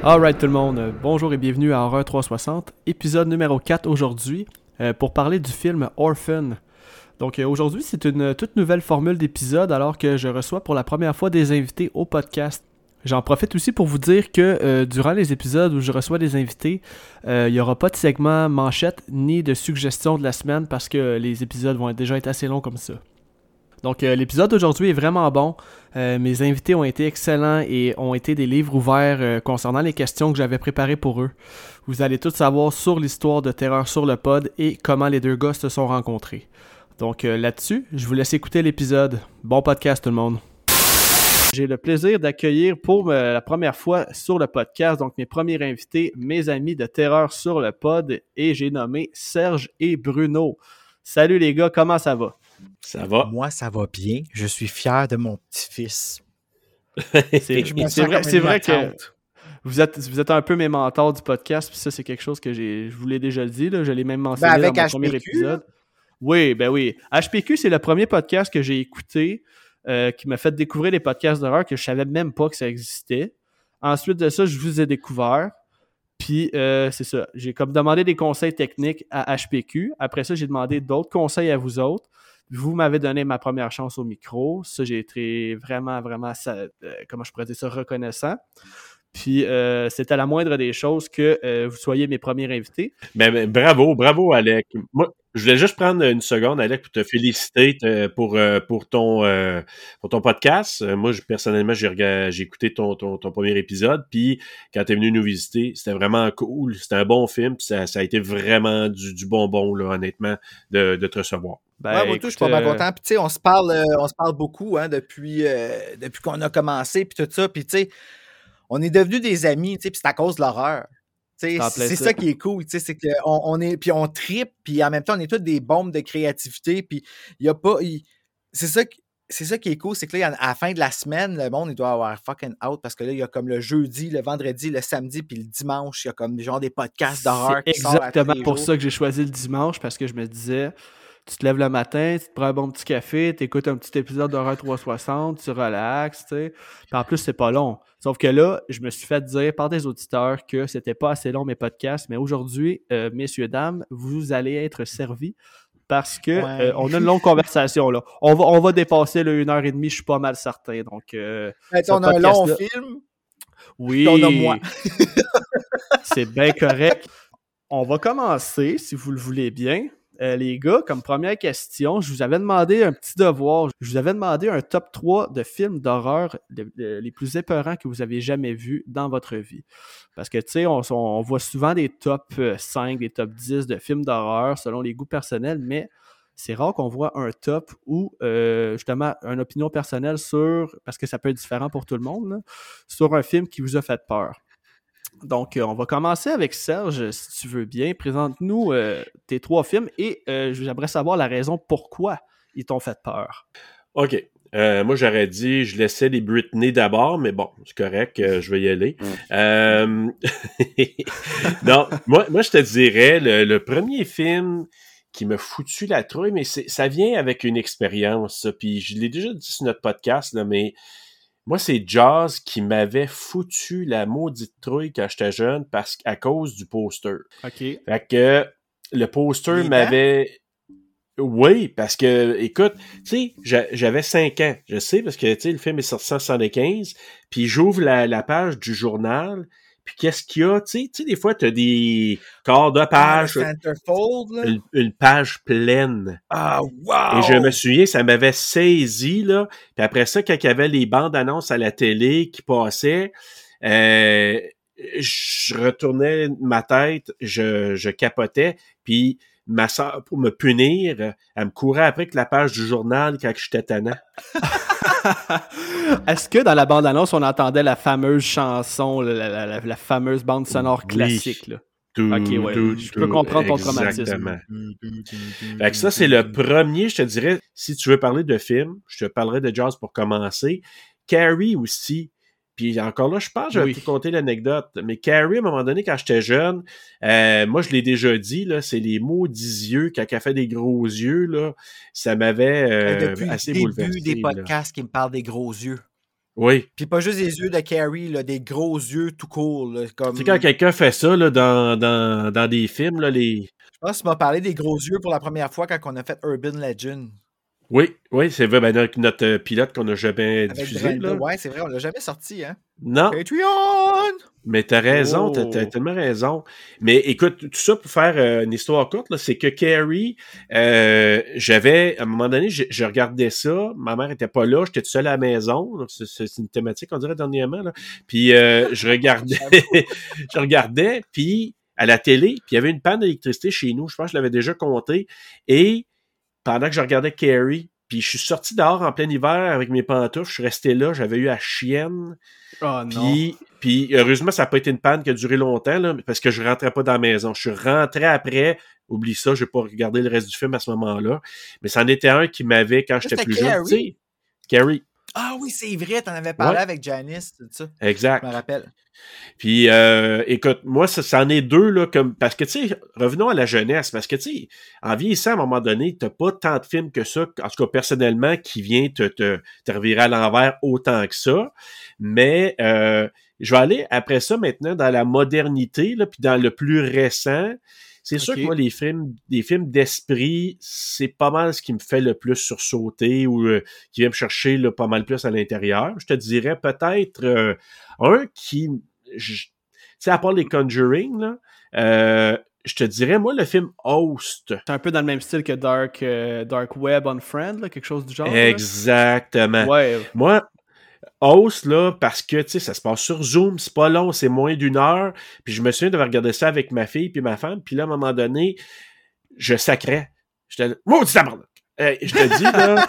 Alright tout le monde, bonjour et bienvenue à Horreur 360, épisode numéro 4 aujourd'hui, pour parler du film Orphan. Donc aujourd'hui c'est une toute nouvelle formule d'épisode alors que je reçois pour la première fois des invités au podcast. J'en profite aussi pour vous dire que durant les épisodes où je reçois des invités, il n'y aura pas de segment manchette ni de suggestions de la semaine parce que les épisodes vont déjà être assez longs comme ça. Donc l'épisode d'aujourd'hui est vraiment bon. Mes invités ont été excellents et ont été des livres ouverts concernant les questions que j'avais préparées pour eux. Vous allez tout savoir sur l'histoire de Terreur sur le pod et comment les deux gars se sont rencontrés. Donc là-dessus, je vous laisse écouter l'épisode. Bon podcast tout le monde. J'ai le plaisir d'accueillir pour la première fois sur le podcast, donc mes premiers invités, mes amis de Terreur sur le pod, et j'ai nommé Serge et Bruno. Salut les gars, comment ça va? Ça va. Moi, ça va bien. Je suis fier de mon petit-fils. C'est vrai que vous êtes un peu mes mentors du podcast, puis ça, c'est quelque chose que je vous l'ai déjà dit, là, je l'ai même mentionné dans mon premier épisode. Oui, ben oui. HPQ, c'est le premier podcast que j'ai écouté qui m'a fait découvrir des podcasts d'horreur que je savais même pas que ça existait. Ensuite de ça, je vous ai découvert. Puis, c'est ça. J'ai comme demandé des conseils techniques à HPQ. Après ça, j'ai demandé d'autres conseils à vous autres. Vous m'avez donné ma première chance au micro. Ça, j'ai été vraiment, comment je pourrais dire ça, reconnaissant. Puis, c'était la moindre des choses que vous soyez mes premiers invités. Ben, bravo, Alec. Moi, je voulais juste prendre une seconde, Alec, pour te féliciter pour ton podcast. Moi, personnellement, j'ai écouté ton premier épisode, puis quand t'es venu nous visiter, c'était vraiment cool. C'était un bon film, puis ça a été vraiment du bonbon, là, honnêtement, de te recevoir. Ben, moi, écoute, je suis pas mal content. Puis, tu sais, on se parle beaucoup depuis qu'on a commencé, puis tout ça. Puis, tu sais, on est devenus des amis, tu sais, puis c'est à cause de l'horreur. C'est ça qui est cool, tu sais, c'est qu'on est, puis on trippe, puis en même temps, on est tous des bombes de créativité, puis il y a pas, c'est ça qui est cool, c'est que là, à la fin de la semaine, le monde, il doit avoir fucking out, parce que là, il y a comme le jeudi, le vendredi, le samedi, puis le dimanche, il y a comme genre des podcasts d'horreur qui sortent à tous les jours. Exactement pour ça que j'ai choisi le dimanche, parce que je me disais, tu te lèves le matin, tu te prends un bon petit café, tu écoutes un petit épisode d'Horreur 360, tu relaxes, tu sais. Puis en plus, c'est pas long. Sauf que là, je me suis fait dire par des auditeurs que c'était pas assez long mes podcasts, mais aujourd'hui, messieurs, dames, vous allez être servis parce que on a une longue conversation, là. On va dépasser là, 1h30, je suis pas mal certain. Donc, on a un long film. Oui. On a moi. C'est bien correct. On va commencer, si vous le voulez bien. Les gars, comme première question, je vous avais demandé un petit devoir. Je vous avais demandé un top 3 de films d'horreur les plus épeurants que vous avez jamais vus dans votre vie. Parce que, tu sais, on voit souvent des top 5, des top 10 de films d'horreur selon les goûts personnels, mais c'est rare qu'on voit un top ou, justement, une opinion personnelle sur, parce que ça peut être différent pour tout le monde, là, sur un film qui vous a fait peur. Donc, on va commencer avec Serge, si tu veux bien. Présente-nous tes 3 films et j'aimerais savoir la raison pourquoi ils t'ont fait peur. OK. Moi, j'aurais dit, je laissais les Britney d'abord, mais bon, c'est correct, je vais y aller. Non, moi, je te dirais, le premier film qui m'a foutu la trouille, mais ça vient avec une expérience, ça. Puis je l'ai déjà dit sur notre podcast, là, mais moi, c'est Jaws qui m'avait foutu la maudite trouille quand j'étais jeune à cause du poster. OK. Fait que le poster m'avait... Oui, parce que, écoute, tu sais, j'avais 5 ans, je sais, parce que, tu sais, le film est sorti en 1975, puis j'ouvre la page du journal, puis qu'est-ce qu'il y a, tu sais, des fois, t'as des quarts de page, une page pleine. Ah, wow! Et je me souviens, ça m'avait saisi, là, puis après ça, quand il y avait les bandes annonces à la télé qui passaient, je retournais ma tête, je capotais, puis ma sœur, pour me punir, elle me courait après que la page du journal quand j'étais tannant. Est-ce que dans la bande-annonce, on entendait la fameuse chanson, la fameuse bande sonore classique, là? Ok, ouais. Je peux comprendre ton traumatisme. Fait que ça, c'est le premier, je te dirais, si tu veux parler de film, je te parlerai de Jaws pour commencer. Carrie aussi. Puis encore là, je pense que je vais te conter l'anecdote. Mais Carrie, à un moment donné, quand j'étais jeune, moi, je l'ai déjà dit, là, c'est les maudits yeux, quand elle fait des gros yeux, là, ça m'avait assez bouleversé. Depuis le début des podcasts qui me parlent des gros yeux. Oui. Puis pas juste des yeux de Carrie, là, des gros yeux tout court. Là, comme... Tu sais, quand quelqu'un fait ça là, dans des films, là, les... Je pense que tu m'as parlé des gros yeux pour la première fois quand on a fait Urban Legend. Oui, c'est vrai, ben, notre pilote qu'on n'a jamais diffusé. Là. Ouais, c'est vrai, on l'a jamais sorti, hein? Non. Patreon! Mais t'as raison, t'as tellement raison. Mais écoute, tout ça pour faire une histoire courte, là, c'est que Carrie, j'avais, à un moment donné, je regardais ça, ma mère était pas là, j'étais tout seul à la maison, donc c'est une thématique, on dirait, dernièrement, là. Puis je regardais, puis à la télé, puis il y avait une panne d'électricité chez nous, je pense que je l'avais déjà compté, et pendant que je regardais Carrie, puis je suis sorti dehors en plein hiver avec mes pantoufles, je suis resté là, j'avais eu la chienne. Oh non. Puis heureusement, ça n'a pas été une panne qui a duré longtemps, là, parce que je rentrais pas dans la maison. Je suis rentré après, oublie ça, je n'ai pas regardé le reste du film à ce moment-là. Mais c'en était un qui m'avait, quand j'étais plus jeune, tu sais, Carrie. Ah oui, c'est vrai, t'en avais parlé avec Janice, tout ça. Exact. Je me rappelle. Puis, écoute, moi, ça en est deux, là, comme, parce que, tu sais, revenons à la jeunesse, parce que, tu sais, en vieillissant, à un moment donné, t'as pas tant de films que ça, en tout cas, personnellement, qui vient te revirer à l'envers autant que ça, mais je vais aller, après ça, maintenant, dans la modernité, là, puis dans le plus récent. C'est sûr que moi, les films d'esprit, c'est pas mal ce qui me fait le plus sursauter ou qui vient me chercher là, pas mal plus à l'intérieur. Je te dirais peut-être un qui... Tu sais, à part les Conjuring, là, je te dirais, moi, le film Host. C'est un peu dans le même style que Dark Web Unfriend, là, quelque chose du genre. Exactement. Là. Ouais. Moi, Host, là, parce que, tu sais, ça se passe sur Zoom, c'est pas long, c'est moins d'1 heure, puis je me souviens d'avoir regardé ça avec ma fille puis ma femme, puis là, à un moment donné, je sacrais. J'étais là, maudit tabarnak! Je te dis, là,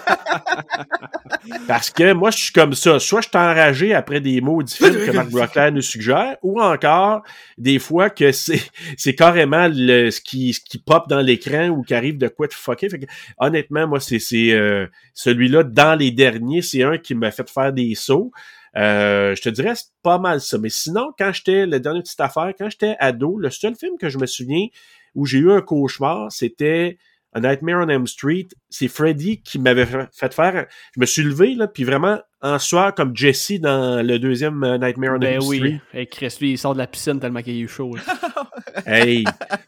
parce que moi, je suis comme ça. Soit je suis enragé après des maudits films que Mark Brockler nous suggère, ou encore, des fois, que c'est carrément ce qui pop dans l'écran ou qui arrive de quoi de fucké. Fait que, honnêtement, moi, c'est celui-là, dans les derniers, c'est un qui m'a fait faire des sauts. Je te dirais, c'est pas mal ça. Mais sinon, la dernière petite affaire, quand j'étais ado, le seul film que je me souviens où j'ai eu un cauchemar, c'était A Nightmare on Elm Street. C'est Freddy qui m'avait fait faire... Je me suis levé, là, puis vraiment, en soir, comme Jesse dans le deuxième Nightmare on Elm Street. Oui, hey, Chris, lui, il sort de la piscine tellement qu'il a eu chaud. Hey!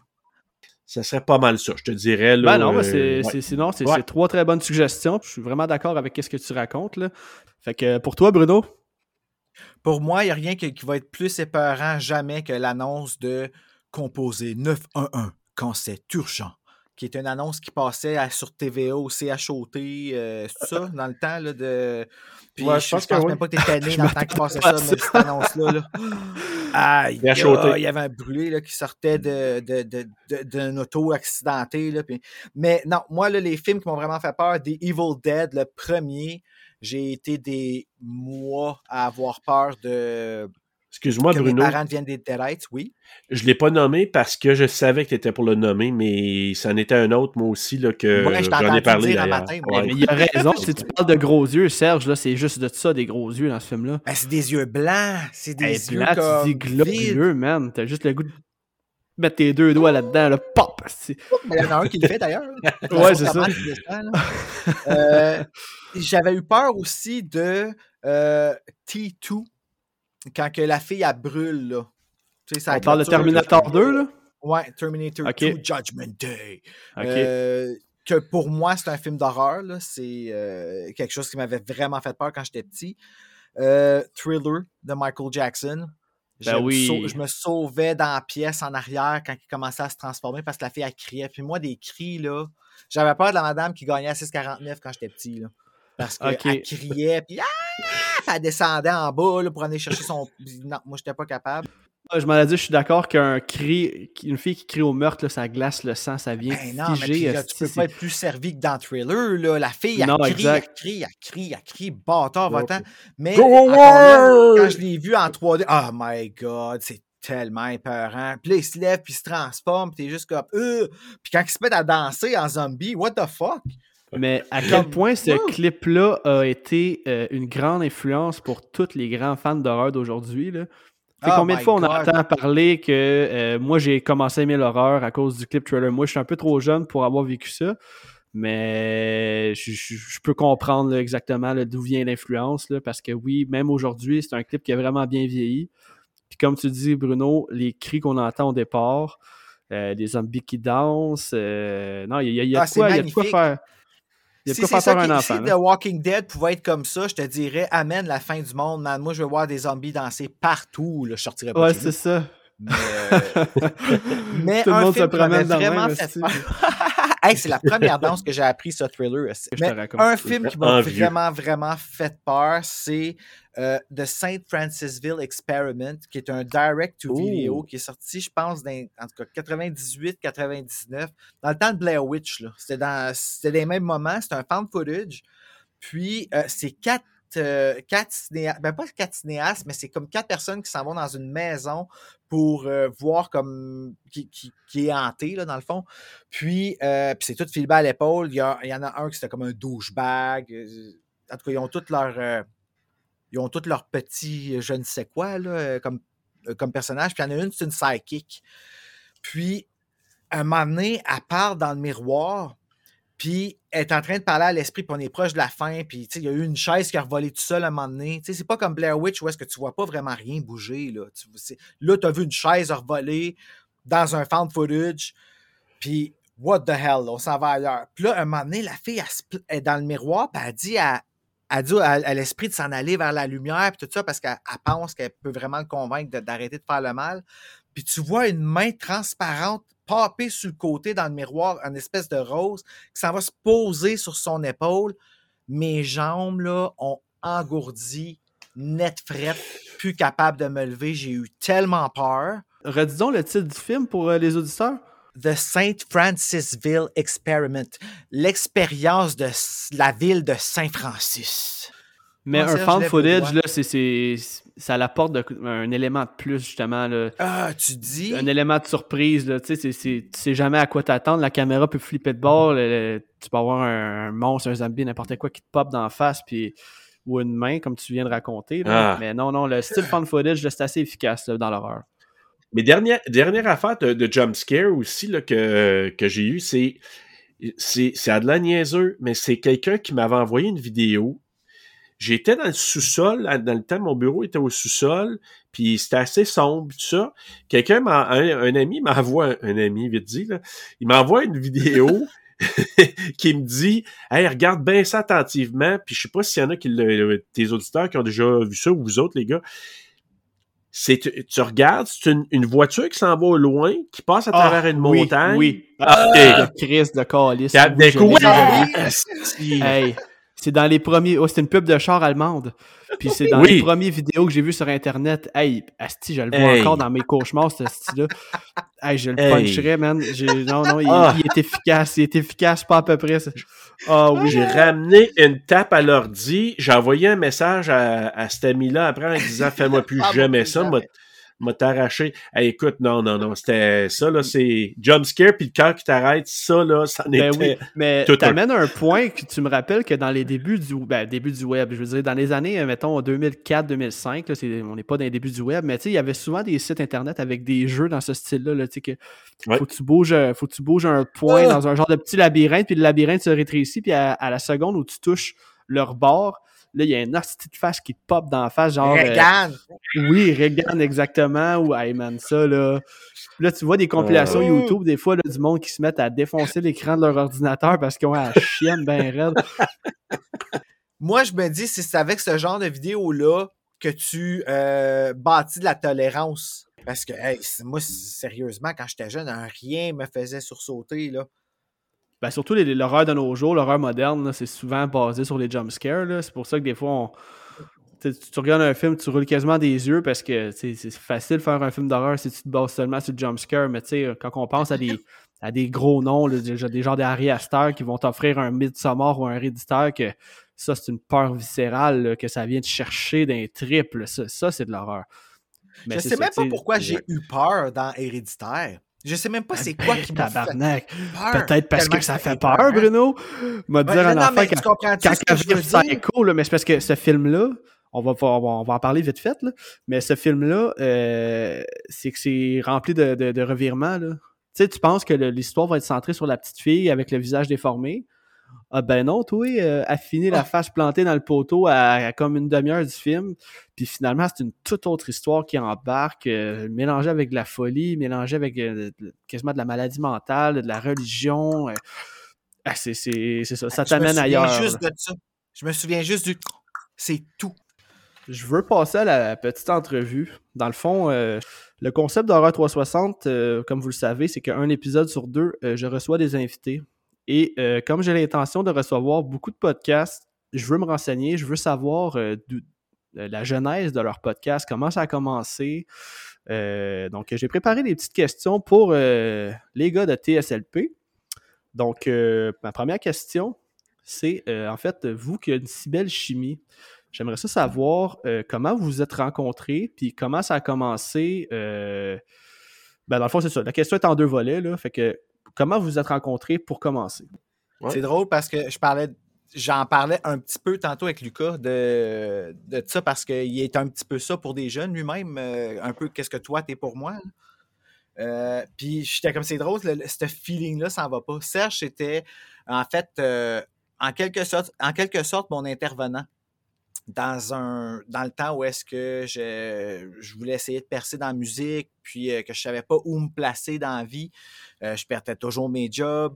Ça serait pas mal ça, je te dirais. Là, non, mais c'est 3 très bonnes suggestions. Je suis vraiment d'accord avec ce que tu racontes. Là. Fait que pour toi, Bruno? Pour moi, il n'y a rien qui va être plus épeurant jamais que l'annonce de composer 911 quand c'est urgent, qui est une annonce qui passait sur TVA au CHOT, c'est ça, dans le temps là, de... Puis je pense même pas que t'étais né dans le temps qu'il passait ça, mais cette annonce-là. Là. Aïe, il y avait un brûlé là, qui sortait d'une auto accidentée. Là, puis... Mais non, moi, là, les films qui m'ont vraiment fait peur, The Evil Dead, le premier, j'ai été des mois à avoir peur de... Excuse-moi, Bruno. Mes parents deviennent des Deadites, oui. Je ne l'ai pas nommé parce que je savais que tu étais pour le nommer, mais ça en était un autre, moi aussi, là, que j'en ai parlé. Matin, mais il a raison. Si tu parles de gros yeux, Serge, là, c'est juste de ça, des gros yeux dans ce film-là. Ben, c'est des yeux blancs. C'est des yeux blancs, comme... tu dis glorieux, man. T'as juste le goût de mettre tes 2 doigts là-dedans, là, pop! Il y en a un qui le fait, d'ailleurs. Ouais, c'est ça. J'avais eu peur aussi de T2. Quand que la fille, elle brûle, là. Tu sais, ça on parle de Terminator 2, là? Ouais, Terminator 2, Judgment Day. Que pour moi, c'est un film d'horreur, là. C'est quelque chose qui m'avait vraiment fait peur quand j'étais petit. Thriller de Michael Jackson. Je me sauvais dans la pièce en arrière quand il commençait à se transformer parce que la fille, elle criait. Puis moi, des cris, là... J'avais peur de la madame qui gagnait à 6,49 quand j'étais petit, là. Parce qu'elle criait, puis elle descendait en bas là, pour aller chercher son... Non, moi, j'étais pas capable. Je m'en ai dit, je suis d'accord qu'une fille qui crie au meurtre, là, ça glace le sang, ça vient figer. Tu peux pas être plus servi que dans Thriller. Là. La fille, elle crie, bâtard, va-t'en. Mais quand je l'ai vu en 3D, oh my God, c'est tellement épeurant. Puis là, il se lève, puis il se transforme, puis t'es juste comme... Puis quand il se met à danser en zombie, what the fuck? Mais à quel point ce clip-là a été une grande influence pour tous les grands fans d'horreur d'aujourd'hui, là. Combien de fois on entend parler que moi j'ai commencé à aimer l'horreur à cause du clip Thriller? Moi je suis un peu trop jeune pour avoir vécu ça, Mais je peux comprendre là, exactement là, d'où vient l'influence, là, parce que oui, même aujourd'hui, c'est un clip qui a vraiment bien vieilli. Puis comme tu dis, Bruno, les cris qu'on entend au départ, des zombies qui dansent, non, il y a de quoi faire. Il y a de quoi faire un enfant. Si The Walking Dead pouvait être comme ça, je te dirais, amène la fin du monde, man. Moi, je veux voir des zombies danser partout. Là, je sortirais pas ouais, de chez c'est ça. Mais un film qui m'avait vraiment fait peur. Hey, c'est la première danse que j'ai appris ce thriller. Mais un film qui m'a vraiment fait peur, c'est The St. Francisville Experiment, qui est un direct-to-video qui est sorti, je pense, en tout cas 98-99, dans le temps de Blair Witch. Là. C'était les mêmes moments, c'était un found footage. Puis, c'est quatre cinéastes, ben pas quatre cinéastes, mais c'est comme 4 personnes qui s'en vont dans une maison pour voir comme qui est hanté, là, dans le fond. Puis c'est tout filmé à l'épaule. Il y en a un qui c'était comme un douchebag. En tout cas, ils ont tous leurs petits je ne sais quoi là, comme personnage. Puis il y en a une, c'est une psychic. Puis, un moment donné, elle part dans le miroir. Puis, elle est en train de parler à l'esprit, puis on est proche de la fin, puis il y a eu une chaise qui a revolé tout seul à un moment donné. C'est pas comme Blair Witch où est-ce que tu vois pas vraiment rien bouger. Là, tu as vu une chaise revoler dans un found footage, puis what the hell, là, on s'en va ailleurs. Puis là, un moment donné, la fille, elle est dans le miroir, puis elle dit à l'esprit de s'en aller vers la lumière, puis tout ça, parce qu'elle pense qu'elle peut vraiment le convaincre d'arrêter de faire le mal. Puis tu vois une main transparente popper sur le côté dans le miroir, une espèce de rose, qui s'en va se poser sur son épaule. Mes jambes, là, ont engourdi, net frette, plus capable de me lever. J'ai eu tellement peur. Redisons le titre du film pour les auditeurs. The St. Francisville Experiment. L'expérience de la ville de Saint-Francis. Mais un found footage, là, ça l'apporte un élément de plus, justement. Là. Ah, tu dis? Un élément de surprise. Là. Tu sais jamais à quoi t'attendre. La caméra peut flipper de bord. Tu peux avoir un monstre, un zombie, n'importe quoi qui te pop d'en face, ou une main, comme tu viens de raconter. Là. Mais non, le style found footage, c'est assez efficace là, dans l'horreur. Mais dernière affaire de jump scare aussi là, que j'ai eu, c'est à de la niaiseux, mais c'est quelqu'un qui m'avait envoyé une vidéo. J'étais dans le sous-sol, dans le temps, mon bureau était au sous-sol, puis c'était assez sombre, tout ça. Un ami m'envoie, un ami, vite dit, là, il m'envoie une vidéo qui me dit « Hey, regarde bien ça attentivement », puis je sais pas s'il y en a tes auditeurs qui ont déjà vu ça, ou vous autres, les gars. Tu regardes, c'est une voiture qui s'en va au loin, qui passe à travers une montagne. Oui, Christ de calice. Hey, c'est dans les premiers... Oh, c'est une pub de char allemande. Puis c'est dans les premières vidéos que j'ai vues sur Internet. Hey, asti, je le vois encore dans mes cauchemars, ce style-là. Hey, je le puncherais, man. Non, il est efficace. Il est efficace, pas à peu près. Oui. J'ai ramené une tape à l'ordi. J'ai envoyé un message à cet ami-là après en disant « Fais-moi plus jamais ça. » m'a t'arraché. Hey, écoute, non, c'était ça, là, c'est jump scare, puis le cœur qui t'arrête, ça, là, ça n'était oui, mais t'amènes un point que tu me rappelles que dans les débuts du web, je veux dire, dans les années, mettons, 2004-2005, là, on n'est pas dans les débuts du web, mais tu sais, il y avait souvent des sites internet avec des jeux dans ce style-là, là, tu sais, que faut que tu bouges un point dans un genre de petit labyrinthe, puis le labyrinthe se rétrécit, puis à la seconde où tu touches leur bord, là, il y a une hostie de face qui te pop dans la face, genre... Regan! Oui, Regan, exactement. Ou, hey man, ça, là... Là, tu vois des compilations YouTube, des fois, là, du monde qui se mettent à défoncer l'écran de leur ordinateur parce qu'ils ont la chienne bien raide. Moi, je me dis, c'est avec ce genre de vidéo-là que tu bâtis de la tolérance. Parce que, hey, moi, sérieusement, quand j'étais jeune, rien me faisait sursauter, là. Ben, surtout l'horreur de nos jours, l'horreur moderne, là, c'est souvent basé sur les jumpscares. C'est pour ça que des fois, tu regardes un film, tu roules quasiment des yeux parce que c'est facile de faire un film d'horreur si tu te bases seulement sur le jumpscare. Mais quand on pense à des gros noms, là, des genres d'Harry Astor qui vont t'offrir un Midsommar ou un Héréditaire, que ça, c'est une peur viscérale là, que ça vient te chercher d'un triple. Ça, c'est de l'horreur. Mais je sais même pas pourquoi j'ai eu peur dans Héréditaire. Je sais même pas c'est quoi qui m'a fait peur. Peut-être parce que ça fait peur, Bruno. M'a dire un enfant quand je dis psycho, là, mais c'est parce que ce film-là, on va en parler vite fait, là, mais ce film-là, c'est que c'est rempli de revirements. Là. Tu sais, tu penses que l'histoire va être centrée sur la petite fille avec le visage déformé, Ah ben non, toi, à finir la face plantée dans le poteau à comme une demi-heure du film. Puis finalement, c'est une toute autre histoire qui embarque, mélangée avec de la folie, mélangée avec quasiment de la maladie mentale, de la religion. C'est ça, ça t'amène ailleurs. Je me souviens juste de ça. Je me souviens juste du... C'est tout. Je veux passer à la petite entrevue. Dans le fond, le concept d'Horreur 360, comme vous le savez, c'est qu'un épisode sur deux, je reçois des invités. Et comme j'ai l'intention de recevoir beaucoup de podcasts, je veux me renseigner, je veux savoir la genèse de leur podcast, comment ça a commencé. Donc, j'ai préparé des petites questions pour les gars de TSLP. Donc, ma première question, c'est en fait, vous qui avez une si belle chimie, j'aimerais ça savoir comment vous vous êtes rencontrés, puis comment ça a commencé. Dans le fond, c'est ça. La question est en deux volets, là. Fait que comment vous vous êtes rencontrés pour commencer? Ouais. C'est drôle parce que j'en parlais un petit peu tantôt avec Lucas de ça parce qu'il est un petit peu ça pour des jeunes lui-même, un peu qu'est-ce que toi t'es pour moi. Puis j'étais comme c'est drôle, ce feeling-là s'en va pas. Serge, c'était en fait en quelque sorte mon intervenant dans le temps où est-ce que je voulais essayer de percer dans la musique, puis que je savais pas où me placer dans la vie. Je perdais toujours mes jobs.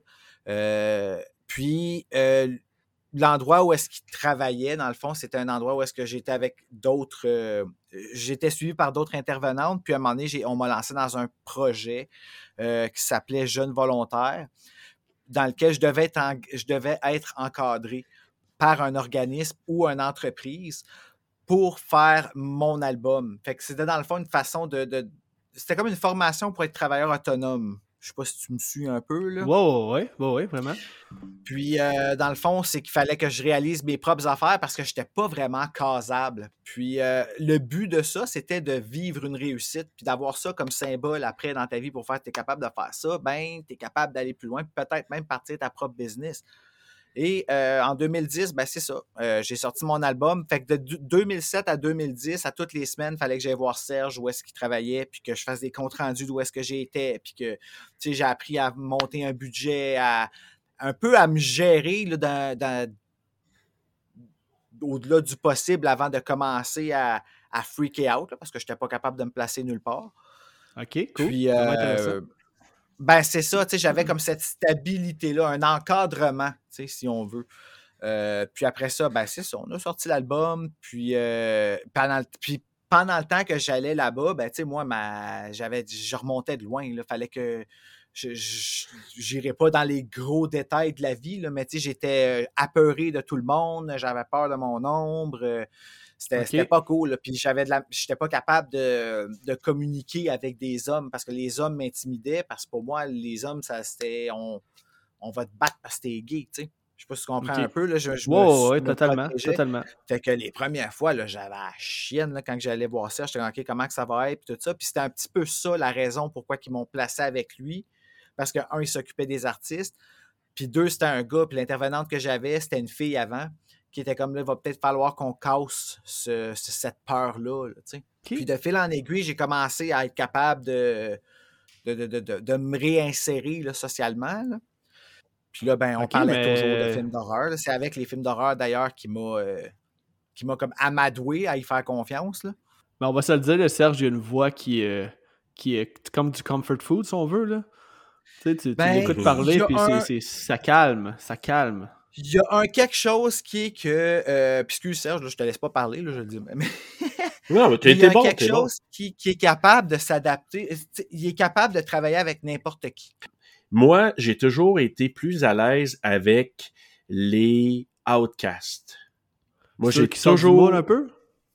Puis l'endroit où est-ce qu'il travaillait, dans le fond, c'était un endroit où est-ce que j'étais avec d'autres... j'étais suivi par d'autres intervenantes, puis à un moment donné, on m'a lancé dans un projet qui s'appelait Jeunes volontaires, dans lequel je devais être encadré par un organisme ou une entreprise pour faire mon album. Fait que c'était dans le fond une façon c'était comme une formation pour être travailleur autonome. Je sais pas si tu me suis un peu, là. Ouais, vraiment. Puis, dans le fond, c'est qu'il fallait que je réalise mes propres affaires parce que je n'étais pas vraiment casable. Puis, le but de ça, c'était de vivre une réussite puis d'avoir ça comme symbole après dans ta vie pour faire que tu es capable de faire ça. Ben, tu es capable d'aller plus loin puis peut-être même partir ta propre business. Et en 2010, ben c'est ça. J'ai sorti mon album. Fait que de 2007 à 2010, à toutes les semaines, il fallait que j'aille voir Serge où est-ce qu'il travaillait, puis que je fasse des comptes rendus d'où est-ce que j'étais, puis que j'ai appris à monter un budget, un peu à me gérer là, au-delà du possible avant de commencer à freaker out, là, parce que je n'étais pas capable de me placer nulle part. OK, cool. Puis, ben c'est ça, j'avais comme cette stabilité-là, un encadrement, si on veut. Puis après ça, ben c'est ça, on a sorti l'album, puis pendant le temps que j'allais là-bas, ben moi, je remontais de loin, il fallait que je n'irais pas dans les gros détails de la vie, là, mais j'étais apeuré de tout le monde, j'avais peur de mon ombre, c'était pas cool. Là. Puis j'étais pas capable de communiquer avec des hommes parce que les hommes m'intimidaient. Parce que pour moi, les hommes, ça c'était on va te battre parce que t'es gay, tu sais. Je sais pas si tu comprends un peu. Là, oui, totalement. Fait que les premières fois, là, j'avais la chienne là, quand j'allais voir ça. J'étais OK, comment que ça va être, puis tout ça. Puis c'était un petit peu ça la raison pourquoi ils m'ont placé avec lui. Parce que, un, il s'occupait des artistes. Puis deux, c'était un gars. Puis l'intervenante que j'avais, c'était une fille avant. Qui était comme là, il va peut-être falloir qu'on casse cette peur-là. Là, okay. Puis de fil en aiguille, j'ai commencé à être capable de me réinsérer là, socialement. Là. Puis là, ben, on parlait toujours de films d'horreur. Là. C'est avec les films d'horreur, d'ailleurs, qui m'a comme amadoué à y faire confiance. Là. Mais on va se le dire, Serge, il y a une voix qui est comme du comfort food, si on veut. Là. Tu l'écoutes parler, puis ça calme. Il y a quelque chose qui est que... puis excuse Serge, là, je te laisse pas parler, là, je le dis. Mais non, mais il y a quelque chose qui est capable de s'adapter. Il est capable de travailler avec n'importe qui. Moi, j'ai toujours été plus à l'aise avec les outcasts. Moi, j'ai toujours... un peu?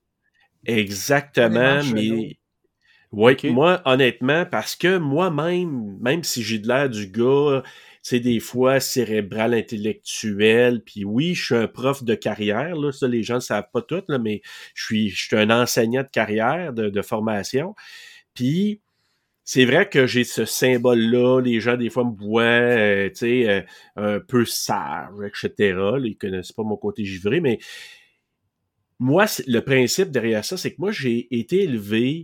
Exactement, mais... Oui, okay. Moi, honnêtement, parce que moi-même, même si j'ai de l'air du gars, des fois cérébral, intellectuel, puis oui, je suis un prof de carrière, là, ça, les gens ne savent pas tout, là, mais je suis un enseignant de carrière, de formation, puis c'est vrai que j'ai ce symbole-là, les gens, des fois, me voient, un peu sage, etc., là, ils connaissent pas mon côté givré, mais moi, le principe derrière ça, c'est que moi, j'ai été élevé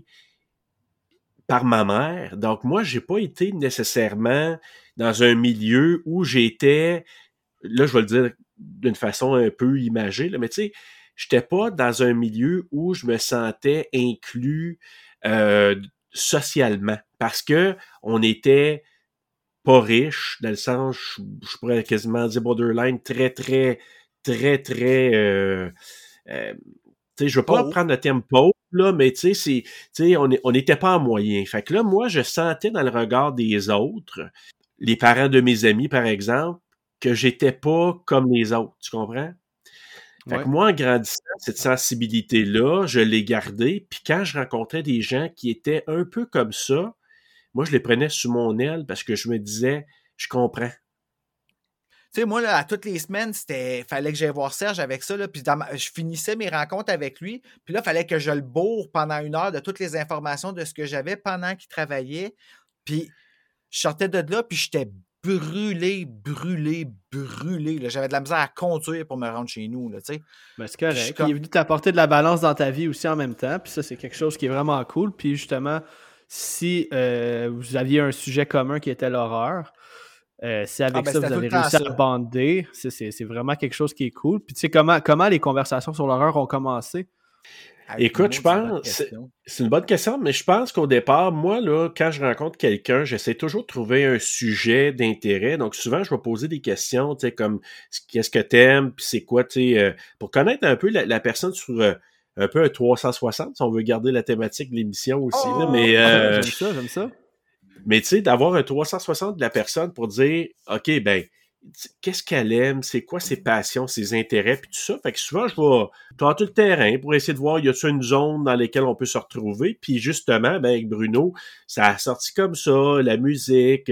par ma mère. Donc, moi, j'ai pas été nécessairement dans un milieu où j'étais, là, je vais le dire d'une façon un peu imagée, là, mais tu sais, j'étais pas dans un milieu où je me sentais inclus socialement, parce que on était pas riche, dans le sens, je pourrais quasiment dire borderline, très, très, très, très... tu sais, je veux pas prendre le terme pauvre, là, mais tu sais, on n'était pas en moyen. Fait que là, moi, je sentais dans le regard des autres, les parents de mes amis, par exemple, que j'étais pas comme les autres, tu comprends? Fait que moi, en grandissant, cette sensibilité-là, je l'ai gardée, puis quand je rencontrais des gens qui étaient un peu comme ça, moi, je les prenais sous mon aile parce que je me disais, je comprends. Tu sais, moi, là, à toutes les semaines, fallait que j'aille voir Serge avec ça, là, puis je finissais mes rencontres avec lui, puis là, il fallait que je le bourre pendant 1 heure de toutes les informations de ce que j'avais pendant qu'il travaillait, puis je sortais de là, puis j'étais brûlé, là. J'avais de la misère à conduire pour me rendre chez nous, là, tu sais. Ben, c'est correct. Il est venu t'apporter de la balance dans ta vie aussi en même temps, puis ça, c'est quelque chose qui est vraiment cool, puis justement, si vous aviez un sujet commun qui était l'horreur, si avec ça, vous avez réussi à bander, c'est vraiment quelque chose qui est cool. Puis tu sais, comment les conversations sur l'horreur ont commencé? Écoute, je pense, c'est une bonne question, mais je pense qu'au départ, moi, là, quand je rencontre quelqu'un, j'essaie toujours de trouver un sujet d'intérêt. Donc, souvent, je vais poser des questions, tu sais, comme, qu'est-ce que t'aimes, puis c'est quoi, tu sais, pour connaître un peu la personne sur un peu un 360, si on veut garder la thématique de l'émission aussi, là, mais... j'aime ça. Mais tu sais, d'avoir un 360 de la personne pour dire, OK, ben, qu'est-ce qu'elle aime, c'est quoi ses passions, ses intérêts, puis tout ça. Fait que souvent, je vais tenter le terrain pour essayer de voir, y a-t-il une zone dans laquelle on peut se retrouver. Puis justement, ben, avec Bruno, ça a sorti comme ça, la musique,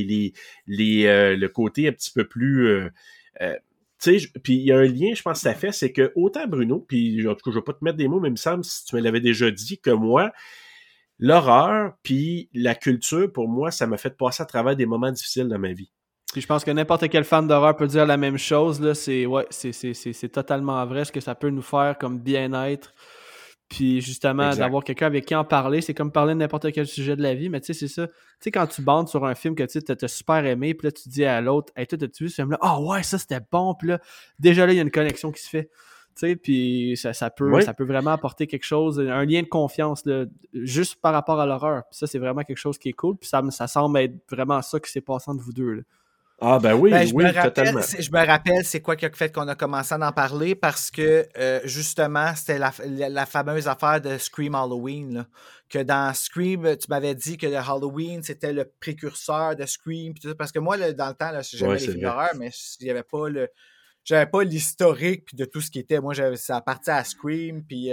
le côté un petit peu plus... tu sais, puis il y a un lien, je pense, que ça fait, c'est que autant Bruno, puis en tout cas, je vais pas te mettre des mots, mais il me semble, si tu me l'avais déjà dit, que moi, l'horreur puis la culture, pour moi, ça m'a fait passer à travers des moments difficiles dans ma vie. Puis je pense que n'importe quel fan d'horreur peut dire la même chose. Là. C'est totalement vrai ce que ça peut nous faire comme bien-être. Puis justement, d'avoir quelqu'un avec qui en parler, c'est comme parler de n'importe quel sujet de la vie. Mais tu sais, c'est ça. Tu sais, quand tu bandes sur un film que tu as super aimé, puis là, tu dis à l'autre, hey, toi, t'as-tu vu ce film-là? Ah ouais, ça, c'était bon. Puis là, déjà là, il y a une connexion qui se fait. Tu sais, puis ça peut vraiment apporter quelque chose, un lien de confiance, là, juste par rapport à l'horreur. Puis ça, c'est vraiment quelque chose qui est cool. Puis ça semble être vraiment ça qui s'est passé entre vous deux. Là. Ah ben oui, oui, totalement. Je me rappelle c'est quoi qui a fait qu'on a commencé à en parler parce que justement, c'était la fameuse affaire de Scream Halloween. Là, que dans Scream, tu m'avais dit que le Halloween, c'était le précurseur de Scream. Parce que moi, là, dans le temps, là, j'aimais les films d'horreur, mais il n'y avait pas j'avais pas l'historique puis de tout ce qui était. Moi, ça partait à Scream, puis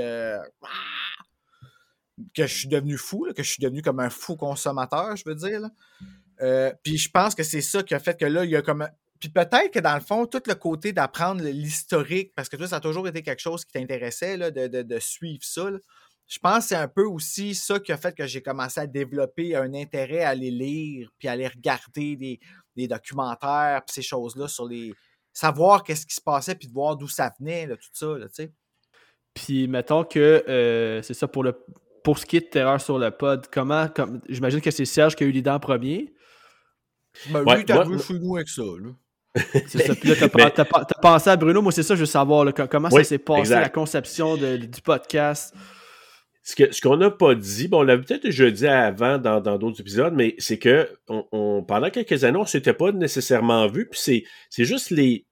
que je suis devenu fou, là, que je suis devenu comme un fou consommateur, je veux dire. Là. Puis je pense que c'est ça qui a fait que là, il y a comme... Puis peut-être que dans le fond, tout le côté d'apprendre l'historique, parce que toi, ça a toujours été quelque chose qui t'intéressait, là, de suivre ça. Là. Je pense que c'est un peu aussi ça qui a fait que j'ai commencé à développer un intérêt à aller lire, puis à aller regarder des documentaires, puis ces choses-là sur les... Savoir qu'est-ce qui se passait, puis de voir d'où ça venait, là, tout ça, là, tu sais. Puis mettons que c'est ça pour ce qui est de Terreur sur le pod, j'imagine que c'est Serge qui a eu l'idée en premier. Ben lui, t'as vu chez nous avec ça, là. C'est ça. Puis là, t'as pensé à Bruno. Moi, c'est ça, je veux savoir là, comment ça s'est passé, la conception du podcast. Ce qu'on n'a pas dit, bon, on l'avait peut-être déjà dit avant dans d'autres épisodes, mais c'est que pendant quelques années, on s'était pas nécessairement vus, puis c'est juste tu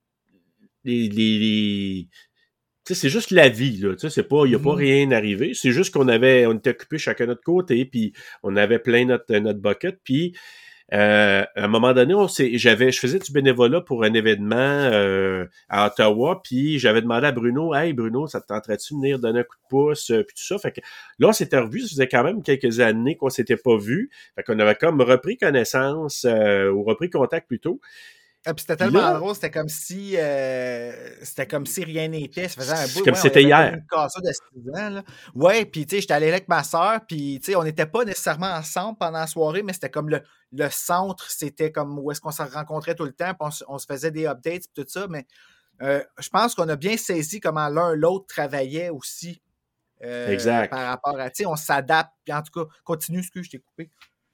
sais, c'est juste la vie, là. Tu sais, c'est pas, il y a pas rien arrivé. C'est juste on était occupés chacun de notre côté, puis on avait plein notre bucket, puis à un moment donné, je faisais du bénévolat pour un événement à Ottawa, puis j'avais demandé à Bruno, « Hey Bruno, ça te tenterait-tu de venir donner un coup de pouce? » Puis tout ça. Fait que là, on s'était revus, ça faisait quand même quelques années qu'on s'était pas vus. Fait qu'on avait comme repris connaissance, ou repris contact plutôt. Ah, puis c'était tellement drôle, c'était comme si rien n'était. Ça faisait un bout. Comme si c'était hier. Une cassure de 6 ans, là. Ouais, puis tu sais, j'étais allé là avec ma soeur, puis tu sais, on n'était pas nécessairement ensemble pendant la soirée, mais c'était comme le centre, c'était comme où est-ce qu'on se rencontrait tout le temps, puis on se faisait des updates, puis tout ça, mais je pense qu'on a bien saisi comment l'un l'autre travaillait aussi. Exact. Par rapport à, tu sais, on s'adapte, puis en tout cas, continue, je t'ai coupé.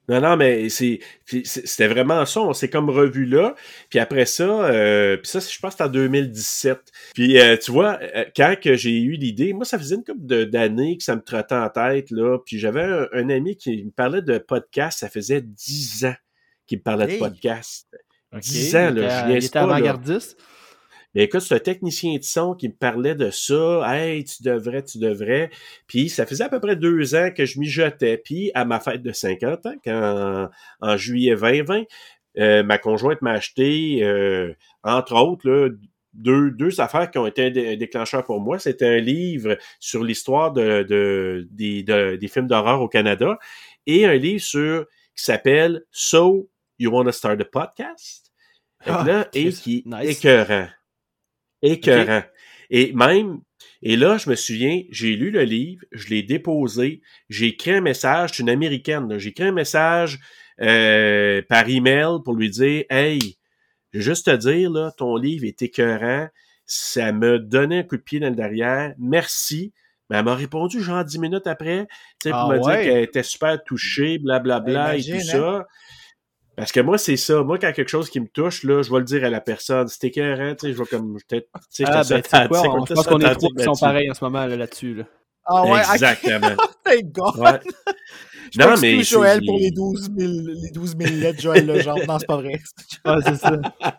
Non, mais c'était vraiment ça. On s'est comme revu là. Puis après ça, puis ça, je pense que c'était en 2017. Puis tu vois, quand que j'ai eu l'idée, moi, ça faisait une couple d'années que ça me trottait en tête, là. Puis j'avais un ami qui me parlait de podcast. Ça faisait 10 ans qu'il me parlait de podcast. Okay, 10 ans, là. Je niaise pas, avant-gardiste? Mais écoute, c'est un technicien de son qui me parlait de ça. Hey, tu devrais. Puis ça faisait à peu près 2 ans que je m'y jetais. Puis à ma fête de 50 ans, en juillet 2020, ma conjointe m'a acheté, entre autres, là, deux affaires qui ont été un déclencheur pour moi. C'était un livre sur l'histoire des films d'horreur au Canada et un livre qui s'appelle So You Wanna Start a Podcast? Et qui est écœurant. Écœurant. Okay. Et là, je me souviens, j'ai lu le livre, je l'ai déposé, j'ai écrit un message, c'est une Américaine, là, j'ai écrit un message par email pour lui dire « Hey, je veux juste te dire, là, ton livre est écœurant, ça me donnait un coup de pied dans le derrière, merci. » Mais elle m'a répondu genre 10 minutes après, pour me dire qu'elle était super touchée, blablabla et tout ça. Parce que moi, c'est ça. Moi, quand quelque chose qui me touche, là, je vais le dire à la personne. C'est écœurant, tu sais, je vais comme, peut-être, tu sais, je pense qu'on est trois qui sont pareils en ce moment, là-dessus, là. Ah ouais, exactement. Thank God. Ouais. Je non, mais Joël pour les 12 000 lettres, Joël Legendre. Non, c'est pas vrai. Ah, c'est ça.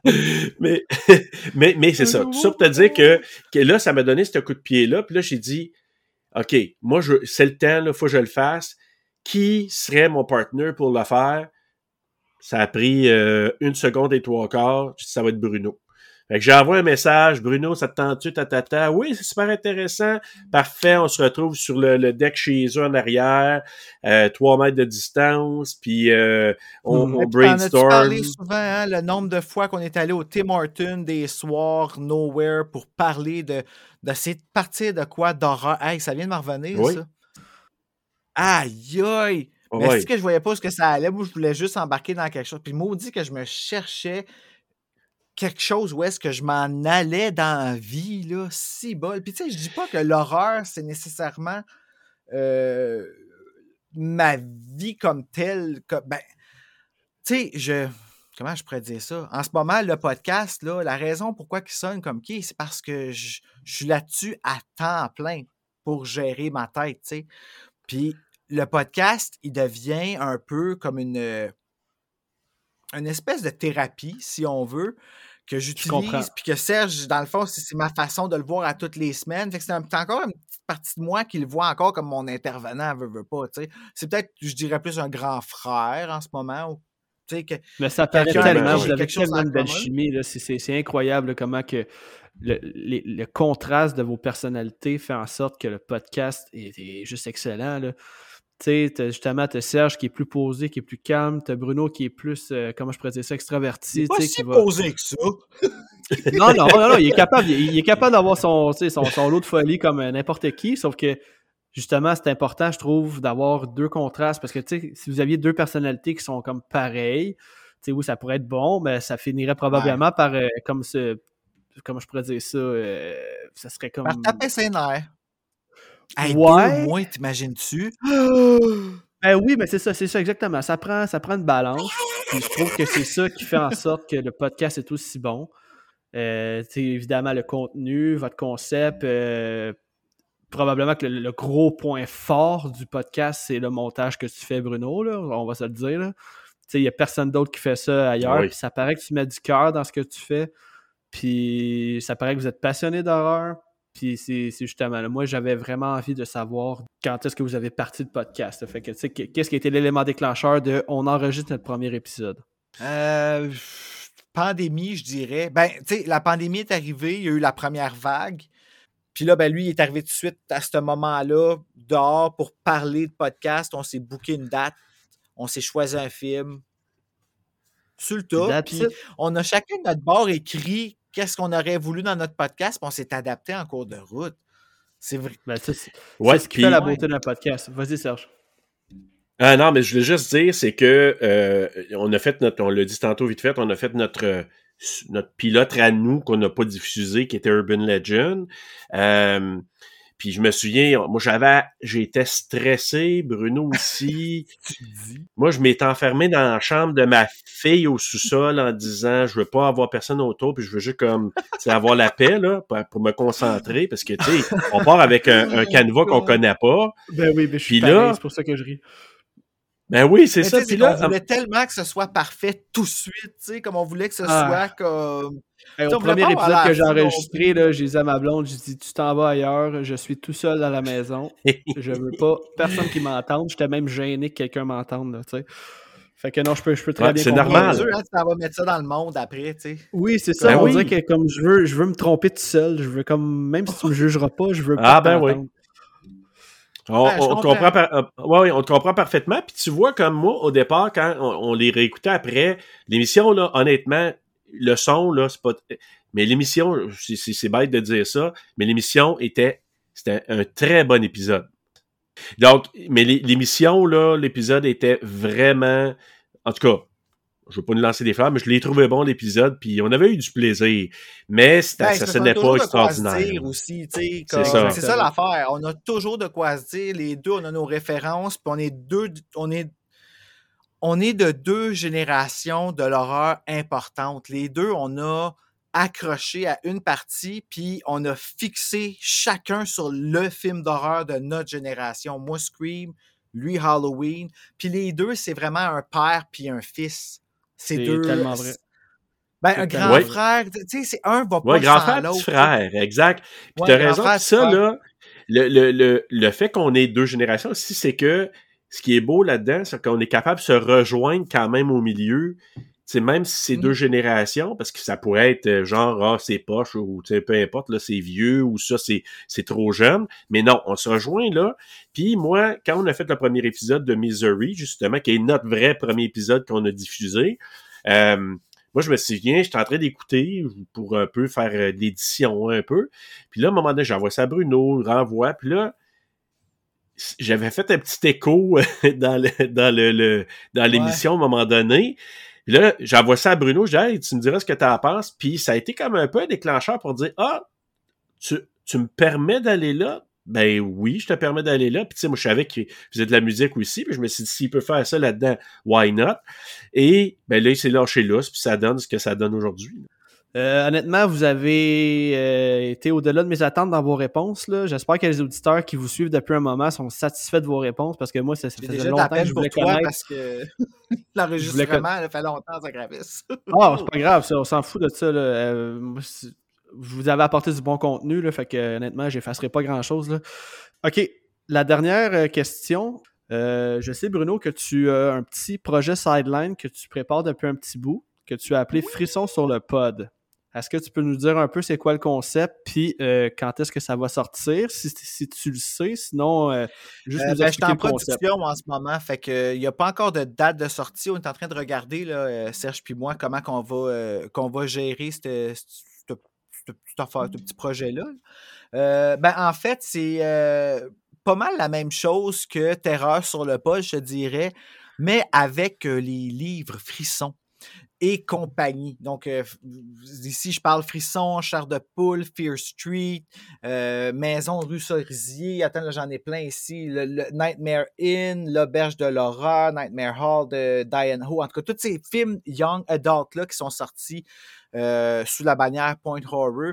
mais c'est ça. Tout ça pour te dire que là, ça m'a donné ce coup de pied-là. Puis là, j'ai dit, OK, moi, c'est le temps, là, faut que je le fasse. Qui serait mon partner pour le faire? Ça a pris 1 seconde et 3/4. Ça va être Bruno. Fait que j'envoie un message. Bruno, ça te tente-tu, tatata? Oui, c'est super intéressant. Parfait, on se retrouve sur le deck chez eux en arrière, 3 mètres de distance, puis on brainstorm. T'en as-tu parlé souvent, hein, le nombre de fois qu'on est allé au Tim Hortons des soirs nowhere pour parler d'essayer de partir de quoi d'horreur. Hey, ça vient de me revenir, oui. ça. Aïe, aïe! Mais c'est que je voyais pas ce que ça allait. Moi, je voulais juste embarquer dans quelque chose. Puis maudit que je me cherchais quelque chose où est-ce que je m'en allais dans la vie, là, si bol. Puis tu sais, je dis pas que l'horreur, c'est nécessairement ma vie comme telle. Ben, tu sais, comment je pourrais dire ça? En ce moment, le podcast, là, la raison pourquoi il sonne comme qui, c'est parce que je suis là-dessus à temps plein pour gérer ma tête, tu sais. Puis le podcast, il devient un peu comme une espèce de thérapie, si on veut, que j'utilise, puis que Serge, dans le fond, c'est ma façon de le voir à toutes les semaines. Fait que c'est encore une petite partie de moi qui le voit encore comme mon intervenant, veut pas, tu sais. C'est peut-être, je dirais plus un grand frère en ce moment, ou, mais ça paraît tellement, vous avez tellement de belle chimie, là, c'est incroyable là, comment que le contraste de vos personnalités fait en sorte que le podcast est juste excellent, là. Tu sais, justement, t'as Serge qui est plus posé, qui est plus calme. T'as Bruno qui est plus, comment je pourrais dire ça, extraverti. Il est pas si posé que ça. non, il est capable d'avoir son lot de folie comme n'importe qui, sauf que, justement, c'est important, je trouve, d'avoir 2 contrastes, parce que, tu sais, si vous aviez 2 personnalités qui sont comme pareilles, tu sais, oui, ça pourrait être bon, mais ça finirait probablement par, comment je pourrais dire ça, ça serait comme... Par taper ses nerfs. Hey, ouais. 2 mois, t'imagines-tu? Ben oui, mais c'est ça exactement. Ça prend une balance. Puis je trouve que c'est ça qui fait en sorte que le podcast est aussi bon. Évidemment, le contenu, votre concept. Probablement que le gros point fort du podcast, c'est le montage que tu fais, Bruno. Là, on va se le dire. Il n'y a personne d'autre qui fait ça ailleurs. Oui. Puis ça paraît que tu mets du cœur dans ce que tu fais. Puis ça paraît que vous êtes passionné d'horreur. Puis c'est justement là, moi j'avais vraiment envie de savoir quand est-ce que vous avez parti de podcast. Fait que tu sais, qu'est-ce qui a été l'élément déclencheur de on enregistre notre premier épisode? Pandémie, je dirais. Ben, tu sais, la pandémie est arrivée, il y a eu la première vague. Puis là, ben lui, il est arrivé tout de suite à ce moment-là, dehors, pour parler de podcast. On s'est booké une date, on s'est choisi un film. Sur le tas, puis on a chacun de notre bord écrit qu'est-ce qu'on aurait voulu dans notre podcast, puis on s'est adapté en cours de route. C'est vrai. Ben, c'est ce qui fait la beauté d'un podcast. Vas-y, Serge. Ah non, mais je voulais juste dire, c'est que on a fait on l'a dit tantôt vite fait, on a fait notre pilote à nous qu'on n'a pas diffusé, qui était Urban Legend. Puis je me souviens, moi j'étais stressé, Bruno aussi. Moi, je m'étais enfermé dans la chambre de ma fille au sous-sol en disant je veux pas avoir personne autour, puis je veux juste comme avoir la paix là, pour me concentrer, parce que tu sais, on part avec un canevas qu'on connaît pas. Ben oui, mais je suis là, c'est pour ça que je ris. Ben oui, c'est ça. Puis là, on voulait tellement que ce soit parfait tout de suite, tu sais, comme on voulait que ce soit comme... Au premier épisode que j'ai enregistré, là, j'ai dit à ma blonde, j'ai dit, tu t'en vas ailleurs, je suis tout seul dans la maison, je veux pas personne qui m'entende, j'étais même gêné que quelqu'un m'entende, là, tu sais. Fait que non, je peux très bien c'est comprendre. normal. Tu vas mettre ça dans le monde après, tu sais. Oui, c'est ça, on dirait que comme je veux me tromper tout seul, je veux comme, même si tu me jugeras pas, je veux pas t'entendre. Oui. On te comprend parfaitement. Puis tu vois, comme moi, au départ, quand on les réécoutait après, l'émission, là, honnêtement, le son, là, c'est pas... Mais l'émission, c'est bête de dire ça, mais l'émission c'était un très bon épisode. Donc, mais l'émission, là, l'épisode était vraiment... En tout cas, je veux pas nous lancer des fleurs, mais je l'ai trouvé bon, l'épisode, puis on avait eu du plaisir. Mais ça sonnait pas extraordinaire. Aussi, c'est ça l'affaire. On a toujours de quoi se dire. Les deux, on a nos références, puis on est de deux générations de l'horreur importantes. Les deux, on a accroché à une partie, puis on a fixé chacun sur le film d'horreur de notre génération. Moi, Scream, lui, Halloween. Puis les deux, c'est vraiment un père puis un fils. C'est deux... tellement vrai. Un grand frère, tu sais, c'est un va pas grand sans frère, l'autre. Petit frère, exact. Puis t'as raison, ça, là, le fait qu'on ait deux générations aussi, c'est que ce qui est beau là-dedans, c'est qu'on est capable de se rejoindre quand même au milieu. T'sais, même si c'est deux générations, parce que ça pourrait être genre, c'est poche, ou peu importe, là, c'est vieux, ou ça, c'est trop jeune. Mais non, on se rejoint là. Puis moi, quand on a fait le premier épisode de Misery, justement, qui est notre vrai premier épisode qu'on a diffusé, moi, je me souviens, j'étais en train d'écouter pour un peu faire de l'édition un peu. Puis là, à un moment donné, j'envoie ça à Bruno, renvoie. Puis là, j'avais fait un petit écho dans l'émission à un moment donné. Puis là, j'envoie ça à Bruno, je dis « Hey, tu me diras ce que tu en penses. » Puis ça a été comme un peu un déclencheur pour dire « Ah, tu me permets d'aller là? » Ben oui, je te permets d'aller là. Puis tu sais, moi, je savais qu'il faisait de la musique aussi. Puis je me suis dit, s'il peut faire ça là-dedans, why not? Et ben là, il s'est lâché lousse, puis ça donne ce que ça donne aujourd'hui. Honnêtement, vous avez été au-delà de mes attentes dans vos réponses, là. J'espère que les auditeurs qui vous suivent depuis un moment sont satisfaits de vos réponses, parce que moi, ça faisait longtemps que je voulais connaître. Parce que l'enregistrement, ça fait longtemps, ça gravisse. Ah, c'est pas grave, ça, on s'en fout de ça, là. Vous avez apporté du bon contenu, là, fait que honnêtement, j'effacerai pas grand-chose, là. OK, la dernière question. Je sais, Bruno, que tu as un petit projet sideline que tu prépares depuis un petit bout, que tu as appelé Frisson sur le pod. Est-ce que tu peux nous dire un peu c'est quoi le concept, puis quand est-ce que ça va sortir, si tu le sais, sinon juste nous expliquer le concept. Je suis en production en ce moment, fait que il n'y a pas encore de date de sortie. On est en train de regarder, là, Serge puis moi, comment qu'on va gérer ce petit projet-là. En fait, c'est pas mal la même chose que Terreur sur le pod, je te dirais, mais avec les livres Frisson et compagnie. Donc, ici, je parle Frisson, Chair de poule, Fear Street, Maison rue Cerisier. Attends, là, j'en ai plein ici. Le Nightmare Inn, L'Auberge de l'horreur, Nightmare Hall de Diane Ho. En tout cas, tous ces films young adult là, qui sont sortis sous la bannière Point Horror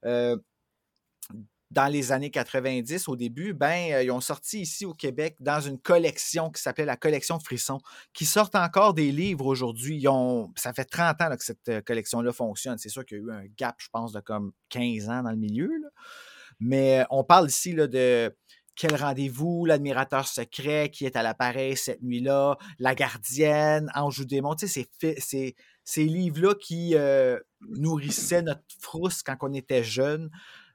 dans les années 90, au début, ils ont sorti ici au Québec dans une collection qui s'appelait la collection Frisson, qui sortent encore des livres aujourd'hui. Ça fait 30 ans là, que cette collection-là fonctionne. C'est sûr qu'il y a eu un gap, je pense, de comme 15 ans dans le milieu. Là. Mais on parle ici là, de Quel rendez-vous, L'admirateur secret, Qui est à l'appareil cette nuit-là, La gardienne, Ange ou démon. Tu sais, ces livres-là qui nourrissaient notre frousse quand on était jeune.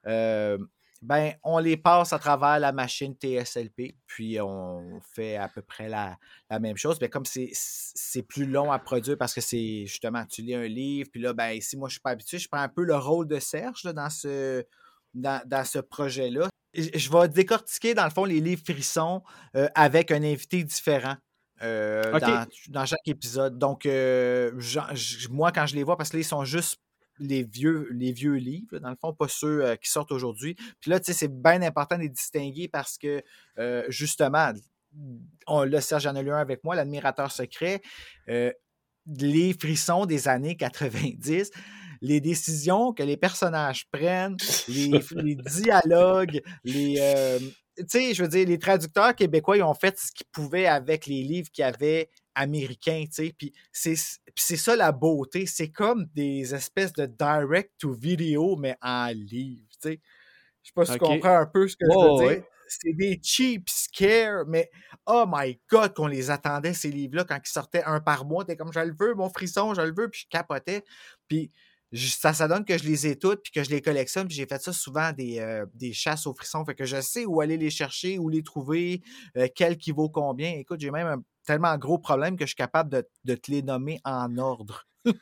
On les passe à travers la machine TSLP, puis on fait à peu près la même chose. Mais comme c'est plus long à produire parce que c'est justement, tu lis un livre, puis là, ici, moi, je suis pas habitué, je prends un peu le rôle de Serge là, dans ce projet-là. Je vais décortiquer, dans le fond, les livres Frissons avec un invité différent. Dans chaque épisode. Donc, moi, quand je les vois, parce que là, ils sont juste les vieux livres, là, dans le fond, pas ceux qui sortent aujourd'hui. Puis là, tu sais, c'est bien important de les distinguer parce que, justement, Serge en a lu un avec moi, L'Admirateur secret, les frissons des années 90, les décisions que les personnages prennent, les dialogues, tu sais, je veux dire, les traducteurs québécois, ils ont fait ce qu'ils pouvaient avec les livres qu'il y avait américains, tu sais, puis c'est ça la beauté, c'est comme des espèces de direct-to-video, mais en livre, tu sais. Je sais pas si tu comprends un peu ce que je veux dire. Ouais. C'est des cheap scares, mais oh my God, qu'on les attendait, ces livres-là, quand ils sortaient un par mois. T'es comme, je le veux, mon frisson, je le veux, puis je capotais. Puis ça donne que je les ai toutes, puis que je les collectionne, puis j'ai fait ça souvent des chasses aux frissons. Fait que je sais où aller les chercher, où les trouver, quel qui vaut combien. Écoute, j'ai même un tellement gros problème que je suis capable de te les nommer en ordre.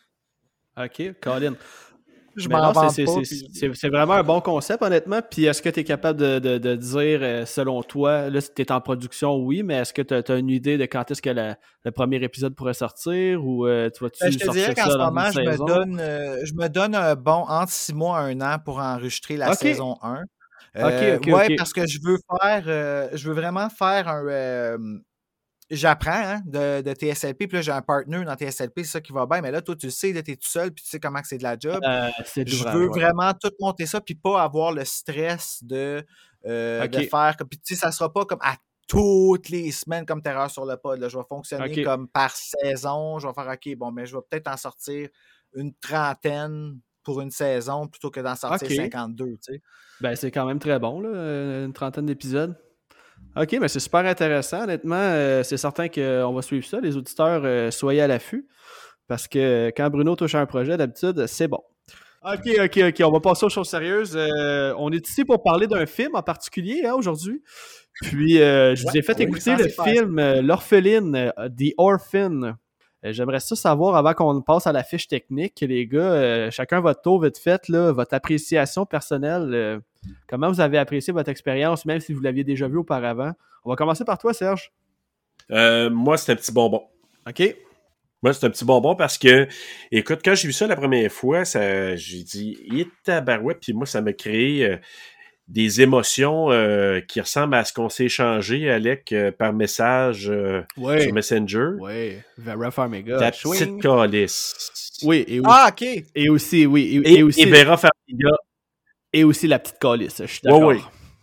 OK, Colin. Je m'en vante pas. C'est vraiment un bon concept, honnêtement. Puis est-ce que tu es capable de dire, selon toi, là, si tu es en production, oui, mais est-ce que tu as une idée de quand est-ce que le premier épisode pourrait sortir ou tu vas-tu je te dirais qu'en ce moment, je me donne un bon entre 6 mois et 1 an pour enregistrer la saison 1. OK. Parce que je veux vraiment faire un... J'apprends de TSLP, puis là, j'ai un partner dans TSLP, c'est ça qui va bien, mais là, toi, tu sais, t'es tout seul, puis tu sais comment que c'est de la job. Je veux vraiment tout monter ça, puis pas avoir le stress de faire... Puis tu sais, ça sera pas comme à toutes les semaines comme Terreur sur le pod. Là. Je vais fonctionner comme par saison. Je vais faire, OK, bon, mais je vais peut-être en sortir une 30 pour une saison plutôt que d'en sortir 52, tu sais. Ben, c'est quand même très bon, là, une 30 d'épisodes. OK, mais c'est super intéressant. Honnêtement, c'est certain qu'on va suivre ça. Les auditeurs, soyez à l'affût. Parce que quand Bruno touche à un projet, d'habitude, c'est bon. OK. On va passer aux choses sérieuses. On est ici pour parler d'un film en particulier aujourd'hui. Puis, je vous ai fait écouter le film L'Orpheline, The Orphan. J'aimerais ça savoir, avant qu'on passe à la fiche technique, les gars, chacun votre tour vite fait, là, votre appréciation personnelle. Comment vous avez apprécié votre expérience, même si vous l'aviez déjà vu auparavant? On va commencer par toi, Serge. Moi, c'est un petit bonbon. OK. Moi, c'est un petit bonbon parce que, écoute, quand j'ai vu ça la première fois, j'ai dit, il est tabarouette, puis moi, ça m'a créé des émotions qui ressemblent à ce qu'on s'est échangé, Alec, par message sur Messenger. Oui, Vera Farmiga. Ta petite calice. Oui, et oui. Ah, OK. Et aussi, oui. Et aussi, Vera Farmiga. Et aussi la petite calice, je suis d'accord. Oui.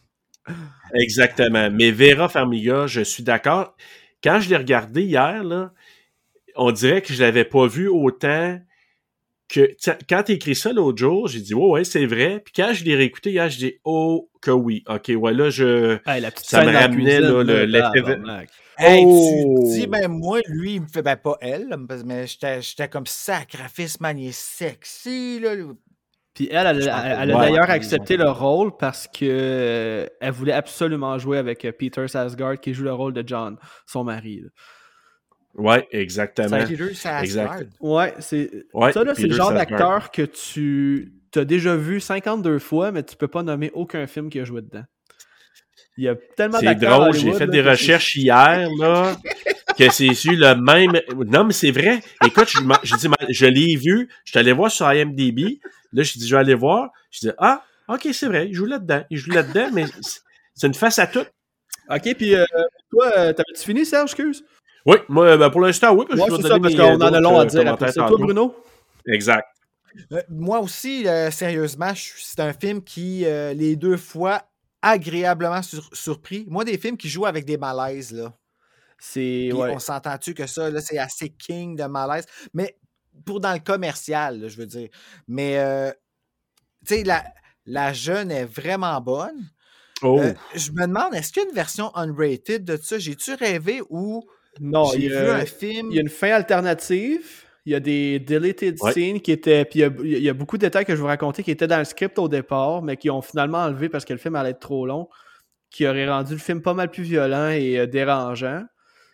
Exactement. Mais Vera Farmiga, je suis d'accord. Quand je l'ai regardé hier, là, on dirait que je l'avais pas vu autant que... Quand tu écrit ça l'autre jour, j'ai dit « ouais, c'est vrai ». Puis quand je l'ai réécouté hier, je dis « oh, que oui ». OK, ouais, là, ça me ramenait l'effet... Hey, tu dis, ben moi, lui, il me fait, ben pas elle, mais j'étais comme sacrifice, man, il est sexy, là. Puis elle a d'ailleurs accepté le rôle parce que elle voulait absolument jouer avec Peter Sarsgaard qui joue le rôle de John, son mari. Là. Ouais, exactement. Peter Sarsgaard. Ouais, ça là, c'est le genre d'acteur que tu as déjà vu 52 fois, mais tu peux pas nommer aucun film qu'il a joué dedans. Il y a tellement d'acteurs. C'est drôle, j'ai fait des recherches hier, là, que c'est sur le même... Non, mais c'est vrai. Écoute, j'ai dit, je l'ai vu, je suis allé voir sur IMDb, là, j'ai dit, je vais aller voir. Je dis, ah, OK, c'est vrai, il joue là-dedans, mais c'est une face à tout. OK, puis toi, t'avais-tu fini, Serge, excuse? Oui, moi, pour l'instant, oui. C'est ça, parce qu'on en a long à dire après ça. Toi, Bruno? Exact. Moi aussi, sérieusement, c'est un film qui, les deux fois, agréablement surpris. Moi, des films qui jouent avec des malaises, là. On s'entend-tu que ça, là, c'est assez king de malaise. Mais pour dans le commercial, là, je veux dire. Mais, tu sais, la jeune est vraiment bonne. Oh. Je me demande, est-ce qu'il y a une version unrated de ça? J'ai-tu rêvé ou j'ai vu un film? Il y a une fin alternative. Il y a des deleted scenes qui étaient... Puis il y a beaucoup de détails que je vais vous raconter qui étaient dans le script au départ, mais qui ont finalement enlevé parce que le film allait être trop long, qui aurait rendu le film pas mal plus violent et dérangeant.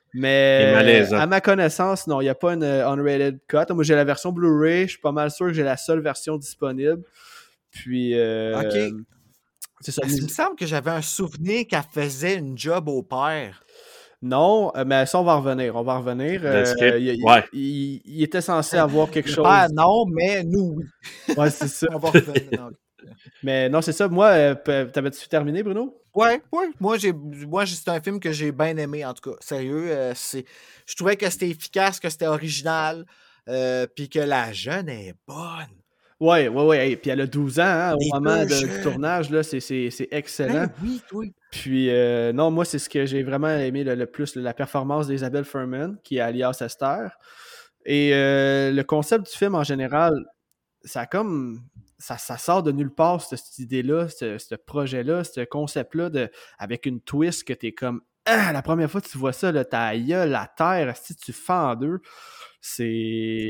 Mais à ma connaissance, non, il n'y a pas une unrated cut. Moi, j'ai la version Blu-ray. Je suis pas mal sûr que j'ai la seule version disponible. Puis... c'est ça. Il me semble que j'avais un souvenir qu'elle faisait une job au père. Non, mais ça, on va revenir. On va revenir. Il était censé avoir quelque chose. Non, mais nous, oui. Ouais, c'est ça. On va revenir. Mais non, c'est ça. Moi, t'avais-tu terminé, Bruno? Ouais. Moi, c'est un film que j'ai bien aimé, en tout cas. Sérieux, je trouvais que c'était efficace, que c'était original, puis que la jeune est bonne. Ouais. Puis elle a 12 ans, hein, au moment du tournage, là, c'est excellent. Ben oui. Puis, non, moi, c'est ce que j'ai vraiment aimé le plus, la performance d'Isabelle Fuhrman, qui est alias Esther. Et le concept du film, en général, ça sort de nulle part, cette idée-là, ce projet-là, ce concept-là, avec une twist que t'es comme « Ah! La première fois que tu vois ça, là, ta gueule, la terre, si tu fends en deux, c'est... »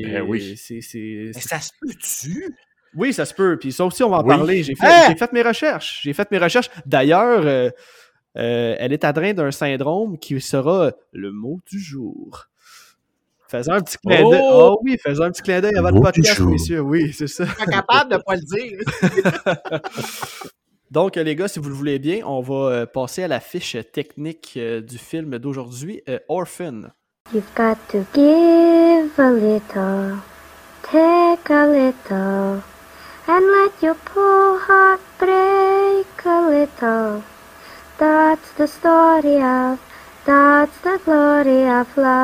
Ben oui. Mais ça se peut-tu? Oui, ça se peut. Puis ça aussi, on va en parler. J'ai fait mes recherches. D'ailleurs, elle est atteinte d'un syndrome qui sera le mot du jour. Faisons un petit clin d'œil. Oh oui, faisons un petit clin d'œil avant le podcast, messieurs. Oui, c'est ça. Je suis pas capable de ne pas le dire. Donc, les gars, si vous le voulez bien, on va passer à la fiche technique du film d'aujourd'hui, Orphan. You've got to give a little, take a little, and let your poor heart break a little. That's the story of, that's the glory of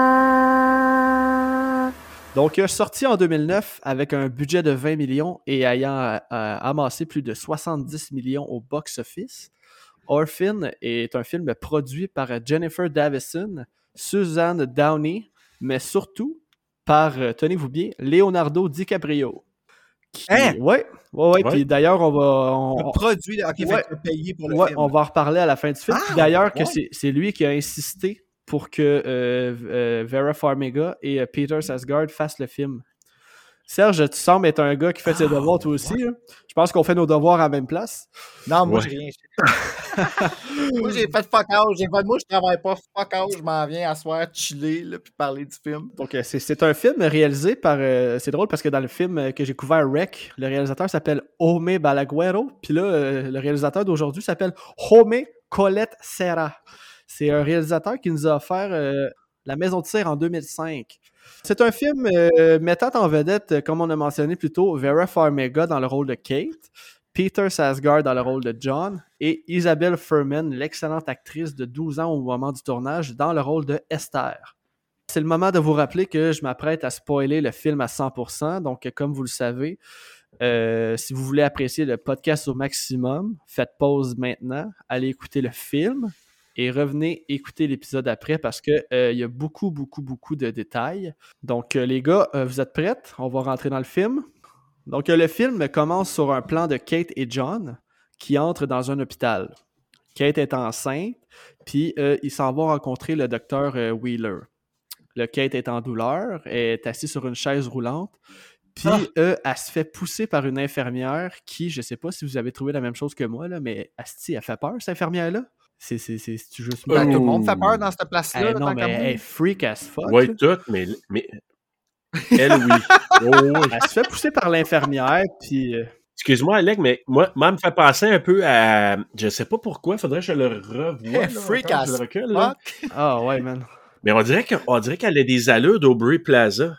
love. Donc, sorti en 2009 avec un budget de 20 millions et ayant amassé plus de 70 millions au box-office, Orphan est un film produit par Jennifer Davison, Suzanne Downey, mais surtout par, tenez-vous bien, Leonardo DiCaprio. Ouais. Puis d'ailleurs, le produit, fait payer pour le film. On va en reparler à la fin du film. D'ailleurs, que c'est lui qui a insisté pour que Vera Farmiga et Peter Sarsgaard fassent le film. Serge, tu sembles être un gars qui fait ses devoirs, toi aussi. Hein? Je pense qu'on fait nos devoirs à la même place. Non, moi, j'ai rien fait. Moi, j'ai fait fuck out. Moi, je travaille pas fuck out. Je m'en viens asseoir, chiller, là, puis parler du film. Donc, c'est un film réalisé par... c'est drôle parce que dans le film que j'ai couvert, Rec, le réalisateur s'appelle Jaume Balaguero. Puis là, le réalisateur d'aujourd'hui s'appelle Jaume Collet Serra. C'est un réalisateur qui nous a offert La Maison de cire en 2005. C'est un film mettant en vedette, comme on a mentionné plus tôt, Vera Farmiga dans le rôle de Kate, Peter Sarsgaard dans le rôle de John et Isabelle Fuhrman, l'excellente actrice de 12 ans au moment du tournage, dans le rôle de Esther. C'est le moment de vous rappeler que je m'apprête à spoiler le film à 100%, donc comme vous le savez, si vous voulez apprécier le podcast au maximum, faites pause maintenant, allez écouter le film et revenez écouter l'épisode après parce que y a beaucoup de détails. Donc les gars, vous êtes prêts? On va rentrer dans le film. Donc le film commence sur un plan de Kate et John qui entrent dans un hôpital. Kate est enceinte, puis ils s'en vont rencontrer le docteur Wheeler. Le Kate est en douleur, elle est assise sur une chaise roulante, puis elle se fait pousser par une infirmière qui, je sais pas si vous avez trouvé la même chose que moi, là, mais asti, elle fait peur, cette infirmière-là. C'est juste... tout le monde fait peur dans cette place-là. Non, mais elle est freak as fuck. Oui, tout, mais elle, oui. Elle se fait pousser par l'infirmière, puis... Excuse-moi, Alec, mais moi, me fait penser un peu à... Je sais pas pourquoi, faudrait que je le revoie. Freak as fuck. Ah ouais, man. Mais on dirait qu'elle a des allures d'Aubrey Plaza.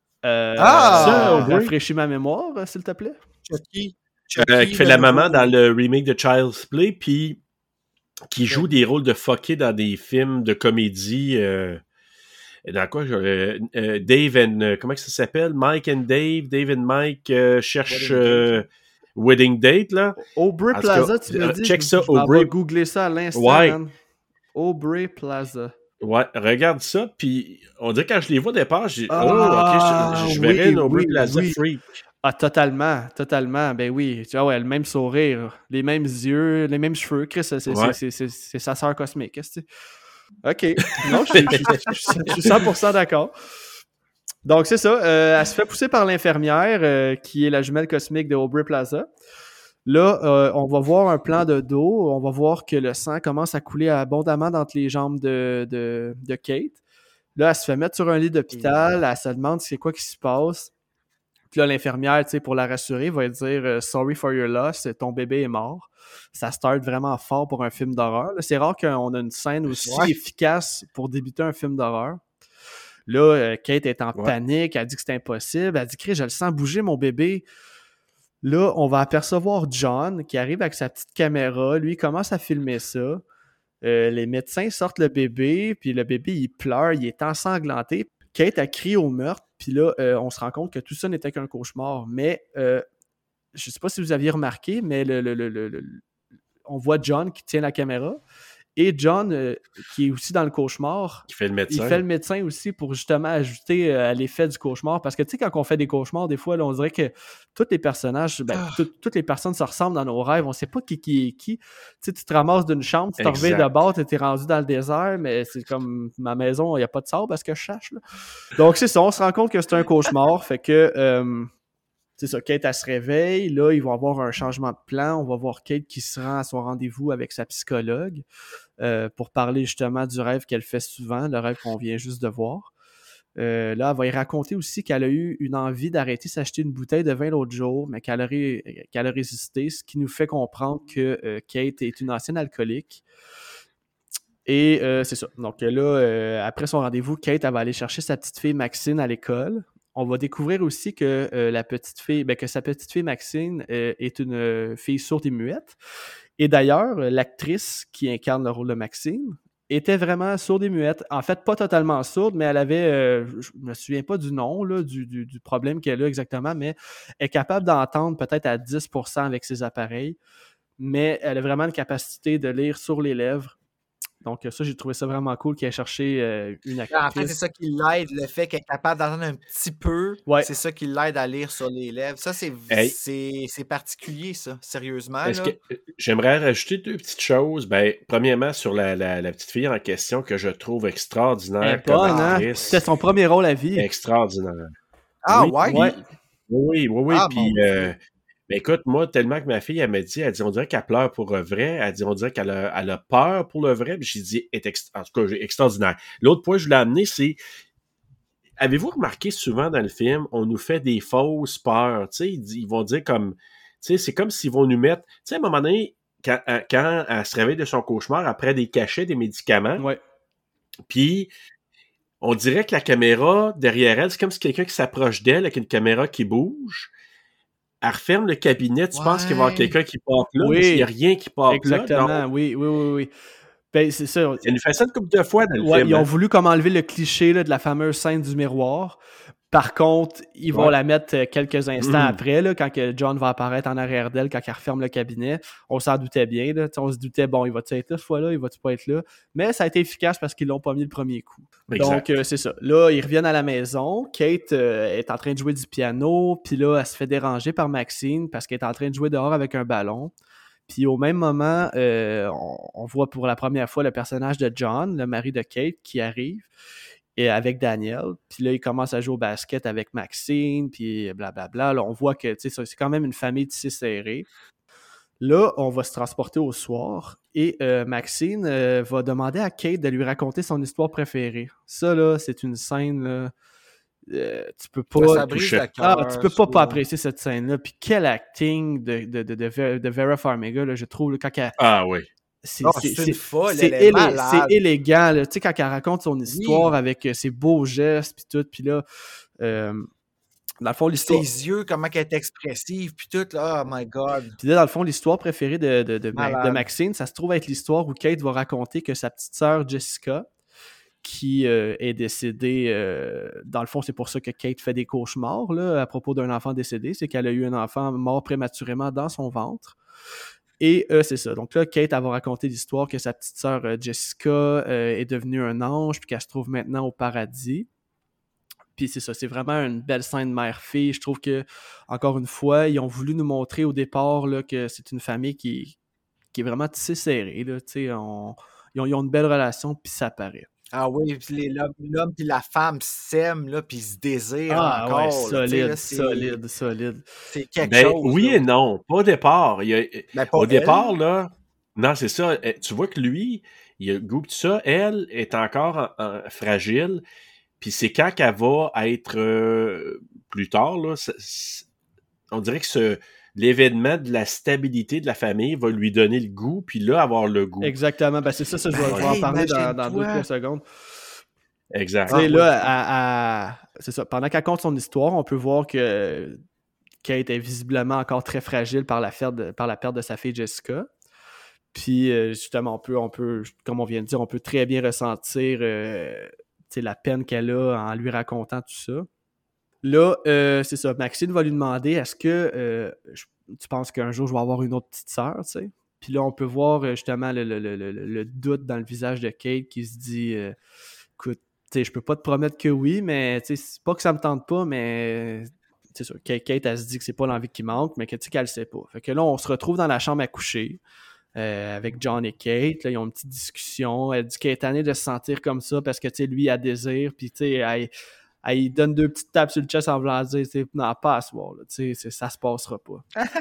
Rafraîchis ma mémoire, s'il te plaît. Chucky, qui fait la maman dans le remake de Child's Play, puis qui joue des rôles de fucké dans des films de comédie. Dans quoi? Dave and... comment ça s'appelle? Mike and Dave and Mike cherchent Wedding Date, là. Aubrey Plaza, tu me dis? Check ça, Aubrey. On va googler ça à l'instant, man. Aubrey Plaza. Ouais, regarde ça, puis on dirait que quand je les vois au départ, je verrais une Aubrey Plaza freak. Ah, totalement. Ben oui. Tu vois, ouais, le même sourire, les mêmes yeux, les mêmes cheveux. Chris, c'est sa sœur cosmique. Qu'est-ce que OK. Non, je suis 100% d'accord. Donc, c'est ça. Elle se fait pousser par l'infirmière, qui est la jumelle cosmique de Aubrey Plaza. Là, on va voir un plan de dos. On va voir que le sang commence à couler abondamment entre les jambes de Kate. Là, elle se fait mettre sur un lit d'hôpital. Elle se demande c'est quoi qui se passe. Puis là, l'infirmière, tu sais, pour la rassurer, va dire « Sorry for your loss, ton bébé est mort ». Ça start vraiment fort pour un film d'horreur. Là, c'est rare qu'on a une scène aussi efficace pour débuter un film d'horreur. Là, Kate est en panique, elle dit que c'est impossible. Elle dit « Chris, je le sens bouger, mon bébé ». Là, on va apercevoir John qui arrive avec sa petite caméra. Lui, il commence à filmer ça. Les médecins sortent le bébé, puis le bébé, il pleure, il est ensanglanté. Kate a crié au meurtre, puis là, on se rend compte que tout ça n'était qu'un cauchemar. Mais, je ne sais pas si vous aviez remarqué, mais on voit John qui tient la caméra. Et John, qui est aussi dans le cauchemar, il fait le médecin aussi pour justement ajouter à l'effet du cauchemar. Parce que tu sais, quand on fait des cauchemars, des fois, là, on dirait que tous les personnages, toutes les personnes se ressemblent dans nos rêves. On ne sait pas qui est qui. Tu sais, tu te ramasses d'une chambre, tu te reviens de bord, tu es rendu dans le désert, mais c'est comme ma maison, il n'y a pas de sable parce que je cherche. Là. Donc, c'est ça, on se rend compte que c'est un cauchemar. Fait que... c'est ça, Kate, elle se réveille. Là, ils vont avoir un changement de plan. On va voir Kate qui se rend à son rendez-vous avec sa psychologue pour parler justement du rêve qu'elle fait souvent, le rêve qu'on vient juste de voir. Là, elle va y raconter aussi qu'elle a eu une envie d'arrêter s'acheter une bouteille de vin l'autre jour, mais qu'elle a résisté, ce qui nous fait comprendre que Kate est une ancienne alcoolique. Et c'est ça. Donc là, après son rendez-vous, Kate, elle va aller chercher sa petite fille Maxine à l'école. On va découvrir aussi que sa petite fille Maxine est une fille sourde et muette. Et d'ailleurs, l'actrice qui incarne le rôle de Maxine était vraiment sourde et muette. En fait, pas totalement sourde, mais elle avait, je me souviens pas du nom, là, du problème qu'elle a exactement, mais elle est capable d'entendre peut-être à 10% avec ses appareils, mais elle a vraiment une capacité de lire sur les lèvres. Donc ça, j'ai trouvé ça vraiment cool qu'elle ait cherché une actrice. En fait, c'est ça qui l'aide, le fait qu'elle est capable d'entendre un petit peu. Ouais. C'est ça qui l'aide à lire sur les lèvres. Ça, c'est particulier, ça, sérieusement. J'aimerais rajouter 2 petites choses. Ben, premièrement, sur la petite fille en question que je trouve extraordinaire comme actrice. C'était son premier rôle à vie. Extraordinaire. Ah, oui, ouais? Oui. Puis... mais écoute, moi, tellement que ma fille, elle dit, on dirait qu'elle pleure pour le vrai. Elle dit, on dirait qu'elle a peur pour le vrai. Puis j'ai dit, en tout cas, extraordinaire. L'autre point que je l'ai amené, c'est, avez-vous remarqué souvent dans le film, on nous fait des fausses peurs. Tu sais, ils vont dire comme, tu sais, c'est comme s'ils vont nous mettre, tu sais, à un moment donné, quand elle se réveille de son cauchemar, après des cachets, des médicaments. Ouais. Puis, on dirait que la caméra, derrière elle, c'est comme si quelqu'un qui s'approche d'elle avec une caméra qui bouge. Elle referme le cabinet, tu penses qu'il va y avoir quelqu'un qui pop là, mais il n'y a rien qui pop là. Exactement, oui. Ben, c'est ça. Il nous fait ça une couple de fois dans le film. Ils ont voulu comme enlever le cliché là, de la fameuse scène du miroir. Par contre, ils vont la mettre quelques instants après, là, quand que John va apparaître en arrière d'elle, quand elle referme le cabinet. On s'en doutait bien. Là, on se doutait, bon, il va-tu être là cette fois-là, il va-tu pas être là? Mais ça a été efficace parce qu'ils l'ont pas mis le premier coup. Exact. Donc, c'est ça. Là, ils reviennent à la maison. Kate est en train de jouer du piano. Puis là, elle se fait déranger par Maxine parce qu'elle est en train de jouer dehors avec un ballon. Puis au même moment, on voit pour la première fois le personnage de John, le mari de Kate, qui arrive. Et avec Daniel, puis là, il commence à jouer au basket avec Maxine, puis blablabla. Là, on voit que c'est quand même une famille tissée serrée. Là, on va se transporter au soir, et Maxine va demander à Kate de lui raconter son histoire préférée. Ça, là, c'est une scène, là, tu peux pas... Ça brise le cœur, tu peux pas apprécier cette scène-là. Puis quel acting de Vera Farmiga, là, je trouve, là, quand elle... Ah oui. C'est une folle, c'est élégant, là. Tu sais, quand elle raconte son histoire avec ses beaux gestes, puis tout, puis là, dans le fond, l'histoire... Ses yeux, comment elle est expressive, puis tout, là, oh my God. Puis là, dans le fond, l'histoire préférée de Maxine, ça se trouve être l'histoire où Kate va raconter que sa petite sœur Jessica, qui est décédée, dans le fond, c'est pour ça que Kate fait des cauchemars, là, à propos d'un enfant décédé, c'est qu'elle a eu un enfant mort prématurément dans son ventre. Et c'est ça. Donc là, Kate, elle va raconter l'histoire que sa petite sœur Jessica est devenue un ange puis qu'elle se trouve maintenant au paradis. Puis c'est ça, c'est vraiment une belle scène mère-fille. Je trouve que, encore une fois, ils ont voulu nous montrer au départ là, que c'est une famille qui est vraiment tissée serrée. Là, ils ont une belle relation puis ça paraît. Ah oui, puis l'homme puis la femme s'aiment, là, puis ils se désirent encore. Ouais, solide. C'est quelque chose. Oui là. Et non, pas au départ. Au départ, là, non, c'est ça. Tu vois que lui, il a le goût de ça. Elle est encore fragile. Puis c'est quand qu'elle va être plus tard, là, on dirait que l'événement de la stabilité de la famille va lui donner le goût, puis là, avoir le goût. Exactement. Ben, c'est ça, je vais en parler dans 2-3 secondes. Exact. Là, c'est ça. Pendant qu'elle compte son histoire, on peut voir que Kate est visiblement encore très fragile par la perte de sa fille Jessica. Puis, justement, on peut, comme on vient de dire, on peut très bien ressentir la peine qu'elle a en lui racontant tout ça. Là, c'est ça. Maxine va lui demander, est-ce que tu penses qu'un jour, je vais avoir une autre petite sœur, tu sais? Puis là, on peut voir justement le doute dans le visage de Kate qui se dit, écoute, tu sais, je peux pas te promettre que oui, mais tu sais, c'est pas que ça me tente pas, mais c'est sûr, Kate, elle se dit que c'est pas l'envie qui manque, mais qu'elle le sait pas. Fait que là, on se retrouve dans la chambre à coucher avec John et Kate. Là, ils ont une petite discussion. Elle dit qu'elle est tannée de se sentir comme ça parce que, tu sais, lui, il a désir, puis tu sais, elle donne 2 petites tapes sur le chest en voulant dire, non, pas à soir, là, tu sais, ça se passera pas.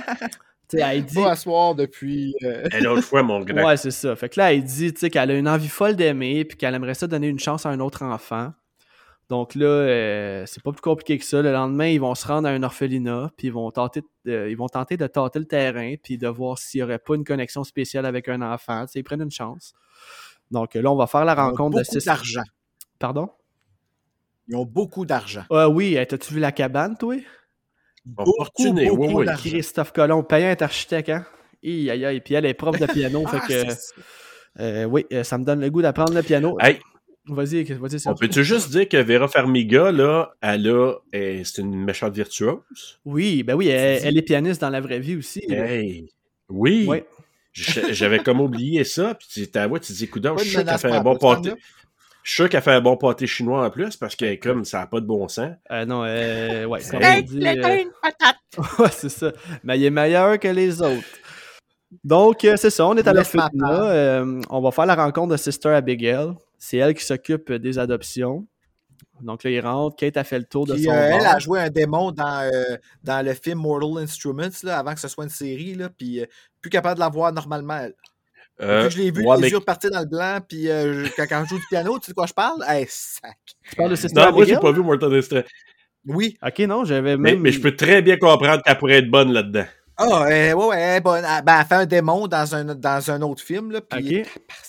Elle dit... Pas à soir depuis... Une autre fois, mon grand. Ouais, c'est ça. Fait que là, elle dit qu'elle a une envie folle d'aimer puis qu'elle aimerait ça donner une chance à un autre enfant. Donc là, c'est pas plus compliqué que ça. Le lendemain, ils vont se rendre à un orphelinat puis ils vont tenter de tâter le terrain puis de voir s'il n'y aurait pas une connexion spéciale avec un enfant. Ils prennent une chance. Donc là, on va faire la rencontre de 6... d'argent. Pardon? Ils ont beaucoup d'argent. Oui, t'as-tu vu la cabane, toi? Beaucoup d'argent. Christophe Colomb, payant est architecte, hein? Puis elle est prof de piano, fait que... oui, ça me donne le goût d'apprendre le piano. Hey, vas-y. On peut-tu juste dire que Vera Farmiga, là, c'est une méchante virtuose? Oui, ben oui, elle est pianiste dans la vraie vie aussi. Hey, oui. Ouais. J'avais comme oublié ça, puis ta voix, tu dis, coudonc, je suis sûr qu'elle fait un bon pâté. Je suis sûr qu'elle fait un bon pâté chinois en plus, parce que comme ça n'a pas de bon sens. Non, ouais, comme on dit... une patate! Ouais, c'est ça. Mais il est meilleur que les autres. Donc, c'est ça, on est à l'orphelinat. On va faire la rencontre de Sister Abigail. C'est elle qui s'occupe des adoptions. Donc là, il rentre. Kate a fait le tour de son bar. Elle a joué un démon dans le film Mortal Instruments, là, avant que ce soit une série, là, puis plus capable de la voir normalement, elle. Je l'ai vu, les yeux partir dans le blanc, puis quand je joue du piano, tu sais de quoi je parle? Hey, sac! Tu parles de Sister Abigail? Non, moi, j'ai pas vu Mortal Instruments. Oui. Ok, non, j'avais même... Mais je peux très bien comprendre qu'elle pourrait être bonne là-dedans. Ouais, bonne. Ben, elle fait un démon dans un autre film, là, puis...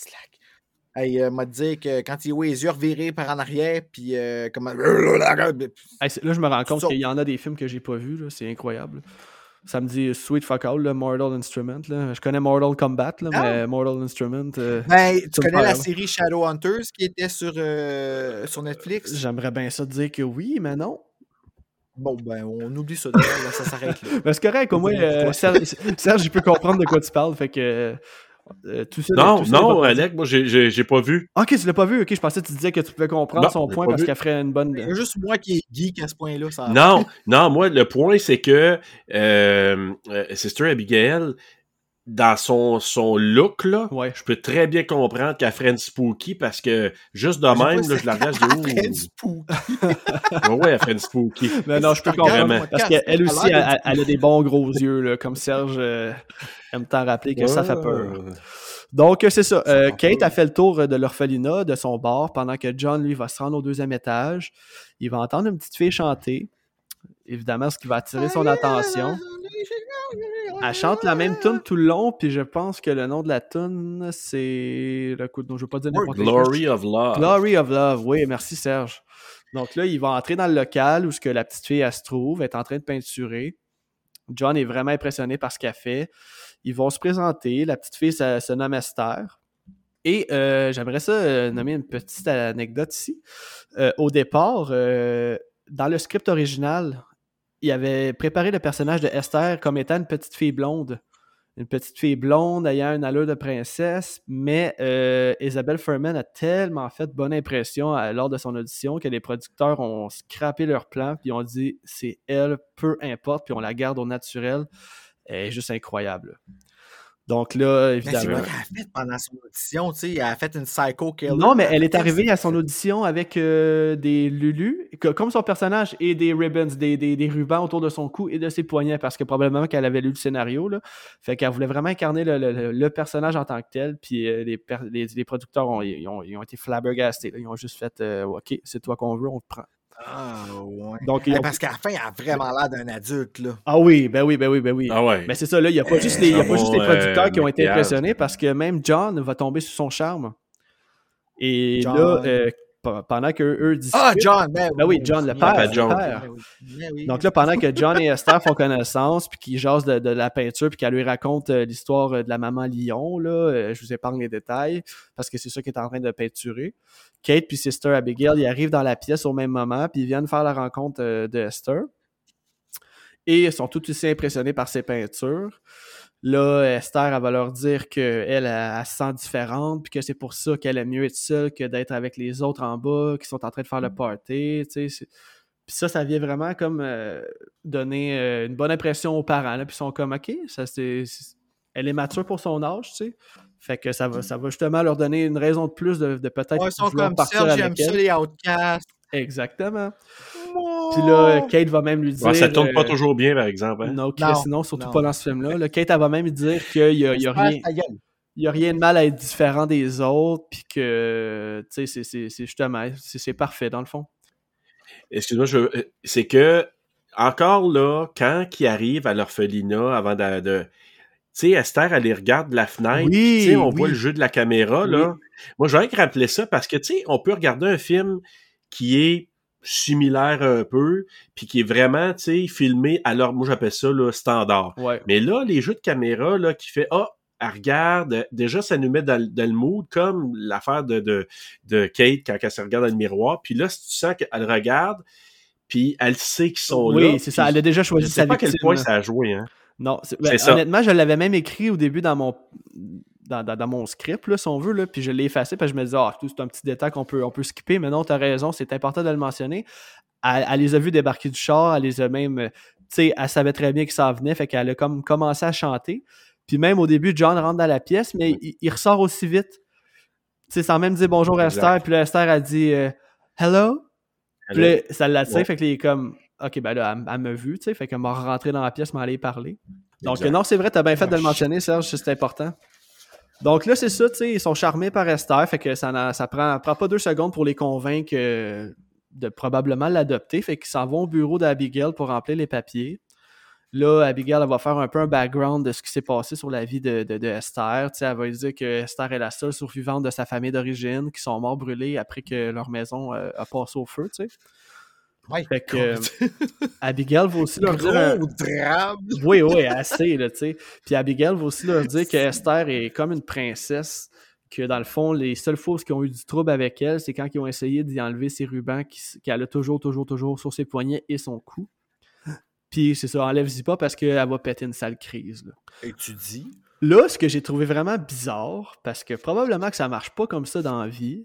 Elle m'a dit que quand il voit les yeux revirés par en arrière, puis comment... Là, je me rends compte qu'il y en a des films que j'ai pas vus, là, c'est incroyable. Ça me dit Sweet Fuck All, là, Mortal Instrument. Là. Je connais Mortal Kombat, là, mais Mortal Instrument... Ben, tu connais la série Shadowhunters qui était sur Netflix? J'aimerais bien ça te dire que oui, mais non. Bon, ben, on oublie ça d'ailleurs, là, ça s'arrête là. Ben, c'est correct, au moins, Serge, il peut comprendre de quoi tu parles, fait que... tout ça, non, Alec, moi, j'ai pas vu. Ok, tu l'as pas vu? Ok, je pensais que tu disais que tu pouvais comprendre son point parce qu'elle ferait une bonne... C'est juste moi qui est geek à ce point-là. Ça non, moi, le point, c'est que Sister Abigail, dans son look, là, je peux très bien comprendre qu'elle ferait une spooky parce que juste de même, là, je la regarde, je dis, une spooky. Ouais, elle ferait une spooky. Mais non, je peux comprendre. Parce qu'elle aussi, elle a des bons gros yeux, là, comme Serge aime t'en rappeler que ça fait peur. Donc, c'est ça. Kate a fait le tour de l'orphelinat, de son bar, pendant que John, lui, va se rendre au 2e étage. Il va entendre une petite fille chanter. Évidemment, ce qui va attirer son attention. Elle chante la même tune tout le long, puis je pense que le nom de la tune, c'est... Écoute, non, je ne veux pas dire n'importe quoi. Glory of Love. Glory of Love, oui, merci Serge. Donc là, il va entrer dans le local où la petite fille, elle se trouve, elle est en train de peinturer. John est vraiment impressionné par ce qu'elle fait. Ils vont se présenter. La petite fille se nomme Esther. Et j'aimerais ça nommer une petite anecdote ici. Au départ, dans le script original, il avait préparé le personnage de Esther comme étant une petite fille blonde. Une petite fille blonde ayant une allure de princesse, mais Isabelle Fuhrman a tellement fait bonne impression lors de son audition que les producteurs ont scrappé leur plan puis ont dit c'est elle, peu importe, puis on la garde au naturel. Elle est juste incroyable. Donc là, évidemment... Mais c'est quoi qu'elle a fait pendant son audition, tu sais? Elle a fait une psycho killer. Non, mais elle est arrivée à son audition avec des lulus, comme son personnage, et des ribbons, des rubans autour de son cou et de ses poignets, parce que probablement qu'elle avait lu le scénario, là. Fait qu'elle voulait vraiment incarner le personnage en tant que tel, puis les producteurs ils ont été flabbergastés, là. Ils ont juste fait « OK, c'est toi qu'on veut, on te prend ». Ah, ouais. Donc, parce qu'à la fin, elle a vraiment l'air d'un adulte, là. Ah oui, ben oui. Ah ouais. Mais c'est ça, là, il n'y a pas juste les producteurs qui ont été impressionnés, parce que même John va tomber sous son charme. Et John... là, pendant qu'eux discutent... Ah, John! Ben oui, John, le père. John. Donc là, pendant que John et Esther font connaissance, puis qu'ils jasent de la peinture, puis qu'elle lui raconte l'histoire de la maman lion, là, je vous épargne les détails, parce que c'est ça qui est en train de peinturer. Kate puis Sister Abigail, ils arrivent dans la pièce au même moment, puis ils viennent faire la rencontre de Esther. Et ils sont tout aussi impressionnés par ses peintures. Là, Esther, elle va leur dire qu'elle se sent différente, puis que c'est pour ça qu'elle aime mieux être seule que d'être avec les autres en bas, qui sont en train de faire le party, tu sais. Puis ça vient vraiment comme donner une bonne impression aux parents, là, puis ils sont comme, OK, elle est mature pour son âge, tu sais. Fait que ça va justement leur donner une raison de plus de peut-être ils sont comme ça, j'aime ça les outcasts. Exactement. Puis là, Kate va même lui dire... ça tourne pas toujours bien, par exemple. Hein? Non, sinon, surtout pas dans ce film-là. Là, Kate, elle va même lui dire qu'il y a rien de mal à être différent des autres, puis que, tu sais, c'est justement, c'est parfait, dans le fond. Excuse-moi, c'est que, encore là, quand ils arrivent à l'orphelinat, avant de tu sais, Esther, elle les regarde de la fenêtre, tu sais, on voit le jeu de la caméra, là. Moi, j'aurais rappelé ça, parce que, tu sais, on peut regarder un film qui est similaire un peu, puis qui est vraiment, tu sais, filmé à leur, moi j'appelle ça, là, standard. Ouais. Mais là, les jeux de caméra, là, qui fait, elle regarde, déjà, ça nous met dans le mood, comme l'affaire de Kate, quand elle se regarde dans le miroir, puis là, si tu sens qu'elle regarde, puis elle sait qu'ils sont là. Oui, c'est ça, elle a déjà choisi sa victime. Je sais pas à quel point ça a joué, hein. Non, honnêtement, je l'avais même écrit au début dans mon script, là, si on veut, là, puis je l'ai effacé parce que je me disais, c'est un petit détail qu'on peut skipper, mais non, t'as raison, c'est important de le mentionner. Elle les a vus débarquer du char, elle les a même, tu sais, elle savait très bien qu'ils s'en venaient, fait qu'elle a comme commencé à chanter. Puis même au début, John rentre dans la pièce, mais il ressort aussi vite, tu sais, sans même dire bonjour à Esther, puis là, Esther a dit hello. Puis là, ça l'attire, fait que là, il est comme, OK, ben là, elle m'a vu, tu sais, fait qu'elle m'a rentré dans la pièce, m'a allé parler. Donc, non, c'est vrai, t'as bien fait de le mentionner, Serge, c'est important. Donc là, c'est ça, tu sais, ils sont charmés par Esther, fait que ça prend pas 2 secondes pour les convaincre de probablement l'adopter, fait qu'ils s'en vont au bureau d'Abigail pour remplir les papiers. Là, Abigail, elle va faire un peu un background de ce qui s'est passé sur la vie de Esther. Tu sais, elle va lui dire que Esther est la seule survivante de sa famille d'origine, qui sont morts brûlés après que leur maison a passé au feu, tu sais. Ouais, fait que Abigail va aussi leur dire drame. Oui, assez, là, tu sais. Puis Abigail va aussi leur dire que Esther est comme une princesse, que dans le fond, les seules fois qui ont eu du trouble avec elle, c'est quand ils ont essayé d'y enlever ses rubans qu'elle a toujours sur ses poignets et son cou. Puis c'est ça, enlève-y pas parce qu'elle va péter une sale crise, là. Et tu dis? Là, ce que j'ai trouvé vraiment bizarre, parce que probablement que ça marche pas comme ça dans la vie,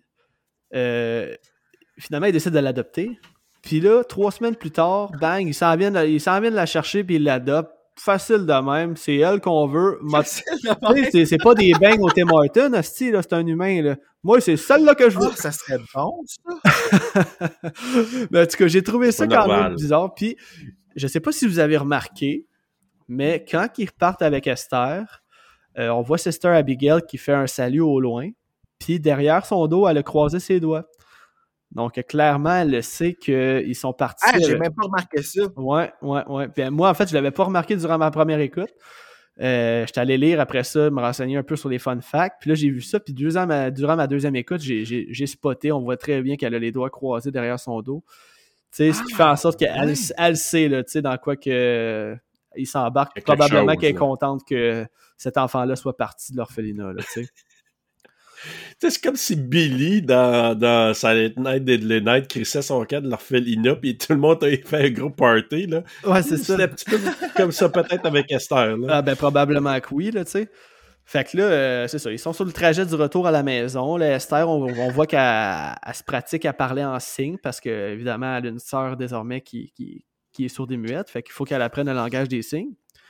finalement, il décide de l'adopter. Puis là, 3 semaines plus tard, bang, il s'en vient de la chercher puis il l'adopte. Facile de même, c'est elle qu'on veut. C'est pas des bangs au Tim Hortons, hostie, là, c'est un humain, là. Moi, c'est celle-là que je veux. Ça serait bon, ça. Mais en tout cas, j'ai trouvé ça quand même bizarre. Puis, je sais pas si vous avez remarqué, mais quand ils repartent avec Esther, on voit Sister Abigail qui fait un salut au loin. Puis, derrière son dos, elle a croisé ses doigts. Donc, clairement, elle sait qu'ils sont partis. Ah, j'ai même pas remarqué ça. Ouais. Puis moi, en fait, je l'avais pas remarqué durant ma première écoute. J'étais allé lire après ça, me renseigner un peu sur les fun facts. Puis là, j'ai vu ça. Puis durant ma 2e écoute, j'ai spoté. On voit très bien qu'elle a les doigts croisés derrière son dos. Tu sais, ce qui fait en sorte qu'elle sait, là, tu sais, dans quoi que il s'embarque. Probablement qu'elle est contente que cet enfant-là soit parti de l'orphelinat, là, tu sais. C'est comme si Billy, dans Silent Night, Deadly Night, crissait son camp de l'orphelinat, puis tout le monde a fait un gros party, là. Ouais, c'est ça. C'est un petit peu comme ça, peut-être, avec Esther, là. Ah, ben, probablement que oui, là, tu sais. Fait que là, c'est ça, ils sont sur le trajet du retour à la maison. Là, Esther, on voit qu'elle se pratique à parler en signes, parce que évidemment, elle a une sœur désormais qui est sourde et muette, fait qu'il faut qu'elle apprenne le langage des signes.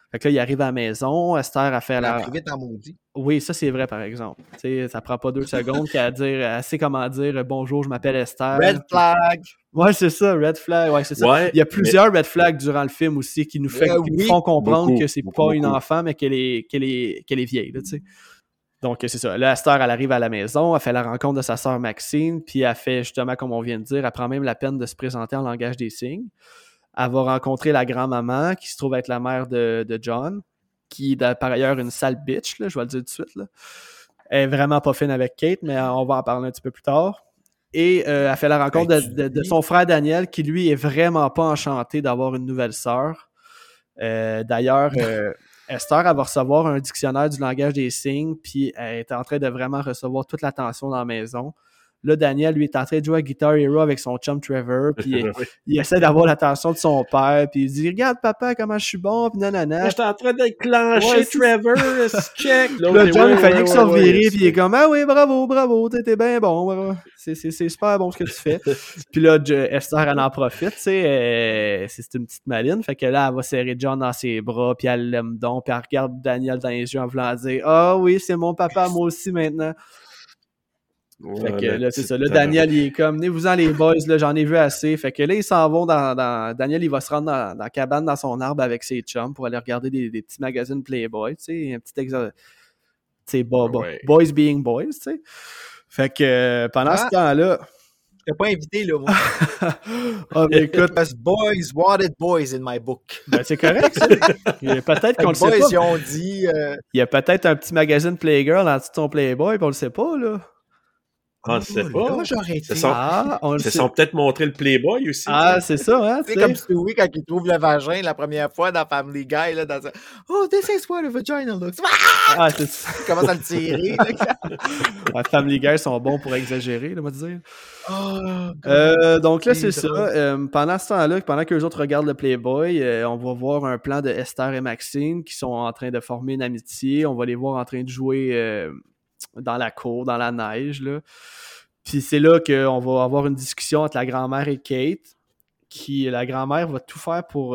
Fait que là, il arrive à la maison, Esther a fait la... vite en maudit. Oui, ça c'est vrai par exemple. T'sais, ça prend pas 2 secondes qu'elle sait comment dire bonjour, je m'appelle Esther. Red flag. Ouais, c'est ça, red flag. Ouais, c'est ça. Ouais, il y a plusieurs red flags durant le film aussi qui nous font comprendre que c'est pas une enfant, mais qu'elle est vieille, là, tu sais. Donc, c'est ça. Là, Esther, elle arrive à la maison, elle fait la rencontre de sa sœur Maxine, puis elle fait justement, comme on vient de dire, elle prend même la peine de se présenter en langage des signes. Elle va rencontrer la grand-maman, qui se trouve être la mère de John, qui est par ailleurs une sale bitch, là, je vais le dire tout de suite. Là. Elle est vraiment pas fine avec Kate, mais on va en parler un petit peu plus tard. Et elle fait la rencontre de son frère Daniel, qui lui est vraiment pas enchanté d'avoir une nouvelle sœur. D'ailleurs, Esther, elle va recevoir un dictionnaire du langage des signes, puis elle est en train de vraiment recevoir toute l'attention dans la maison. Là, Daniel, lui, est en train de jouer à Guitar Hero avec son chum Trevor, puis il essaie d'avoir l'attention de son père, puis il dit « Regarde, papa, comment je suis bon, puis nanana. » J'étais en train d'enclencher Trevor, check. Là, John, il fallait qu'il se revirer, puis il est comme « Ah oui, bravo, t'es bien bon, c'est super bon ce que tu fais. » Puis là, Esther, elle en profite, tu sais, c'est une petite maline, fait que là, elle va serrer John dans ses bras, puis elle l'aime donc, puis elle regarde Daniel dans les yeux en voulant dire « Ah oui, c'est mon papa, moi aussi, maintenant. » Fait que là, c'est ça. Là, Daniel, il est comme, venez-vous-en les boys, là, j'en ai vu assez. Fait que là, ils s'en vont Daniel, il va se rendre dans la cabane dans son arbre avec ses chums pour aller regarder des petits magazines Playboy, tu sais, un petit boys being boys, tu sais. Fait que pendant ce temps-là... Je t'ai pas invité, là, moi. Mais écoute... Boys wanted boys in my book. Ben, c'est correct, ça. Il y a peut-être qu'on le sait pas. Ils ont dit... Il y a peut-être un petit magazine Playgirl en dessous de ton Playboy, puis on le sait pas, là. On ne sait pas. Là, j'aurais été. Ils se sont peut-être montré le Playboy aussi. Ah, c'est ça, hein? C'est comme Stewie quand il trouve le vagin la première fois dans Family Guy. Là, dans Oh, this is what a vagina looks. Ah, c'est ça. Il commence à le tirer. Family Guy sont bons pour exagérer, là, on va dire. Donc là, c'est ça. Pendant ce temps-là, pendant que les autres regardent le Playboy, on va voir un plan de Esther et Maxine qui sont en train de former une amitié. On va les voir en train de jouer dans la cour, dans la neige, là. Puis c'est là qu'on va avoir une discussion entre la grand-mère et Kate, la grand-mère va tout faire pour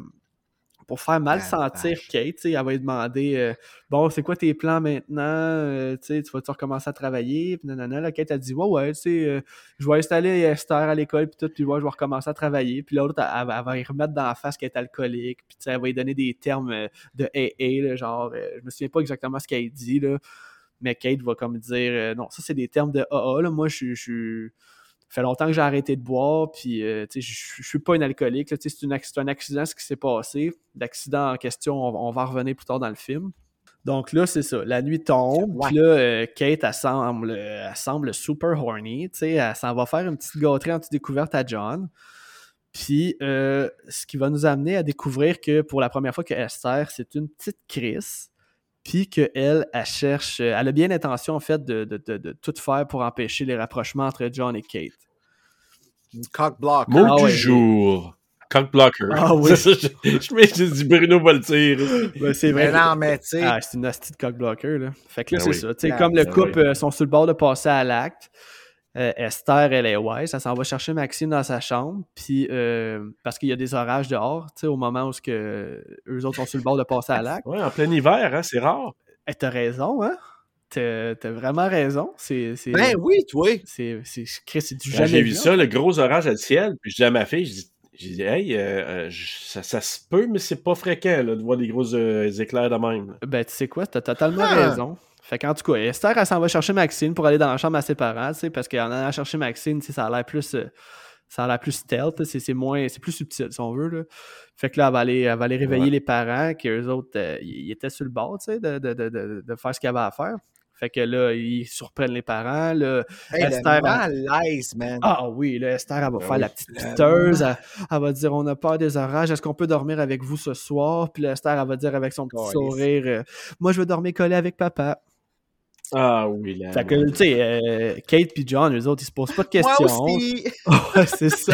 faire mal sentir Kate. T'sais, elle va lui demander bon, c'est quoi tes plans maintenant? Tu vas-tu recommencer à travailler? Puis nanana, la Kate, elle dit ouais, je vais installer Esther à l'école, puis tout, puis je vais recommencer à travailler. Puis l'autre, elle va y remettre dans la face qu'elle est alcoolique, puis elle va lui donner des termes de AA, là, genre, je me souviens pas exactement ce qu'elle dit, là. Mais Kate va comme dire non, ça c'est des termes de AA, là. Moi, ça fait longtemps que j'ai arrêté de boire, puis je suis pas une alcoolique, là, c'est un accident ce qui s'est passé. L'accident en question, on va revenir plus tard dans le film. Donc là, c'est ça. La nuit tombe, puis là, Kate, elle semble super horny, elle s'en va faire une petite gâterie anti-découverte à John. Puis ce qui va nous amener à découvrir que pour la première fois que Esther, c'est une petite crisse. Puis qu'elle, elle a bien l'intention, en fait, de tout faire pour empêcher les rapprochements entre John et Kate. Cock blocker. Mot du jour. Cock blocker. Ah oui. Je dis Bruno va le dire. Ben, c'est vrai. Mais non, mais tu sais. C'est une hostie de cock blocker, là. Fait que là, c'est ça. T'sais, comme le couple sont sur le bord de passer à l'acte, Esther, elle est wise, elle s'en va chercher Maxine dans sa chambre, puis parce qu'il y a des orages dehors, tu sais, au moment où eux autres sont sur le bord de passer à l'acte. Ouais, en plein hiver, hein, c'est rare. T'as raison, hein? T'as vraiment raison. Ben oui, toi. C'est du jamais j'ai vu ça, le gros orage à le ciel, puis je dis à ma fille, je dis hey, ça se peut, mais c'est pas fréquent là, de voir des gros éclairs de même. Là. Ben, tu sais quoi, t'as totalement raison. Fait qu'en tout cas, Esther, elle s'en va chercher Maxine pour aller dans la chambre à ses parents, tu sais, parce qu'en allant chercher Maxine, ça a l'air plus stealth, c'est plus subtil, si on veut, là. Fait que là, elle va aller réveiller les parents, qu'eux autres, ils étaient sur le bord, tu sais, de faire ce qu'il y avait à faire. Fait que là, ils surprennent les parents, là. Hey, Esther, man. Ah oui, là, Esther, elle va faire la petite piteuse, elle va dire, on a peur des orages, est-ce qu'on peut dormir avec vous ce soir? Puis là, Esther, elle va dire avec son petit sourire, moi, je veux dormir collé avec papa. Ah oui, là. Fait que, tu sais, Kate pis John, eux autres, ils se posent pas de questions. Moi aussi! Ouais, c'est ça.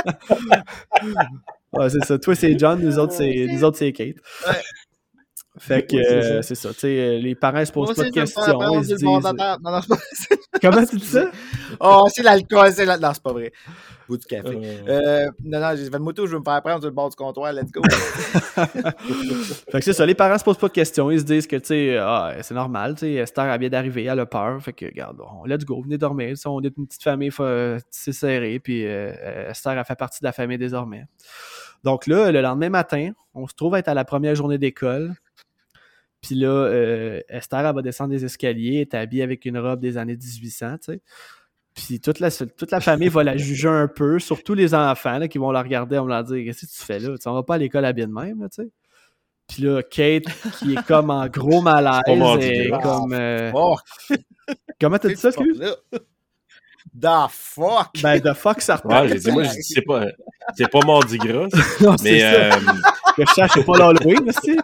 Ouais, c'est ça. Toi, c'est John, nous autres, c'est Kate. Ouais. Fait que, c'est ça. Tu sais, les parents se posent pas de questions. Ils se disent... Comment tu dis ça? Oh, c'est l'alcool, Non, c'est pas vrai. bout du café. Non, j'ai fait le moto, je vais me faire prendre sur le bord du comptoir, let's go. Fait que c'est ça, les parents se posent pas de questions, ils se disent que, tu sais, c'est normal, tu sais, Esther a bien d'arriver, elle a peur, fait que, regarde, let's go, venez dormir, on est une petite famille c'est serré, puis Esther a fait partie de la famille désormais. Donc là, le lendemain matin, on se trouve être à la première journée d'école, puis là, Esther, elle va descendre des escaliers, elle est habillée avec une robe des années 1800, tu sais. Puis toute la famille va la juger un peu, surtout les enfants là, qui vont la regarder, on va leur dire « Qu'est-ce que tu fais là? On va pas à l'école habillée de même, là, tu sais. » Puis là, Kate, qui est comme en gros malaise, est comme... Comment t'as dit ça, excuse? The fuck! Ben, the fuck, ça repart. Ouais, j'ai dit, moi, je dis, c'est pas Mardi Gras. Non, mais que je sache, c'est pas l'Halloween, aussi.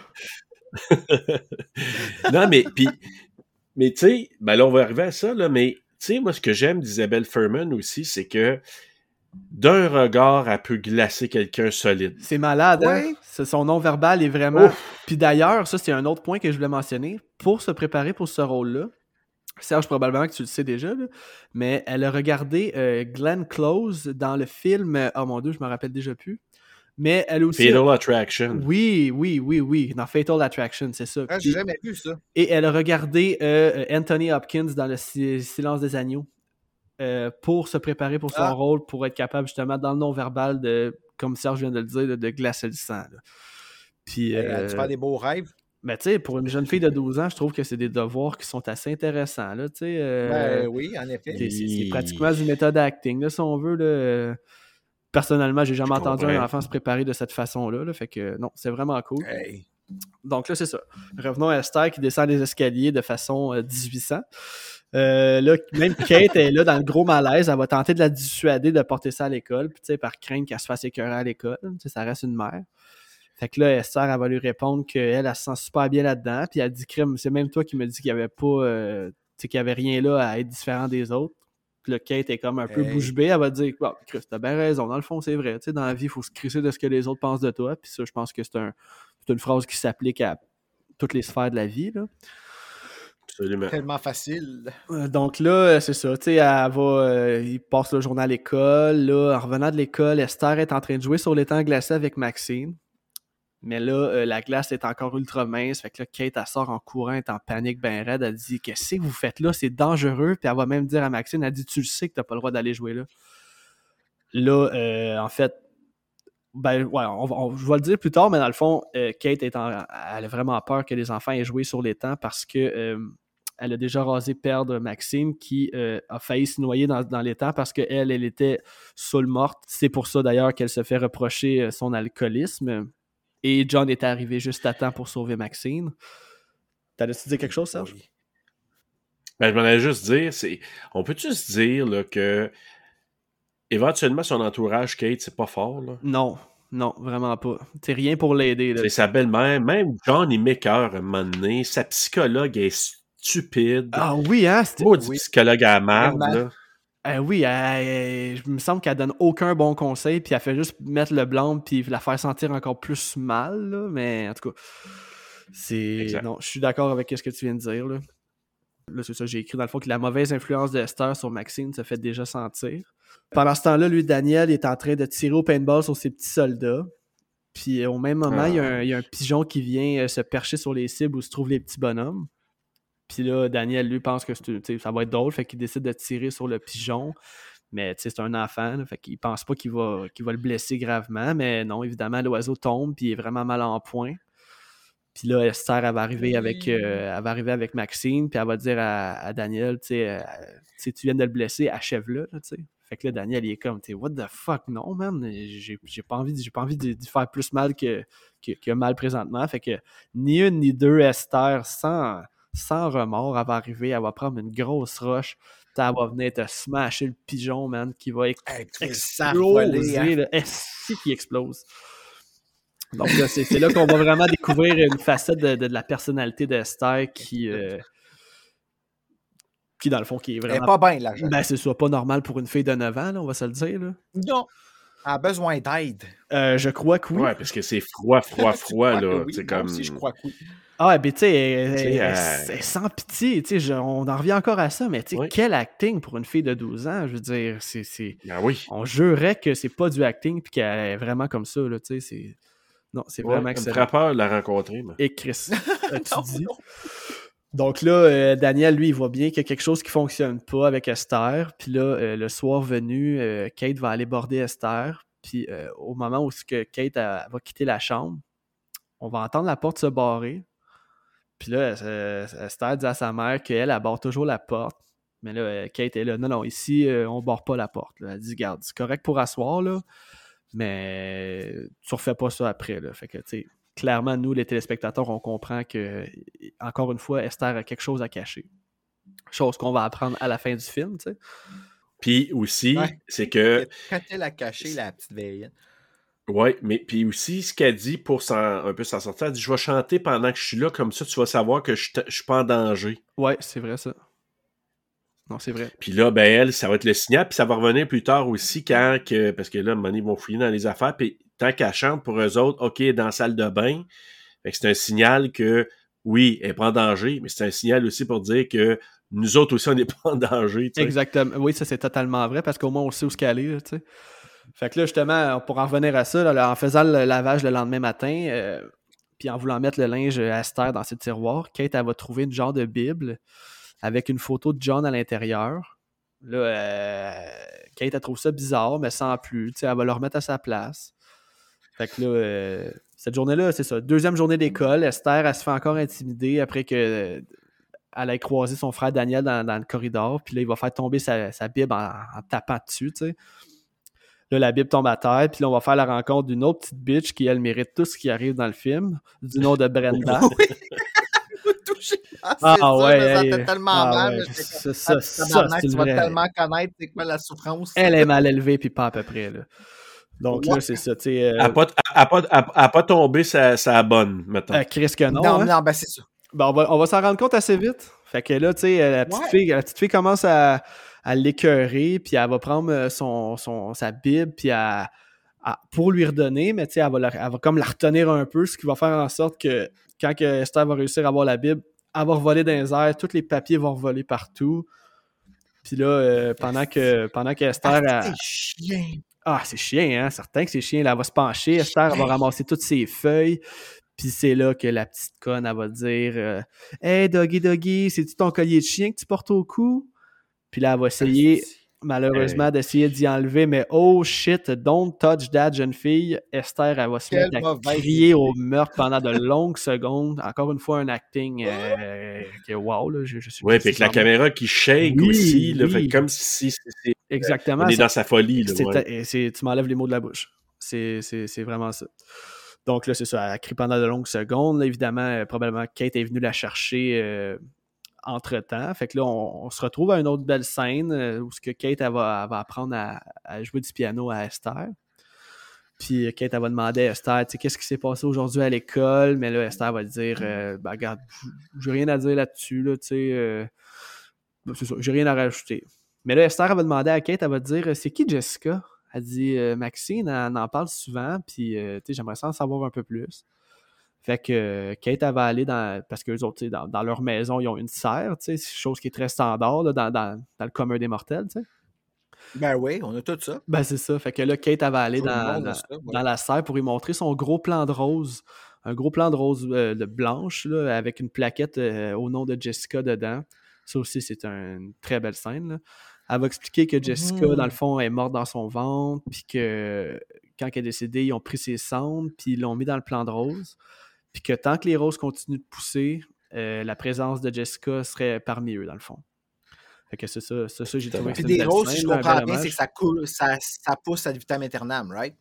Non, mais tu sais, ben là, on va arriver à ça, là, mais tu sais, moi, ce que j'aime d'Isabelle Fuhrman aussi, c'est que d'un regard, elle peut glacer quelqu'un solide. C'est malade, hein? Son non-verbal est vraiment... Puis d'ailleurs, ça, c'est un autre point que je voulais mentionner. Pour se préparer pour ce rôle-là, Serge, probablement que tu le sais déjà, là, mais elle a regardé Glenn Close dans le film... Oh mon Dieu, je me rappelle déjà plus. Mais elle aussi... Fatal Attraction. Oui. Dans Fatal Attraction, c'est ça. J'ai jamais vu ça. Et elle a regardé Anthony Hopkins dans Le Silence des agneaux pour se préparer pour son rôle, pour être capable, justement, dans le non-verbal, comme Serge vient de le dire, de glacer le sang. Là. Puis, tu fais des beaux rêves. Mais tu sais, pour une jeune fille de 12 ans, je trouve que c'est des devoirs qui sont assez intéressants. Là, oui, en effet. C'est pratiquement une méthode acting, là, si on veut. Là. Personnellement, j'ai jamais entendu un enfant se préparer de cette façon-là. Là, fait que non, c'est vraiment cool. Hey. Donc là, c'est ça. Revenons à Esther qui descend les escaliers de façon 1800. Là, même Kate est là dans le gros malaise. Elle va tenter de la dissuader de porter ça à l'école. Puis, tu sais, par crainte qu'elle se fasse écœurer à l'école. Ça reste une mère. Fait que là, Esther, elle va lui répondre qu'elle, elle se sent super bien là-dedans. Puis elle dit, crime, c'est même toi qui me dis qu'il y avait pas, qu'il y avait rien là à être différent des autres. Puis là, Kate est comme un peu bouche bée. Elle va dire, bon, Chris, t'as bien raison. Dans le fond, c'est vrai. Tu sais, dans la vie, il faut se crisser de ce que les autres pensent de toi. Puis ça, je pense que c'est une phrase qui s'applique à toutes les sphères de la vie, là. Absolument. Tellement facile. Donc là, c'est ça. Tu sais, elle va, il passe le journée à l'école. Là, en revenant de l'école, Esther est en train de jouer sur l'étang glacé avec Maxine. Mais là, la glace est encore ultra mince. Fait que là, Kate, elle sort en courant, elle est en panique ben raide. Elle dit « Qu'est-ce que vous faites là? C'est dangereux. » Puis elle va même dire à Maxine, elle dit « Tu le sais que t'as pas le droit d'aller jouer là. » Là, en fait, ben ouais, je vais le dire plus tard, mais dans le fond, Kate, elle a vraiment peur que les enfants aient joué sur l'étang parce que elle a déjà rasé perdre Maxine qui a failli se noyer dans l'étang parce qu'elle était saoule morte. C'est pour ça d'ailleurs qu'elle se fait reprocher son alcoolisme. Et John était arrivé juste à temps pour sauver Maxine. T'allais-tu dire quelque chose, Serge? Oui. Ben, je m'en allais juste dire, on peut-tu se dire là, que éventuellement son entourage, Kate, c'est pas fort, là? Non, vraiment pas. C'est rien pour l'aider. Là. C'est sa belle-mère. Même John, il m'écoeure à un moment donné. Sa psychologue est stupide. Ah oui, hein? Du psychologue à la marde, là. Oui, je me semble qu'elle donne aucun bon conseil, puis elle fait juste mettre le blanc puis la faire sentir encore plus mal, là, mais en tout cas, non, je suis d'accord avec ce que tu viens de dire, là. Là, c'est ça, j'ai écrit dans le fond que la mauvaise influence d'Esther sur Maxine se fait déjà sentir. Pendant ce temps-là, lui, Daniel, est en train de tirer au paintball sur ses petits soldats, puis au même moment, il y a un pigeon qui vient se percher sur les cibles où se trouvent les petits bonhommes. Puis là, Daniel, lui, pense que ça va être drôle, fait qu'il décide de tirer sur le pigeon. Mais c'est un enfant, là, fait qu'il pense pas qu'il va le blesser gravement. Mais non, évidemment, l'oiseau tombe, puis il est vraiment mal en point. Puis là, Esther, elle va arriver avec Maxine, puis elle va dire à Daniel, tu viens de le blesser, achève-le, tu sais. Fait que là, Daniel, il est comme, what the fuck, non, man, j'ai pas envie d'y faire plus mal que mal présentement. Fait que ni une ni deux, Esther, sans remords, elle va arriver, elle va prendre une grosse roche, elle va venir te smasher le pigeon, man, qui va exploser, là, qui explose. Donc là, c'est là qu'on va vraiment découvrir une facette de la personnalité d'Esther qui dans le fond, qui est vraiment... Elle est pas bien, là. Ben, c'est ça, pas normal pour une fille de 9 ans, là, on va se le dire, là. Non. a besoin d'aide. Je crois que oui. Ouais, parce que c'est froid, là. Oui, c'est moi comme... aussi, je crois que oui. Ah, ben tu sais, elle sans pitié, tu sais, on en revient encore à ça, mais tu sais, quel acting pour une fille de 12 ans, je veux dire, c'est... Ben oui. On jurerait que c'est pas du acting puis qu'elle est vraiment comme ça, là, tu sais, c'est... Non, c'est vraiment excellent. Ça me ferait peur de la rencontrer, mais... Et Chris, tu dis... Non. Donc là, Daniel, lui, il voit bien qu'il y a quelque chose qui fonctionne pas avec Esther, puis là, le soir venu, Kate va aller border Esther, puis au moment où Kate va quitter la chambre, on va entendre la porte se barrer. Puis là, Esther dit à sa mère qu'elle barre toujours la porte. Mais là, Kate est là. Non, ici, on barre pas la porte. Là. Elle dit, garde, c'est correct pour asseoir, là, mais tu refais pas ça après. Là. Fait que, tu sais, clairement, nous, les téléspectateurs, on comprend que, encore une fois, Esther a quelque chose à cacher. Chose qu'on va apprendre à la fin du film, tu sais. Puis aussi, c'est que... Quand elle a caché la petite veillette. Oui, mais puis aussi, ce qu'elle dit pour un peu s'en sortir, elle dit « Je vais chanter pendant que je suis là, comme ça, tu vas savoir que je suis pas en danger. » Ouais, c'est vrai, ça. Non, c'est vrai. Puis là, ben elle, ça va être le signal, puis ça va revenir plus tard aussi parce que là, à un moment donné, ils vont fouiller dans les affaires, puis tant qu'elle chante pour eux autres, OK, dans la salle de bain, fait que c'est un signal que, oui, elle n'est pas en danger, mais c'est un signal aussi pour dire que nous autres aussi, on n'est pas en danger. T'sais. Exactement. Oui, ça, c'est totalement vrai, parce qu'au moins, on sait où se caler, tu sais. Fait que là, justement, pour en revenir à ça, là, en faisant le lavage le lendemain matin, puis en voulant mettre le linge à Esther dans ses tiroirs, Kate, elle va trouver une genre de Bible avec une photo de John à l'intérieur. Là, Kate, elle trouve ça bizarre, mais sans plus. Tu sais, elle va le remettre à sa place. Fait que là, cette journée-là, c'est ça. Deuxième journée d'école, Esther, elle se fait encore intimider après que elle ait croisé son frère Daniel dans le corridor. Puis là, il va faire tomber sa Bible en tapant dessus, tu sais. Là, la Bible tombe à terre, puis là, on va faire la rencontre d'une autre petite bitch qui, elle, mérite tout ce qui arrive dans le film, du nom de Brenda. Tellement mal. Ça, tu vas tellement connaître c'est quoi la souffrance. Elle est mal élevée, puis pas à peu près, là. Donc là, c'est ça, tu sais... Elle n'a pas tombé sa bonne, mettons. Chris que non. Non, ben c'est ça. Ben, on va s'en rendre compte assez vite. Fait que là, tu sais, la petite fille commence à l'écœurer, puis elle va prendre sa Bible, puis pour lui redonner, mais tu sais, elle va comme la retenir un peu, ce qui va faire en sorte que quand Esther va réussir à avoir la Bible, elle va revoler dans les airs, tous les papiers vont revoler partout. Puis là, pendant qu'Esther... c'est chien! Ah, c'est chien, hein? Certain que c'est chien. Là, elle va se pencher, Esther, elle va ramasser toutes ses feuilles, puis c'est là que la petite conne, elle va dire « Hey, Doggy, c'est-tu ton collier de chien que tu portes au cou? » Puis là, elle va essayer, malheureusement, d'essayer d'y enlever, mais oh shit, don't touch that, jeune fille. Esther, elle va se mettre à crier au meurtre pendant de longues secondes. Encore une fois, un acting que wow, là, je suis... Oui, puis avec la caméra qui shake aussi, là, fait comme si exactement, on est dans sa folie. Là, tu m'enlèves les mots de la bouche. C'est vraiment ça. Donc là, c'est ça, elle crie pendant de longues secondes. Là, évidemment, probablement, Kate est venue la chercher... entre-temps. Fait que là, on se retrouve à une autre belle scène où ce que Kate elle va apprendre à jouer du piano à Esther. Puis Kate elle va demander à Esther, tu sais, qu'est-ce qui s'est passé aujourd'hui à l'école? Mais là, Esther va dire, ben regarde, j'ai rien à dire là-dessus, là, tu sais. C'est ça, j'ai rien à rajouter. Mais là, Esther elle va demander à Kate, elle va dire, c'est qui Jessica? Elle dit, Maxine, elle en parle souvent, puis tu sais, j'aimerais ça en savoir un peu plus. Fait que Kate, elle va aller parce qu'eux autres, dans leur maison, ils ont une serre, c'est chose qui est très standard là, dans le commun des mortels, tu sais. Ben oui, on a tout ça. Ben c'est ça. Fait que là, Kate, elle va aller dans la serre pour lui montrer son gros plan de rose. Un gros plan de rose de blanche, là, avec une plaquette au nom de Jessica dedans. Ça aussi, c'est une très belle scène, là. Elle va expliquer que Jessica, dans le fond, est morte dans son ventre, puis que quand elle est décédée, ils ont pris ses cendres, puis ils l'ont mis dans le plan de rose. Puis que tant que les roses continuent de pousser, la présence de Jessica serait parmi eux, dans le fond. Fait que c'est ça j'ai trouvé que c'était une belle roses, scène, si je comprends bien, c'est que ça pousse à vitam aeternam, right?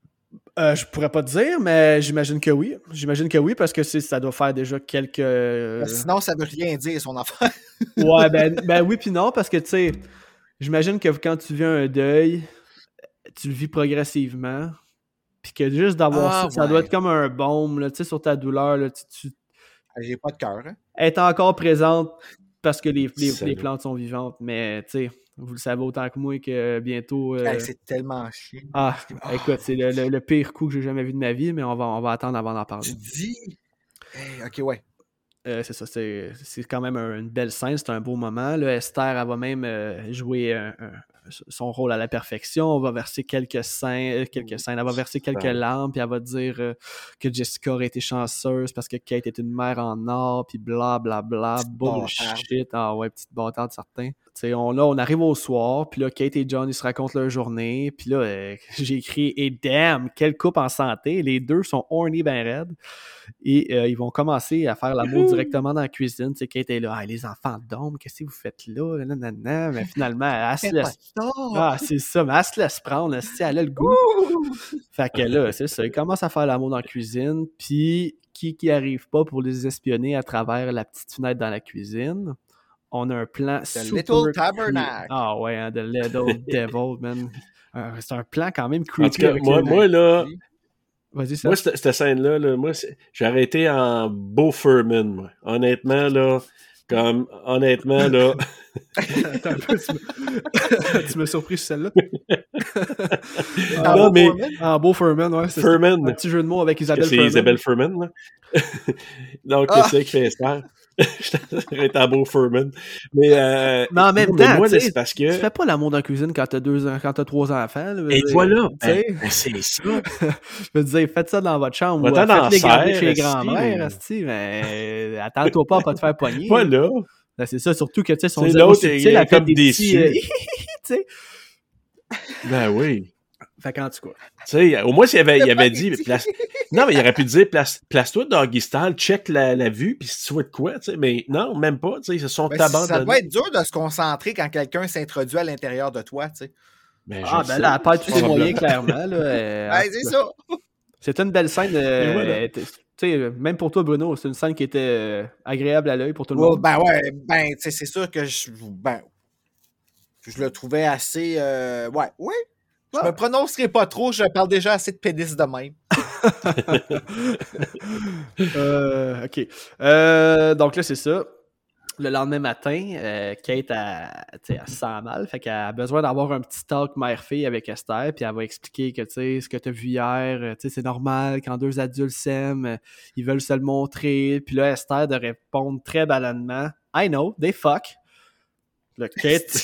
Je pourrais pas te dire, mais j'imagine que oui. J'imagine que oui, parce que ça doit faire déjà quelques... sinon, ça veut rien dire, son affaire. Ouais, ben oui puis non, parce que, tu sais, j'imagine que quand tu vis un deuil, tu le vis progressivement. Puis que juste d'avoir ça doit être comme un baume, là, tu sais, sur ta douleur, là, j'ai pas de cœur, hein? Elle est encore présente parce que les plantes sont vivantes, mais, tu sais, Vous le savez autant que moi que bientôt... c'est tellement chiant. Écoute, c'est le pire coup que j'ai jamais vu de ma vie, mais on va attendre avant d'en parler. Tu dis... OK, ouais. C'est ça, c'est quand même une belle scène, c'est un beau moment. Là, Esther, elle va même jouer son rôle à la perfection. On va verser quelques scènes, elle va verser quelques larmes, puis elle va dire que Jessica aurait été chanceuse parce que Kate est une mère en or, puis blablabla, bullshit. Ah ouais, petite bâtarde certain. On arrive au soir, puis là, Kate et John, ils se racontent leur journée, puis là, j'ai écrit « Et damn, quel couple en santé! » Les deux sont horny ben raides. Et ils vont commencer à faire l'amour directement dans la cuisine. Tu sais, Kate est là, les enfants d'ombre, qu'est-ce que vous faites là? Nanana. Mais finalement, elle se laisse... c'est ça, mais elle se laisse prendre, elle a le goût. Fait que là, c'est ça, ils commencent à faire l'amour dans la cuisine, puis qui arrive pas pour les espionner à travers la petite fenêtre dans la cuisine? On a un plan The Little Tabernacle. Ah ouais, hein, The Little Devil, man. C'est un plan quand même creepy. En tout cas, moi là... Vas-y, ça. Moi, cette scène-là, moi, j'ai arrêté en Beau Furman, moi. Honnêtement, là, Attends un peu, tu m'as surpris sur celle-là. En Beau Furman, ouais. C'est Furman. Un petit jeu de mots avec Isabelle Furman. C'est Isabelle Furman, là. Donc, c'est ça qui fait Esther. J'arrête en Beau Furman. Mais en même temps, moi, c'est parce que... Tu fais pas l'amour dans la cuisine quand t'as 3 enfants. Là, et voilà, c'est ça. Je veux dire, faites ça dans votre chambre. Ou faites les garder chez les grands-mères, mais attends-toi pas te faire pogner. Pas là. Ben, c'est ça, surtout que, tu sais, son zéro subtil, la comme des petits... tu sais. Ben oui. Fait qu'en tout cas. Tu sais, au moins, il avait dit, non, mais il aurait pu dire, place-toi doggy style, check la vue, puis si tu vois de quoi, tu sais, mais non, même pas, tu sais, ils se sont abandonnés. Ça doit être dur de se concentrer quand quelqu'un s'introduit à l'intérieur de toi, tu sais. Ben là, elle perd tous ses moyens, clairement, là. C'est ça. C'est une belle scène, tu sais, même pour toi, Bruno, c'est une scène qui était agréable à l'œil pour tout le monde. Tu sais, c'est sûr que je le trouvais assez, Je me prononcerai pas trop, je parle déjà assez de pénis de même. OK. Donc là, c'est ça. Le lendemain matin, Kate, elle se sent mal. Fait qu'elle a besoin d'avoir un petit talk mère-fille avec Esther. Puis elle va expliquer que, tu sais, ce que tu as vu hier, tu sais, c'est normal quand deux adultes s'aiment, ils veulent se le montrer. Puis là, Esther de répondre très banalement, I know, they fuck. Là, Kate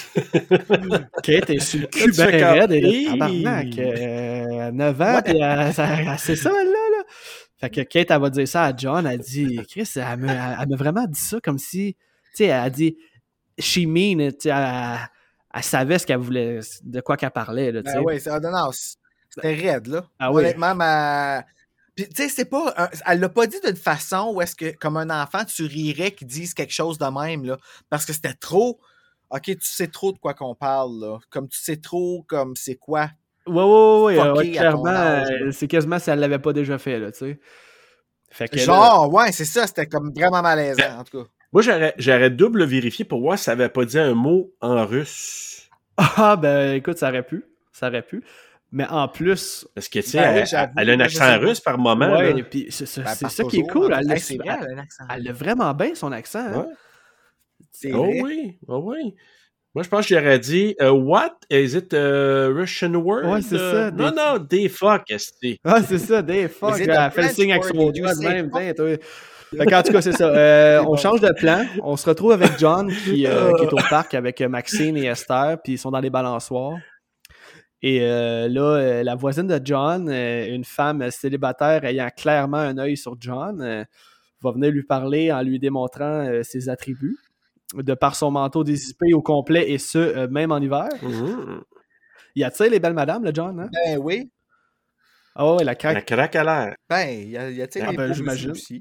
est sur le cul ben raide. Elle est tabarnak. 9 ans, puis c'est ça, là. Fait que Kate, elle va dire ça à John. Elle dit, Chris, elle m'a vraiment dit ça comme si, tu sais, elle a dit, she mean, tu sais, elle savait ce qu'elle voulait, de quoi qu'elle parlait, là, tu sais. Oui, non, c'était raide, là. Honnêtement, Puis, tu sais, c'est pas... Elle l'a pas dit d'une façon où est-ce que, comme un enfant, tu rirais qu'ils disent quelque chose de même, là. Parce que c'était trop... OK, tu sais trop de quoi qu'on parle, là. Comme tu sais trop, comme c'est quoi. Ouais, clairement, c'est quasiment si elle l'avait pas déjà fait, là, tu sais. Fait que genre, ouais, c'est ça, c'était comme vraiment malaisant, en tout cas. Moi, j'aurais double vérifié pour voir si ça avait pas dit un mot en russe. Ah, ben, écoute, ça aurait pu. Mais en plus... Parce que, tu sais, elle a un accent russe par moment. Ouais, et puis c'est ça qui est cool. Elle a vraiment bien son accent. Hein? Oui. Moi, je pense que j'aurais dit what? Is it a Russian word? Ouais, c'est ça. Non, des fuck, est-ce Ah, c'est ça, des fuck. Elle fait le signe avec son doigt de même. En tout cas, c'est ça. On change de plan. On se retrouve avec John qui est au parc avec Maxine et Esther, puis ils sont dans les balançoires. Et là, la voisine de John, une femme célibataire ayant clairement un œil sur John, va venir lui parler en lui démontrant ses attributs. De par son manteau dézippé au complet, et ce, même en hiver. Mmh. Il attire les belles madames, le John, hein? Ben oui. Ah ouais, la craque. La craque à l'air. Ben, il attire les beaux j'imagine. aussi.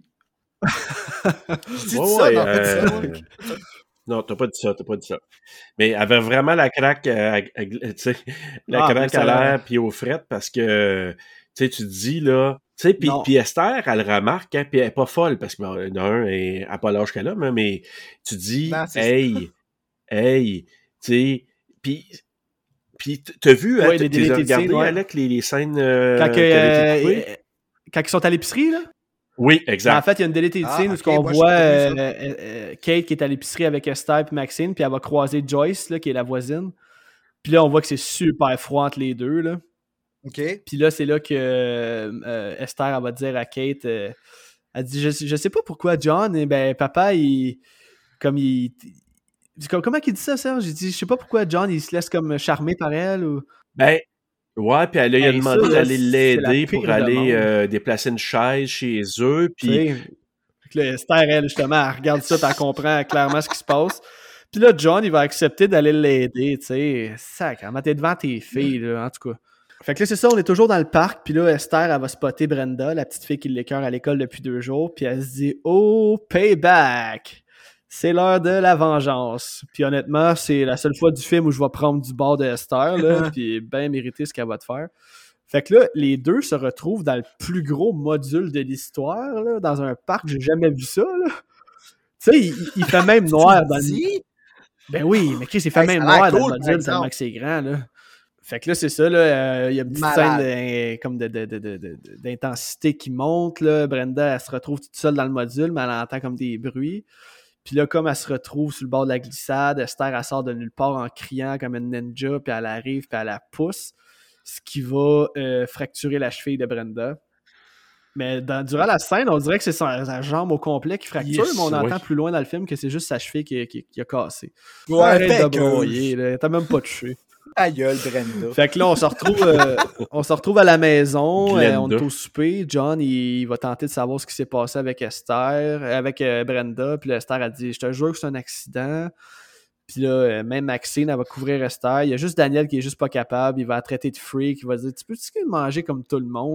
Je dis ça, non, t'as pas dit ça. Mais elle avait vraiment la craque, tu sais, craque à l'air puis aux frettes parce que, tu sais, tu te dis, là, tu sais, puis Esther, elle le remarque, hein, puis elle est pas folle parce que, elle n'a pas l'âge qu'elle a, mais tu dis, non, hey, tu sais, puis t'as vu, ouais, t'as regardé avec les scènes quand ils sont à l'épicerie, là? Oui, exact. En fait, il y a une deleted scene où on voit Kate qui est à l'épicerie avec Esther et Maxine, puis elle va croiser Joyce, là, qui est la voisine. Puis là, on voit que c'est super froid entre les deux, là. OK. Puis là, c'est là que Esther, elle va dire à Kate, elle dit, je sais pas pourquoi John, papa, comment qu'il dit ça, Serge? Il dit, je sais pas pourquoi John, il se laisse comme charmer par elle, ou... Ben, ouais, puis elle a demandé d'aller l'aider pour aller déplacer une chaise chez eux, puis... Là, Esther, elle, justement, elle regarde ça, elle comprend clairement ce qui se passe. Puis là, John, il va accepter d'aller l'aider, tu sais. Sacrément, t'es devant tes filles, là, en tout cas. Fait que là, c'est ça, on est toujours dans le parc, puis là, Esther, elle va spotter Brenda, la petite fille qui l'écœure à l'école depuis 2 jours, puis elle se dit « Oh, payback! C'est l'heure de la vengeance. » Puis honnêtement, c'est la seule fois du film où je vais prendre du bord de Esther, là, puis bien mériter ce qu'elle va te faire. Fait que là, les deux se retrouvent dans le plus gros module de l'histoire, là, dans un parc, j'ai jamais vu ça, là. Tu sais, il fait même noir dans le... Ben oui, mais Chris, il fait même noir dans le module tellement que c'est grand, là. Fait que là, c'est ça, là, il y a une petite scène comme d'intensité qui monte, là. Brenda, elle se retrouve toute seule dans le module, mais elle entend comme des bruits. Puis là, comme elle se retrouve sur le bord de la glissade, Esther, elle sort de nulle part en criant comme une ninja, puis elle arrive, puis elle la pousse, ce qui va fracturer la cheville de Brenda. Mais durant la scène, on dirait que c'est sa jambe au complet qui fracture, mais on entend plus loin dans le film que c'est juste sa cheville qui a cassé. Ouais, arrête de broyer, là, t'as même pas touché. Ta gueule, Brenda. Fait que là, on se retrouve à la maison, on est au souper. John, il va tenter de savoir ce qui s'est passé avec Esther, avec Brenda. Puis là, Esther a dit « Je te jure que c'est un accident. » Puis là, même Maxine, elle va couvrir Esther. Il y a juste Daniel qui est juste pas capable. Il va la traiter de freak. Il va dire « Tu peux-tu manger comme tout le monde? »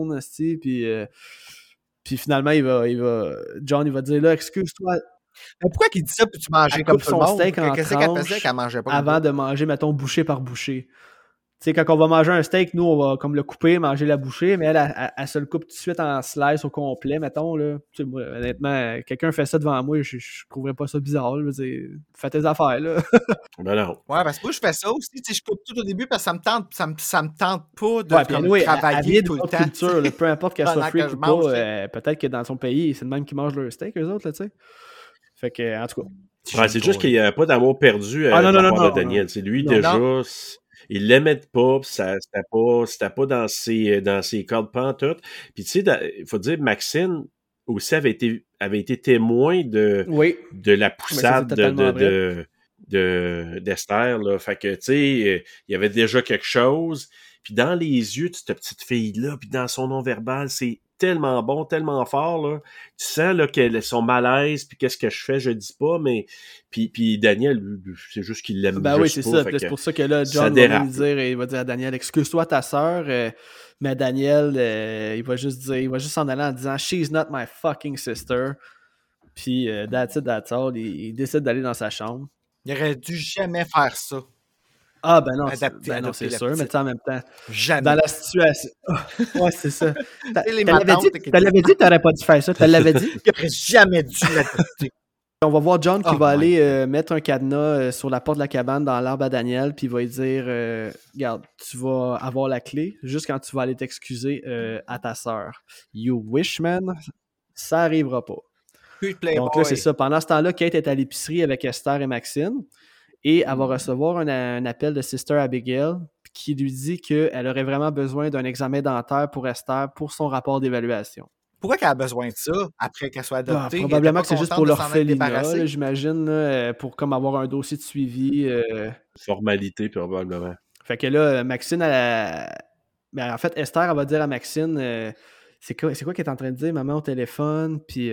Puis finalement, John, il va dire « Là, excuse-toi. » Mais pourquoi qu'il dit ça, puis tu mangeais comme tout le monde? Qu'est-ce qu'elle faisait qu'elle mangeait pas avant de manger, mettons, bouchée par bouchée. Tu sais, quand on va manger un steak, nous, on va comme le couper, manger la bouchée, mais elle se le coupe tout de suite en slice au complet, mettons, là. Tu sais, moi, honnêtement, quelqu'un fait ça devant moi, je trouverais pas ça bizarre, là. Fais tes affaires, là. Ben non. Ouais, parce que moi, je fais ça aussi, tu sais, je coupe tout au début parce que ça me tente pas de travailler tout le temps. Culture, là, peu importe qu'elle soit freak ou pas, peut-être que dans son pays, c'est le même qui mange leur steak, eux autres, là, tu sais. Fait que, en tout cas. Ouais, c'est juste qu'il n'y a pas d'amour perdu à la part de Daniel. C'est lui, déjà, il l'aimait pas, pis c'était pas dans ses cordes pantoute. Puis tu sais, il faut dire, Maxine aussi avait été témoin de la poussade d'Esther, là. Fait que, tu sais, il y avait déjà quelque chose. Puis dans les yeux de cette petite fille-là, puis dans son non-verbal, c'est tellement bon, tellement fort, là. Tu sens, là, son malaise, puis qu'est-ce que je fais, je dis pas, mais... Puis Daniel, c'est juste qu'il l'aime ben juste oui, c'est pas, ça. C'est pour ça que là, John va lui dire, il va dire à Daniel, excuse-toi ta sœur, mais Daniel, il va juste s'en aller en disant, she's not my fucking sister. Puis that's it, that's all. Il décide d'aller dans sa chambre. Il aurait dû jamais faire ça. Ah, ben non, c'est sûr, mais tu sais, en même temps, jamais. Dans la situation... ouais, c'est ça. Tu l'avais dit, t'aurais pas dû faire ça. Tu l'avais dit? Il aurait jamais dû l'adopter. On va voir John qui va aller mettre un cadenas sur la porte de la cabane dans l'arbre à Daniel, puis il va lui dire regarde, tu vas avoir la clé juste quand tu vas aller t'excuser à ta sœur. You wish, man, ça arrivera pas. Donc là, c'est ça. Pendant ce temps-là, Kate est à l'épicerie avec Esther et Maxine. Et elle va recevoir un appel de Sister Abigail qui lui dit qu'elle aurait vraiment besoin d'un examen dentaire pour Esther pour son rapport d'évaluation. Pourquoi qu'elle a besoin de ça après qu'elle soit adoptée? Probablement que c'est juste pour l'orphelinat, j'imagine, là, pour comme avoir un dossier de suivi. Formalité, probablement. Fait que là, Maxine, en fait, Esther, elle va dire à Maxine c'est quoi qu'elle est en train de dire, maman au téléphone, puis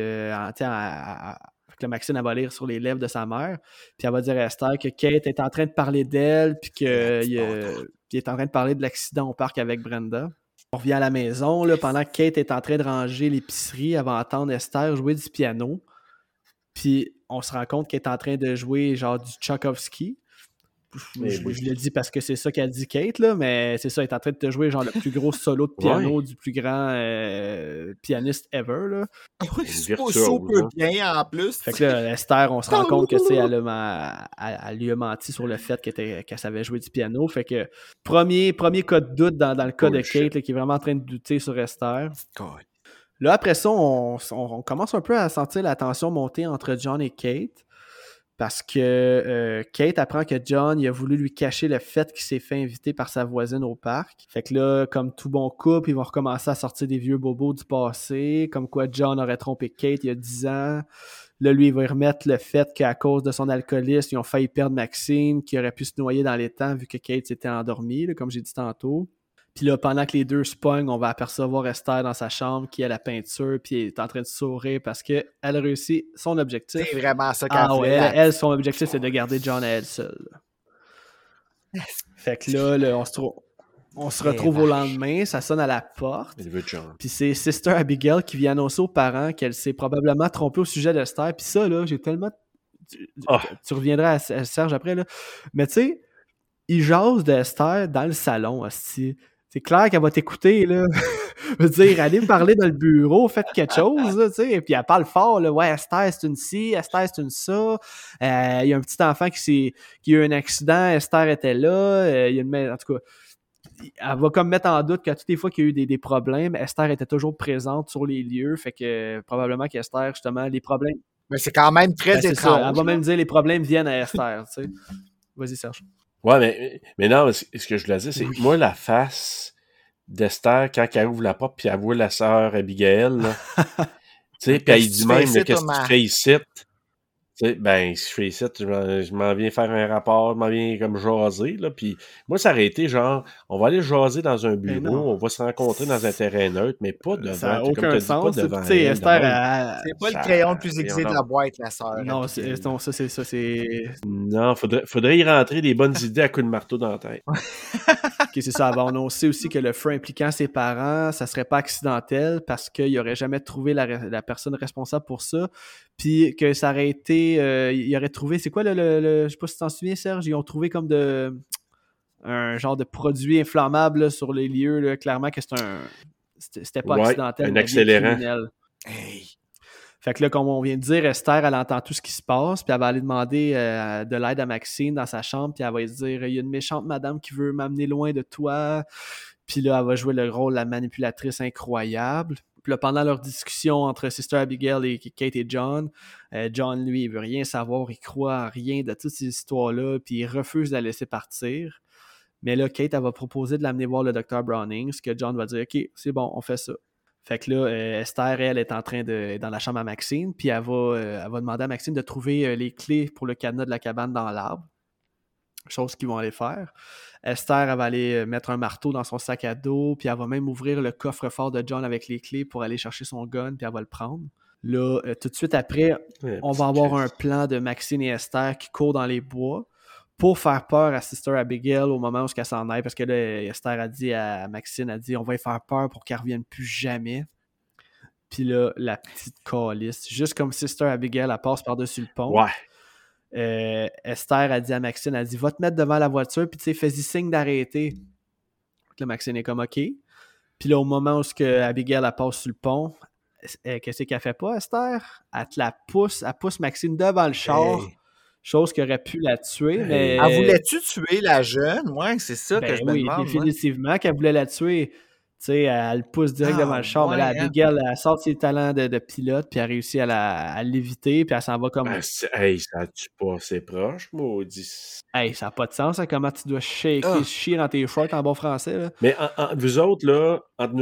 que Maxine, elle va lire sur les lèvres de sa mère, puis elle va dire à Esther que Kate est en train de parler d'elle, puis qu'il est en train de parler de l'accident au parc avec Brenda. On revient à la maison, là, pendant que Kate est en train de ranger l'épicerie, elle va entendre Esther jouer du piano, puis on se rend compte qu'elle est en train de jouer genre du Tchaikovsky. Je le dis parce que c'est ça qu'a dit Kate, là, mais c'est ça, elle est en train de te jouer genre le plus gros solo de piano du plus grand pianiste ever. Là. Oui, c'est pas super bien en plus. Fait que là, Esther, on se rend compte que elle lui a menti sur le fait qu'elle savait jouer du piano. Fait que premier cas de doute dans le cas de Kate là, qui est vraiment en train de douter sur Esther. God. Là, après ça, on commence un peu à sentir la tension monter entre John et Kate. Parce que Kate apprend que John, il a voulu lui cacher le fait qu'il s'est fait inviter par sa voisine au parc. Fait que là, comme tout bon couple, ils vont recommencer à sortir des vieux bobos du passé, comme quoi John aurait trompé Kate il y a 10 ans. Là, lui, il va y remettre le fait qu'à cause de son alcoolisme, ils ont failli perdre Maxine, qui aurait pu se noyer dans l'étang vu que Kate s'était endormie, là, comme j'ai dit tantôt. Puis là, pendant que les deux se pognent, on va apercevoir Esther dans sa chambre qui a la peinture, puis elle est en train de sourire parce qu'elle a réussi son objectif. C'est vraiment ça qu'elle voulait. Elle, son objectif, c'est de garder John à elle seule. Fait que là on se retrouve au lendemain, ça sonne à la porte. Puis c'est Sister Abigail qui vient annoncer aux parents qu'elle s'est probablement trompée au sujet d'Esther. Puis ça, là, j'ai tellement... Tu reviendras à Serge après, là. Mais tu sais, il jase d'Esther dans le salon, hostie. C'est clair qu'elle va t'écouter, là. Je veux dire, allez me parler dans le bureau, faites quelque chose, là, tu sais. Et puis elle parle fort, là. Ouais, Esther, c'est une ci, Esther, c'est une ça. Il y a un petit enfant qui a eu un accident, Esther était là. Il y a une... En tout cas, elle va comme mettre en doute qu'à toutes les fois qu'il y a eu des problèmes, Esther était toujours présente sur les lieux. Fait que probablement qu'Esther, justement, les problèmes... Mais c'est quand même très étrange. Ça. Elle va même dire les problèmes viennent à Esther, tu sais. Vas-y, Serge. Ouais, mais non, ce que je voulais dire, c'est moi, la face d'Esther, quand elle ouvre la porte puis elle voit la sœur Abigail, tu sais, puis elle dit même, qu'est-ce que tu fais ici? Tu sais, ben, si je fais ici, je m'en viens faire un rapport, je m'en viens comme jaser, là, puis moi, ça aurait été genre, on va aller jaser dans un bureau, on va se rencontrer dans un terrain neutre, mais pas devant. Ça n'a aucun sens. Pas devant elle, Esther, c'est pas le crayon le plus aiguisé de la boîte, la sœur. Non, ça, c'est... Non, faudrait y rentrer des bonnes idées à coups de marteau dans la tête. OK, c'est ça. On sait aussi que le feu impliquant ses parents, ça serait pas accidentel parce qu'il n'aurait jamais trouvé la personne responsable pour ça. Puis que ça aurait été... il aurait trouvé... C'est quoi je sais pas si tu t'en souviens, Serge? Ils ont trouvé comme un genre de produit inflammable là, sur les lieux. Là, clairement que c'était pas accidentel. Un accélérant. Hey. Fait que là, comme on vient de dire, Esther, elle entend tout ce qui se passe, puis elle va aller demander de l'aide à Maxine dans sa chambre, puis elle va lui dire « Il y a une méchante madame qui veut m'amener loin de toi. » Puis là, elle va jouer le rôle de la manipulatrice incroyable. Puis là, pendant leur discussion entre Sister Abigail et Kate et John, John, lui, il veut rien savoir, il croit en rien de toutes ces histoires-là, puis il refuse de la laisser partir. Mais là, Kate, elle va proposer de l'amener voir le Dr. Browning, ce que John va dire « OK, c'est bon, on fait ça. » Fait que là, Esther, elle, est en train dans la chambre à Maxine, puis elle va demander à Maxine de trouver les clés pour le cadenas de la cabane dans l'arbre. Chose qu'ils vont aller faire. Esther, elle va aller mettre un marteau dans son sac à dos, puis elle va même ouvrir le coffre-fort de John avec les clés pour aller chercher son gun, puis elle va le prendre. Là, tout de suite après, on va avoir un plan de Maxine et Esther qui courent dans les bois pour faire peur à Sister Abigail au moment où elle s'en aille, parce que là, Esther a dit à Maxine, a dit on va lui faire peur pour qu'elle revienne plus jamais. Puis là, la petite calisse, juste comme Sister Abigail, elle passe par-dessus le pont. Ouais. Esther a dit à Maxine, elle dit va te mettre devant la voiture, puis tu sais, fais-y signe d'arrêter. Là, Maxine est comme OK. Puis là, au moment où Abigail elle passe sur le pont, qu'est-ce qu'elle fait pas, Esther? Elle pousse Maxine devant le char. Hey. Chose qui aurait pu la tuer, mais... Elle voulait-tu tuer la jeune? Ouais, c'est ça que je me demande. Définitivement qu'elle voulait la tuer. Tu sais, elle pousse direct devant le char, mais là, Abigail, elle sort ses talents de pilote, puis elle réussit à l'éviter, puis elle s'en va comme... Hey, ça tue pas assez proche, maudit. Hey, ça n'a pas de sens, hein, comment tu dois chier dans tes shorts en bon français, là. Mais entre nous autres, là,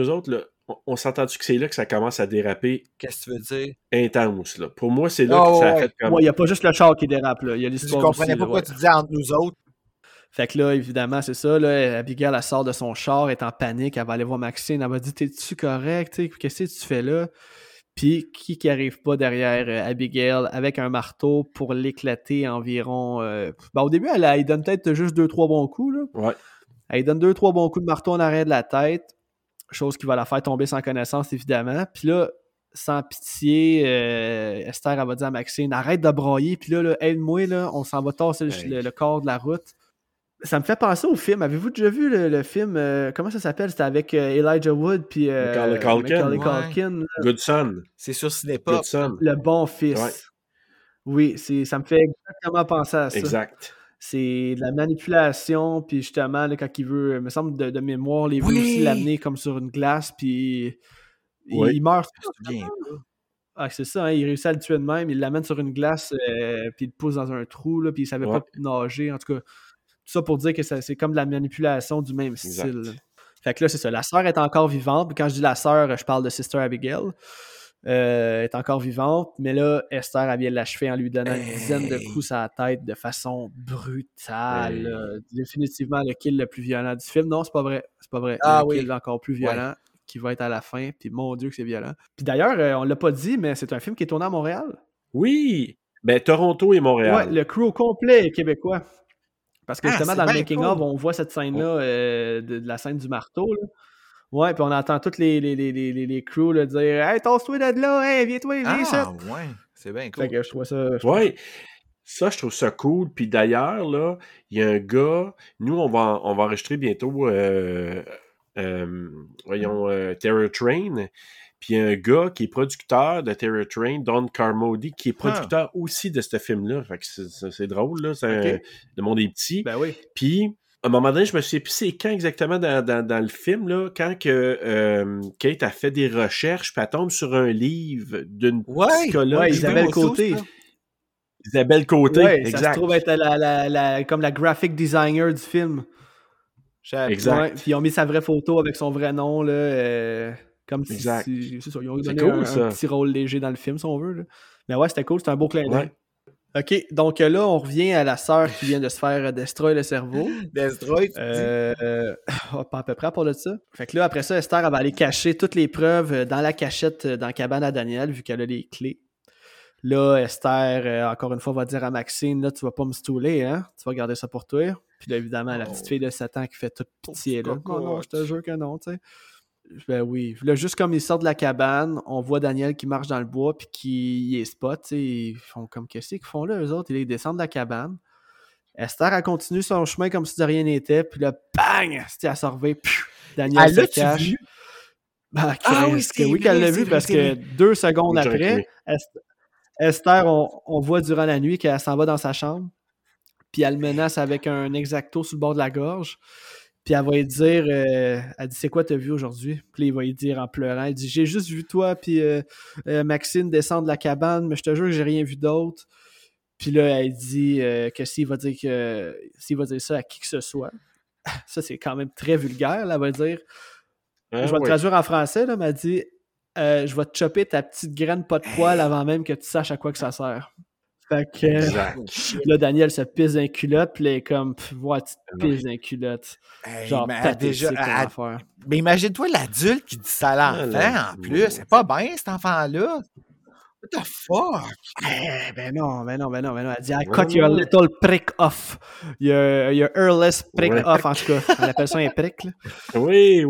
on s'entend-tu que c'est là que ça commence à déraper? Qu'est-ce que tu veux dire? Intense, là. Pour moi, c'est là que ça a fait comme... il n'y a pas juste le char qui dérape, là. Il y a l'histoire aussi. Je comprenais pas pourquoi tu disais entre nous autres. Fait que là, évidemment, c'est ça, là, Abigail, elle sort de son char, elle est en panique, elle va aller voir Maxine, elle va dire « T'es-tu correct? Qu'est-ce que tu fais là? » Puis, qui arrive pas derrière Abigail avec un marteau pour l'éclater environ... au début, elle donne peut-être juste 2-3 bons coups, là. Ouais. Elle donne 2-3 bons coups de marteau en arrière de la tête. Chose qui va la faire tomber sans connaissance, évidemment. Puis là, sans pitié, Esther, elle va dire à Maxine, arrête de broyer, puis là aide-moi, là, on s'en va tasser le corps de la route. Ça me fait penser au film. Avez-vous déjà vu le film, comment ça s'appelle? C'était avec Elijah Wood, puis Macaulay Culkin. Good Son. C'est sur Cinépop. Le bon fils. Ouais. Oui, ça me fait exactement penser à ça. Exact. C'est de la manipulation, puis justement, là, quand il veut, il me semble de mémoire, il veut aussi l'amener comme sur une glace, puis il meurt. Ah, c'est ça, hein, il réussit à le tuer de même, il l'amène sur une glace, puis il le pousse dans un trou, là, puis il savait pas nager. En tout cas, tout ça pour dire que c'est comme de la manipulation du même style. Fait que là, c'est ça. La sœur est encore vivante. Puis quand je dis la sœur, je parle de Sister Abigail. Est encore vivante, mais là, Esther, elle vient l'achever en lui donnant une dizaine de coups à la tête de façon brutale. Définitivement le kill le plus violent du film. Non, c'est pas vrai. C'est pas vrai. Ah, le kill encore plus violent qui va être à la fin. Puis mon Dieu que c'est violent. Puis d'ailleurs, on l'a pas dit, mais c'est un film qui est tourné à Montréal. Oui! Ben, Toronto et Montréal. Ouais, le crew au complet est québécois. Parce que justement, dans le making-of, on voit cette scène-là de la scène du marteau, là. Ouais, puis on entend tous les crews là, dire « Hey, tosse-toi de là! Hey, viens-toi, viens ici! » Ah, ouais, c'est bien cool. Fait que je trouve ça... Ouais, ça, je trouve ça cool. Puis d'ailleurs, là, il y a un gars... Nous, on va enregistrer bientôt, Terror Train. Puis il y a un gars qui est producteur de Terror Train, Don Carmody, qui est producteur aussi de ce film-là. Fait que c'est drôle, là. Le monde est petit. Ben oui. Puis... À un moment donné, je me souviens plus c'est quand exactement dans le film, là, quand que Kate a fait des recherches, puis elle tombe sur un livre d'une psychologue. Ouais, Isabelle Côté. Isabelle Côté, exact. Ça se trouve être comme la graphic designer du film. Exact. Ouais, puis ils ont mis sa vraie photo avec son vrai nom, là, comme si... C'est ça, ils ont donné un petit rôle léger dans le film, si on veut. Là. Mais ouais, c'était cool, c'était un beau clin d'œil. OK, donc là, on revient à la sœur qui vient de se faire destroy le cerveau. Destroy, pas à peu près pour de ça. Fait que là, après ça, Esther, elle va aller cacher toutes les preuves dans la cachette dans la cabane à Daniel, vu qu'elle a les clés. Là, Esther, encore une fois, va dire à Maxine, là, tu vas pas me stouler, hein? Tu vas garder ça pour toi. Puis là, évidemment, la petite fille de 7 ans qui fait toute pitié, là. Non, je te jure que non, tu sais. Ben oui. Là, juste comme ils sortent de la cabane, on voit Daniel qui marche dans le bois puis qui est spot, tu sais, ils font comme qu'est-ce qu'ils font là, eux autres, ils descendent de la cabane. Esther, elle continue son chemin comme si de rien n'était, puis là, bang! Elle s'est relevée, Daniel se cache. Ben, oui qu'elle l'a vu parce que 2 secondes après, Esther, on voit durant la nuit qu'elle s'en va dans sa chambre, puis elle menace avec un exacto sur le bord de la gorge. Puis elle va lui dire, elle dit, c'est quoi t'as vu aujourd'hui? Puis il va lui dire en pleurant, elle dit, j'ai juste vu toi puis Maxine descendre de la cabane, mais je te jure que j'ai rien vu d'autre. Puis là, elle dit que s'il va dire ça à qui que ce soit, ça c'est quand même très vulgaire, là, elle va dire, je vais te traduire en français, là, mais elle dit, je vais te chopper ta petite graine pas de poil avant même que tu saches à quoi que ça sert. Fait que là, Daniel se pisse dans les culottes, puis là, il est comme, vois, tu te pisses dans les culottes. Genre, pathétique comme affaire. Mais imagine-toi l'adulte qui dit ça à l'enfant, en plus. C'est pas bien, cet enfant-là. What the fuck? Ben non. Elle dit, I cut your little prick off. Your earless prick off, en tout cas. On appelle ça un prick, là. Oui.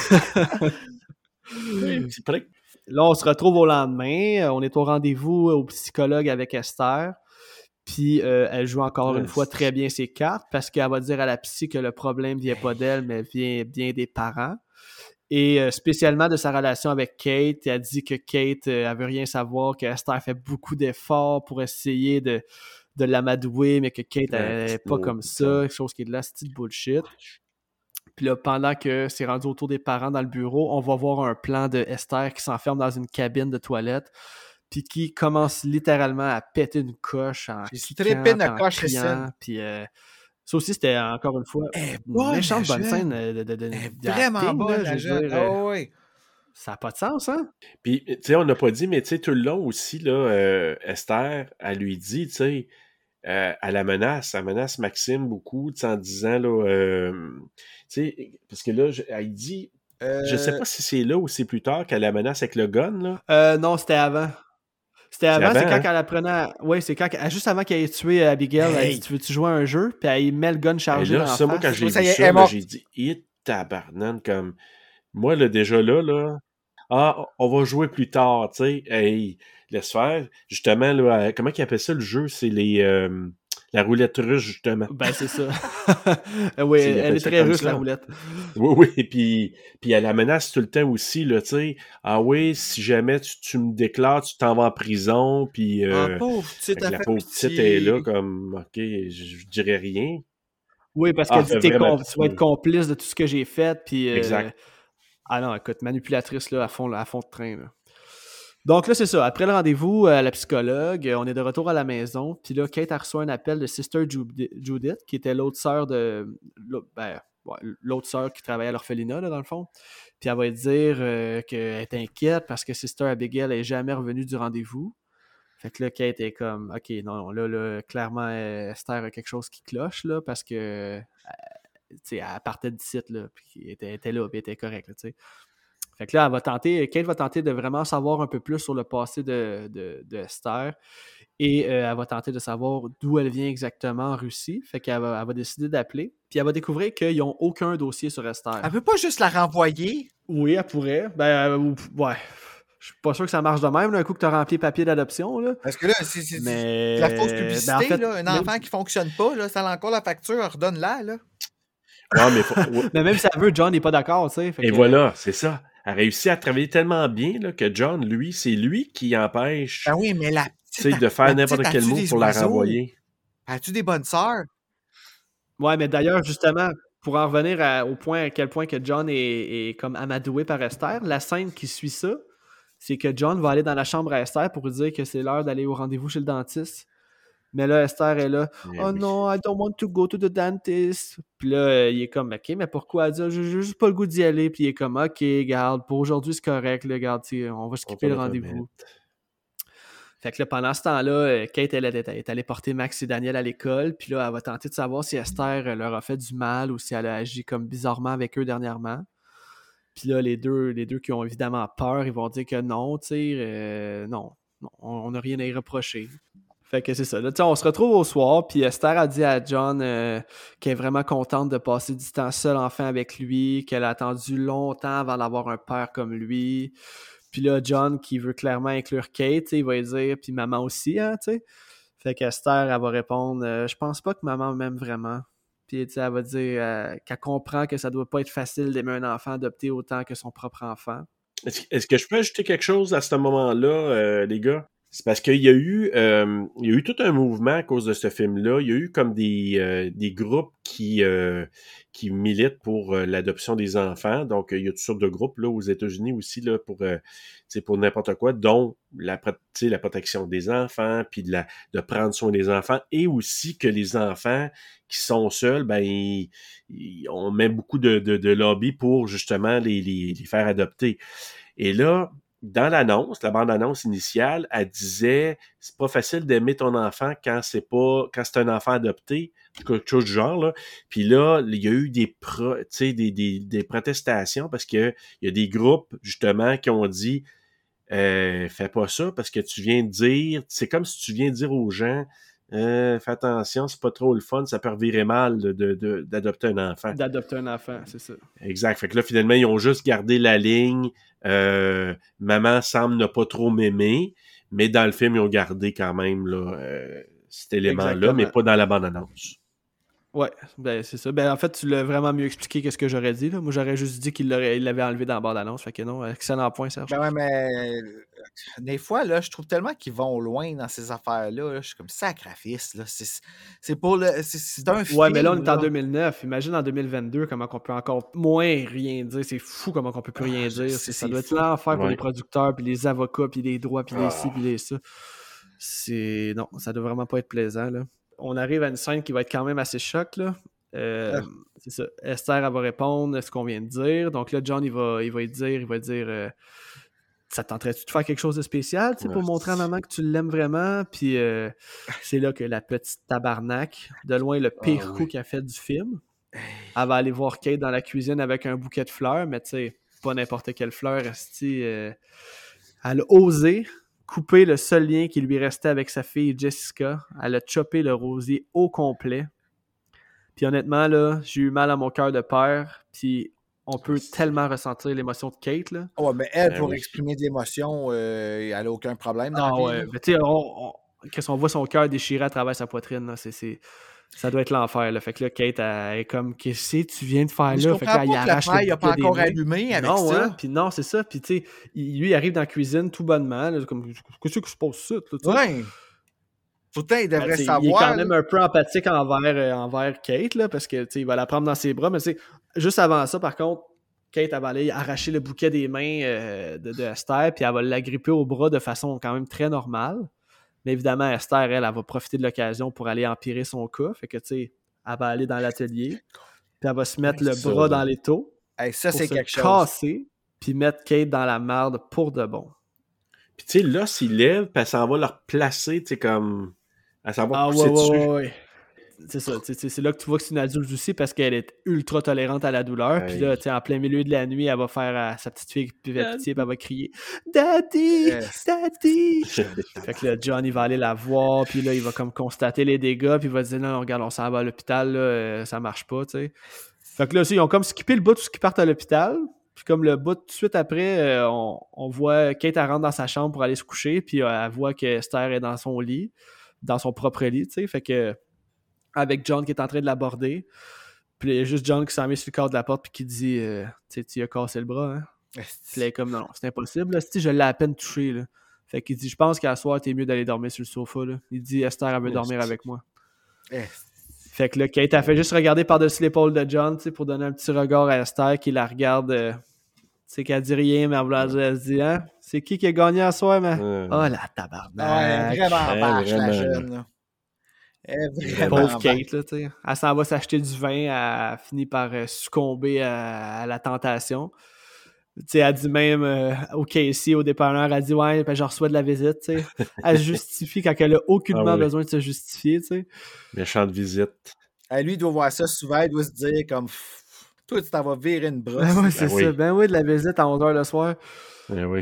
Un petit prick. Là, on se retrouve au lendemain. On est au rendez-vous au psychologue avec Esther. Puis, elle joue encore une fois très bien ses cartes parce qu'elle va dire à la psy que le problème vient pas d'elle, mais vient bien des parents. Et spécialement de sa relation avec Kate. Elle dit que Kate, elle veut rien savoir, que Esther fait beaucoup d'efforts pour essayer de l'amadouer, mais que Kate, elle est pas comme ça. Chose qui est de la petite bullshit. Puis là, pendant que c'est rendu autour des parents dans le bureau, on va voir un plan de Esther qui s'enferme dans une cabine de toilette, puis qui commence littéralement à péter une coche en criant. Puis ça aussi, c'était encore une fois une méchante bonne scène de vraiment bonne, la jeune. Ça n'a pas de sens, hein? Puis, tu sais, on n'a pas dit, mais tu sais, tout le long aussi, là, Esther, elle lui dit, tu sais, elle menace Maxime beaucoup, en disant, là, tu sais, parce que là, elle dit, je sais pas si c'est là ou c'est plus tard qu'elle la menace avec le gun, là. Non, c'était avant. C'est quand elle apprenait. Oui, c'est juste avant qu'elle ait tué Abigail. Elle dit, tu veux-tu jouer à un jeu? Puis elle met le gun chargé dans la face. Moi, quand j'ai vu ça, j'ai dit, tabarnane, comme, moi, là, déjà là, on va jouer plus tard, tu sais, hey, laisse faire. Justement, là, comment ils appellent ça, le jeu? C'est la roulette russe, justement. Ben, c'est ça. Oui, elle est très russe, la roulette. Oui, puis elle la menace tout le temps aussi, là, tu sais. Ah oui, si jamais tu me déclares, tu t'en vas en prison, puis la pauvre petite est là, comme, OK, je dirais rien. Oui, parce qu'elle dit, tu vas être complice de tout ce que j'ai fait, puis... Exact. Ah non, écoute, manipulatrice là, à fond de train. Là. Donc là, c'est ça. Après le rendez-vous à la psychologue, on est de retour à la maison. Puis là, Kate a reçu un appel de Sister Judith, qui était l'autre sœur l'autre sœur qui travaillait à l'orphelinat, là, dans le fond. Puis elle va lui dire qu'elle est inquiète parce que Sister Abigail n'est jamais revenue du rendez-vous. Fait que là, Kate est comme, OK, non, là clairement, Esther a quelque chose qui cloche, là, parce que, tu sais, elle partait du site, là, puis elle était là, puis elle était correcte, tu sais. Fait que là, Kate va tenter de vraiment savoir un peu plus sur le passé de Esther, et elle va tenter de savoir d'où elle vient exactement en Russie. Fait qu'elle va décider d'appeler, puis elle va découvrir qu'ils n'ont aucun dossier sur Esther. Elle peut pas juste la renvoyer? Oui, elle pourrait. Ouais. Je suis pas sûr que ça marche de même, là, un coup que tu as rempli papier d'adoption. Là. Parce que là, c'est la fausse publicité. En fait, là, un enfant qui fonctionne pas, là, ça a encore la facture, redonne-la. Là. Ouais, mais même si elle veut, John n'est pas d'accord. Et voilà, c'est ça. Elle a réussi à travailler tellement bien là, que John, lui, c'est lui qui empêche oui, mais la petite, de faire n'importe quel mot pour la renvoyer. As-tu des bonnes sœurs? Ouais, mais d'ailleurs, justement, pour en revenir au point à quel point que John est comme amadoué par Esther, la scène qui suit ça, c'est que John va aller dans la chambre à Esther pour lui dire que c'est l'heure d'aller au rendez-vous chez le dentiste. Mais là, Esther est là. « Oh non, I don't want to go to the dentist. » Puis là, il est comme « OK, mais pourquoi? » Elle dit « J'ai juste pas le goût d'y aller. » Puis il est comme « OK, garde, pour aujourd'hui, c'est correct. Là, garde, on va skipper le rendez-vous. » Fait que là, pendant ce temps-là, Kate, elle est allée porter Max et Daniel à l'école. Puis là, elle va tenter de savoir si Esther leur a fait du mal ou si elle a agi comme bizarrement avec eux dernièrement. Puis là, les deux qui ont évidemment peur, ils vont dire que non, tu sais, non, on n'a rien à y reprocher. Fait que c'est ça. Là, on se retrouve au soir, puis Esther a dit à John qu'elle est vraiment contente de passer du temps seul enfin avec lui, qu'elle a attendu longtemps avant d'avoir un père comme lui. Puis là, John, qui veut clairement inclure Kate, il va lui dire, puis maman aussi, hein, tu sais. Fait qu'Esther, elle va répondre je pense pas que maman m'aime vraiment. Puis elle va dire qu'elle comprend que ça doit pas être facile d'aimer un enfant adopté autant que son propre enfant. Est-ce que je peux ajouter quelque chose à ce moment-là, les gars? C'est parce qu'il y a eu tout un mouvement à cause de ce film-là. Il y a eu comme des groupes qui militent pour l'adoption des enfants. Donc, il y a toutes sortes de groupes là aux États-Unis aussi là pour n'importe quoi, dont la protection des enfants, puis de prendre soin des enfants, et aussi que les enfants qui sont seuls, on met beaucoup de lobby pour justement les faire adopter. Et là, dans l'annonce, la bande-annonce initiale, elle disait c'est pas facile d'aimer ton enfant quand c'est un enfant adopté, quelque chose du genre, là. Puis là, il y a eu des protestations parce que il y a des groupes, justement, qui ont dit fais pas ça parce que tu viens de dire, c'est comme si tu viens de dire aux gens fais attention, c'est pas trop le fun, ça peut revirer mal d'adopter un enfant. D'adopter un enfant, c'est ça. Exact. Fait que là, finalement, ils ont juste gardé la ligne maman semble ne pas trop m'aimer, mais dans le film, ils ont gardé quand même là, cet élément-là, exactement, mais pas dans la bande-annonce. Ouais, c'est ça. En fait, tu l'as vraiment mieux expliqué que ce que j'aurais dit. Là. Moi, j'aurais juste dit qu'il l'avait enlevé dans la bande-annonce. Fait que non, excellent point, Serge. Ouais, mais des fois, là, je trouve tellement qu'ils vont loin dans ces affaires-là. Là. Je suis comme sacrifice. Là. C'est pour le. C'est un film. Ouais, mais là, on est en 2009. Imagine en 2022 comment on peut encore moins rien dire. C'est fou comment on peut plus rien dire. Ça doit être l'enfer pour les producteurs, puis les avocats, puis les droits, puis les ci, puis les ça. Non, ça doit vraiment pas être plaisant, là. On arrive à une scène qui va être quand même assez choc, là. C'est ça. Esther, elle va répondre à ce qu'on vient de dire. Donc là, John, il va dire ça tenterait-tu de faire quelque chose de spécial, pour montrer à maman que tu l'aimes vraiment? Puis c'est là que la petite tabarnak, de loin le pire coup qu'elle a fait du film, elle va aller voir Kate dans la cuisine avec un bouquet de fleurs, mais tu sais, pas n'importe quelle fleur, elle a osé couper le seul lien qui lui restait avec sa fille Jessica. Elle a chopé le rosier au complet. Puis honnêtement, là, j'ai eu mal à mon cœur de père. Puis on peut tellement ressentir l'émotion de Kate, là. Ouais, mais elle, pour exprimer de l'émotion, elle n'a aucun problème dans la vie. Mais tu sais, quand on voit son cœur déchiré à travers sa poitrine, là, ça doit être l'enfer, là. Fait que là, Kate, elle est comme, qu'est-ce que tu viens de faire là? Je comprends pas que la paille n'a pas encore allumé avec ça. Hein? Puis non, c'est ça. Puis tu sais, lui, il arrive dans la cuisine tout bonnement, là, comme, qu'est-ce que je passe ça? Ouais. Pourtant, il devrait savoir. Il est quand même un peu empathique envers Kate, là, parce que il va la prendre dans ses bras. Mais juste avant ça, par contre, Kate, elle va aller arracher le bouquet des mains de Esther, puis elle va l'agripper au bras de façon quand même très normale. Mais évidemment, Esther, elle va profiter de l'occasion pour aller empirer son cas. Fait que, tu sais, elle va aller dans l'atelier, puis elle va se mettre le bras dans l'étau. Ça, pour c'est se quelque chose. Casser, puis mettre Kate dans la merde pour de bon. Puis, tu sais, l'os, il lève, puis elle s'en va le replacer, tu sais, comme. Elle s'en va pousser dessus. Ouais. C'est ça, c'est là que tu vois que c'est une adulte aussi parce qu'elle est ultra tolérante à la douleur. Puis là, en plein milieu de la nuit, elle va faire à sa petite fille qui fait pitié, puis elle va crier « Daddy! Daddy! » Fait que là, John, il va aller la voir, puis là, il va comme constater les dégâts, puis il va dire « Non, regarde, on s'en va à l'hôpital, là, ça marche pas, tu sais. » Fait que là aussi, ils ont comme skippé le bout de ce qui partent à l'hôpital. Puis comme le bout tout de suite après, on voit Kate, elle rentre dans sa chambre pour aller se coucher, puis elle voit que Esther est dans son lit, dans son propre lit, tu sais. Fait que avec John qui est en train de l'aborder. Puis il y a juste John qui s'en met sur le corps de la porte puis qui dit tu as cassé le bras, hein? Puis là, il est comme non, c'est impossible. Là. Je l'ai à peine touché. Là. Fait qu'il dit je pense qu'à soir, t'es mieux d'aller dormir sur le sofa. Là. Il dit Esther, elle veut dormir avec moi. Fait que là, Kate a fait juste regarder par-dessus l'épaule de John pour donner un petit regard à Esther qui la regarde. Qu'elle dit rien, mais elle se dit hein? C'est qui a gagné à soir, mais. Oh la tabarnak! Vraiment vache, la jeune. Là. Pauvre Kate, là, tu sais. Elle s'en va s'acheter du vin, elle finit par succomber à la tentation. Tu sais, elle dit même au Casey, au dépanneur, elle dit ouais, ben, je reçois de la visite, tu sais. Elle se justifie quand elle a aucunement besoin de se justifier, tu sais. Méchante visite. Lui, il doit voir ça souvent, il doit se dire comme toi, tu t'en vas virer une brosse. Ben oui, c'est ça. Ben oui, de la visite à 11h le soir. Ben oui.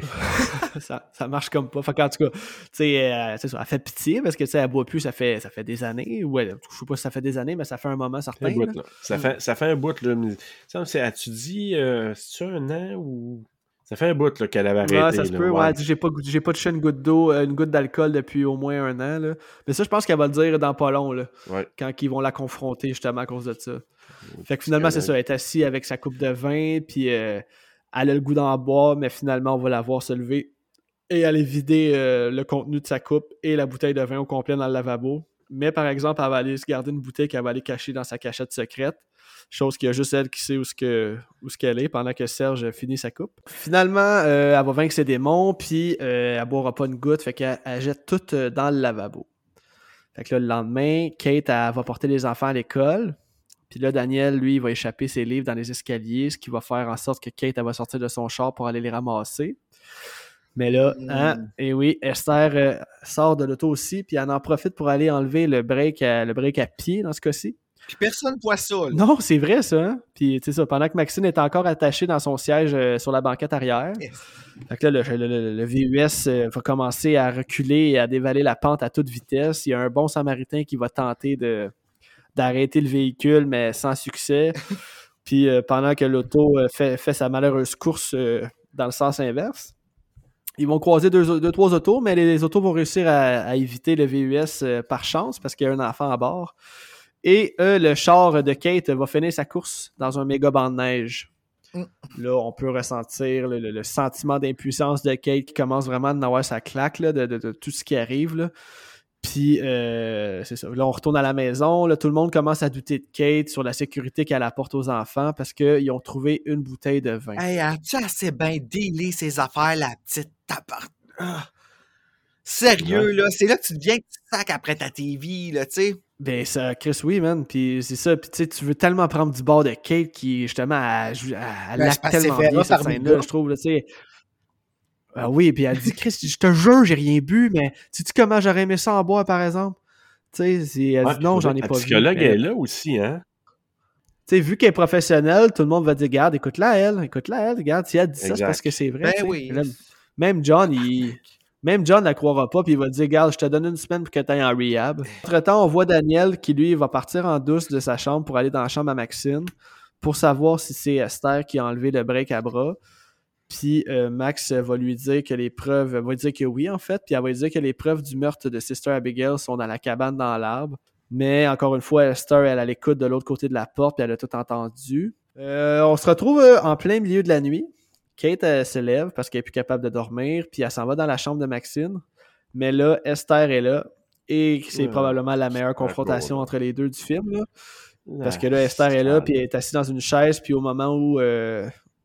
ça marche comme pas. Fait qu'en tout cas, tu sais, c'est ça, elle fait pitié parce que tu sais, elle boit plus, ça fait des années. Ouais, je sais pas si ça fait des années, mais ça fait un moment certain. Ça fait un bout, là. As-tu dit c'est-tu un an ou. Ça fait un bout là, qu'elle avait arrêté. Ouais, ça se peut, ouais. Elle dit j'ai pas touché une goutte d'eau, une goutte d'alcool depuis au moins un an. Là. Mais ça, je pense qu'elle va le dire dans pas long, là. Ouais. Quand ils vont la confronter justement à cause de ça. Fait que finalement, c'est ça, elle est assise avec sa coupe de vin, puis elle a le goût d'en boire, mais finalement, on va la voir se lever et aller vider le contenu de sa coupe et la bouteille de vin au complet dans le lavabo. Mais par exemple, elle va aller se garder une bouteille qu'elle va aller cacher dans sa cachette secrète, chose qu'il y a juste elle qui sait où ce qu'elle est pendant que Serge finit sa coupe. Finalement, elle va vaincre ses démons, puis elle boira pas une goutte, fait qu'elle jette tout dans le lavabo. Fait que là, le lendemain, Kate, elle va porter les enfants à l'école. Puis là, Daniel, lui, il va échapper ses livres dans les escaliers, ce qui va faire en sorte que Kate, elle va sortir de son char pour aller les ramasser. Mais là, et oui, Esther sort de l'auto aussi, puis elle en profite pour aller enlever le break à pied dans ce cas-ci. Puis personne ne voit ça. Là. Non, c'est vrai ça. Hein? Puis tu sais ça, pendant que Maxine est encore attachée dans son siège sur la banquette arrière. Yes. Fait que là, le VUS va commencer à reculer et à dévaler la pente à toute vitesse. Il y a un bon samaritain qui va tenter d'arrêter le véhicule, mais sans succès. Puis pendant que l'auto fait sa malheureuse course dans le sens inverse, ils vont croiser deux, trois autos, mais les autos vont réussir à éviter le VUS par chance parce qu'il y a un enfant à bord. Et le char de Kate va finir sa course dans un méga banc de neige. Là, on peut ressentir le sentiment d'impuissance de Kate qui commence vraiment à en avoir sa claque là, de tout ce qui arrive. Là. Puis, c'est ça. Là, on retourne à la maison. Là, tout le monde commence à douter de Kate sur la sécurité qu'elle apporte aux enfants parce qu'ils ont trouvé une bouteille de vin. Hey, as-tu assez bien délé ces affaires, la petite taparte? Sérieux, là? C'est là que tu deviens que tu sacs après ta TV, là, tu sais? Ben, ça, Chris, oui, man. Puis c'est ça. Puis, tu sais, tu veux tellement prendre du bord de Kate qui, justement, elle acte tellement bien cette scène-là, je trouve, là, tu sais. Ah oui, puis elle dit, Chris, je te jure, j'ai rien bu, mais sais-tu comment j'aurais aimé ça en boire, par exemple? Tu sais, elle dit non, j'en ai pas vu. La psychologue est là aussi, hein? Tu sais, vu qu'elle est professionnelle, tout le monde va dire, regarde, écoute-la, elle, regarde, si elle dit ça, c'est parce que c'est vrai. Ben oui. Là, même John ne la croira pas, puis il va dire, regarde, je te donne une semaine pour que tu ailles en rehab. Entre-temps, on voit Daniel qui, lui, va partir en douce de sa chambre pour aller dans la chambre à Maxine pour savoir si c'est Esther qui a enlevé le break à bras. Puis Max va lui dire que les preuves, va dire que oui en fait, puis elle va lui dire que les preuves du meurtre de Sister Abigail sont dans la cabane dans l'arbre. Mais encore une fois, Esther, elle l'écoute de l'autre côté de la porte, puis elle a tout entendu. On se retrouve en plein milieu de la nuit. Kate, elle se lève parce qu'elle est plus capable de dormir, puis elle s'en va dans la chambre de Maxine. Mais là, Esther est là, et c'est probablement la meilleure confrontation entre les deux du film. Là. Parce que là, Esther est là, puis elle est assise dans une chaise, puis au moment où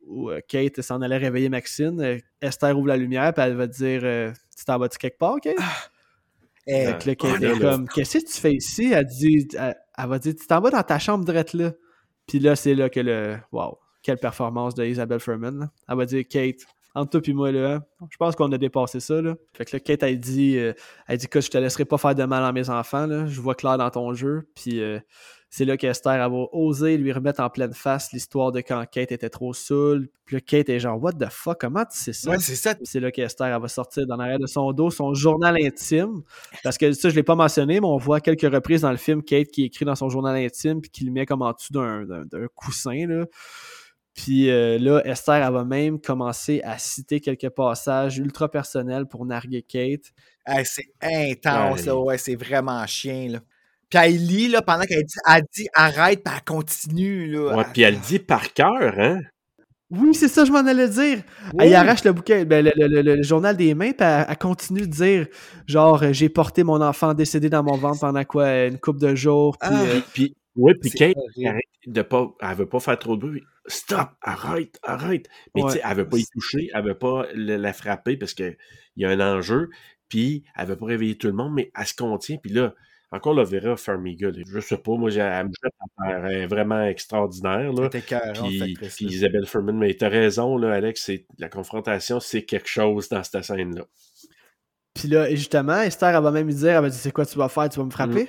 où Kate s'en allait réveiller Maxine, Esther ouvre la lumière, puis elle va dire tu t'en vas-tu quelque part, Kate? Fait que là, Kate est comme qu'est-ce que tu fais ici? Elle va dire tu t'en vas dans ta chambre drette là. Puis là, c'est là que wow, quelle performance de Isabelle Fuhrman. Là. Elle va dire Kate, entre toi et moi, là, je pense qu'on a dépassé ça. Là. Fait que là, Kate, elle dit que je te laisserai pas faire de mal à mes enfants. Là. Je vois clair dans ton jeu. Puis c'est là qu'Esther, elle va oser lui remettre en pleine face l'histoire de quand Kate était trop saoule. Puis là, Kate est genre, what the fuck, comment tu sais ça? Ouais, c'est ça. Puis c'est là qu'Esther, elle va sortir dans l'arrière de son dos son journal intime. Parce que ça, je l'ai pas mentionné, mais on voit à quelques reprises dans le film Kate qui écrit dans son journal intime puis qui le met comme en dessous d'un coussin, là. Puis là, Esther, elle va même commencer à citer quelques passages ultra personnels pour narguer Kate. C'est intense, là, ouais, c'est vraiment chien, là. Puis elle lit, là, pendant qu'elle dit arrête, puis elle continue, là. Ouais, puis elle dit par cœur, hein? Oui, c'est ça, je m'en allais dire. Oui. Elle arrache le bouquin, le journal des mains, puis elle continue de dire, genre, j'ai porté mon enfant décédé dans mon ventre pendant quoi, une couple de jours. Puis Kate, elle veut pas faire trop de bruit. Stop, arrête. Mais tu sais, elle veut pas y toucher, elle veut pas la frapper parce qu'il y a un enjeu, puis elle veut pas réveiller tout le monde, mais elle se contient, puis là, encore la Vera Farmiga, je sais pas, moi, elle me jette à terre, vraiment extraordinaire, là. Puis Isabelle Fuhrman, mais t'as raison, là, Alex, la confrontation, c'est quelque chose dans cette scène-là. Puis là, justement, Esther, elle va même lui dire, elle va dire, c'est quoi tu vas faire, tu vas me frapper?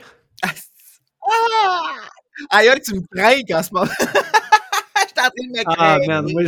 Aïe, tu me crains en ce moment. Je suis en train de me craindre. Man, moi,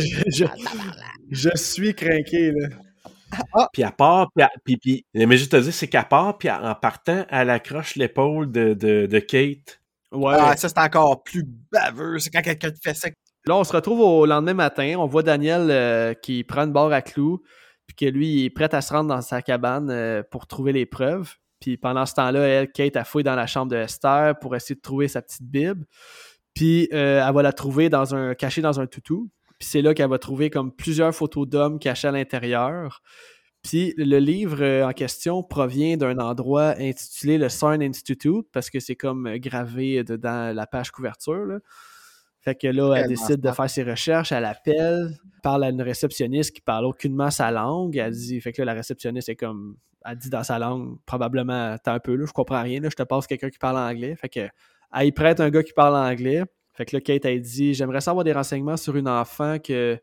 je suis craqué, là. Puis elle part, mais je te dis, c'est qu'elle part, puis en partant, elle accroche l'épaule de Kate. Ouais. Ça, c'est encore plus baveux. C'est quand quelqu'un te fait ça. Là, on se retrouve au lendemain matin. On voit Daniel qui prend une barre à clous, puis que lui, il est prêt à se rendre dans sa cabane pour trouver les preuves. Puis pendant ce temps-là, Kate, a fouillé dans la chambre de Esther pour essayer de trouver sa petite Bible. Puis elle va la trouver cachée dans un toutou. Puis c'est là qu'elle va trouver comme plusieurs photos d'hommes cachés à l'intérieur. Puis le livre en question provient d'un endroit intitulé le CERN Institute, parce que c'est comme gravé dedans la page couverture, là. Fait que là, elle décide de faire ses recherches, elle appelle, parle à une réceptionniste qui parle aucunement sa langue. Elle dit, fait que là, la réceptionniste est comme, elle dit dans sa langue, probablement, t'as un peu là, je comprends rien, là, je te passe quelqu'un qui parle anglais. Fait que elle y prête un gars qui parle anglais. Fait que là, Kate, elle dit, j'aimerais savoir des renseignements sur une enfant que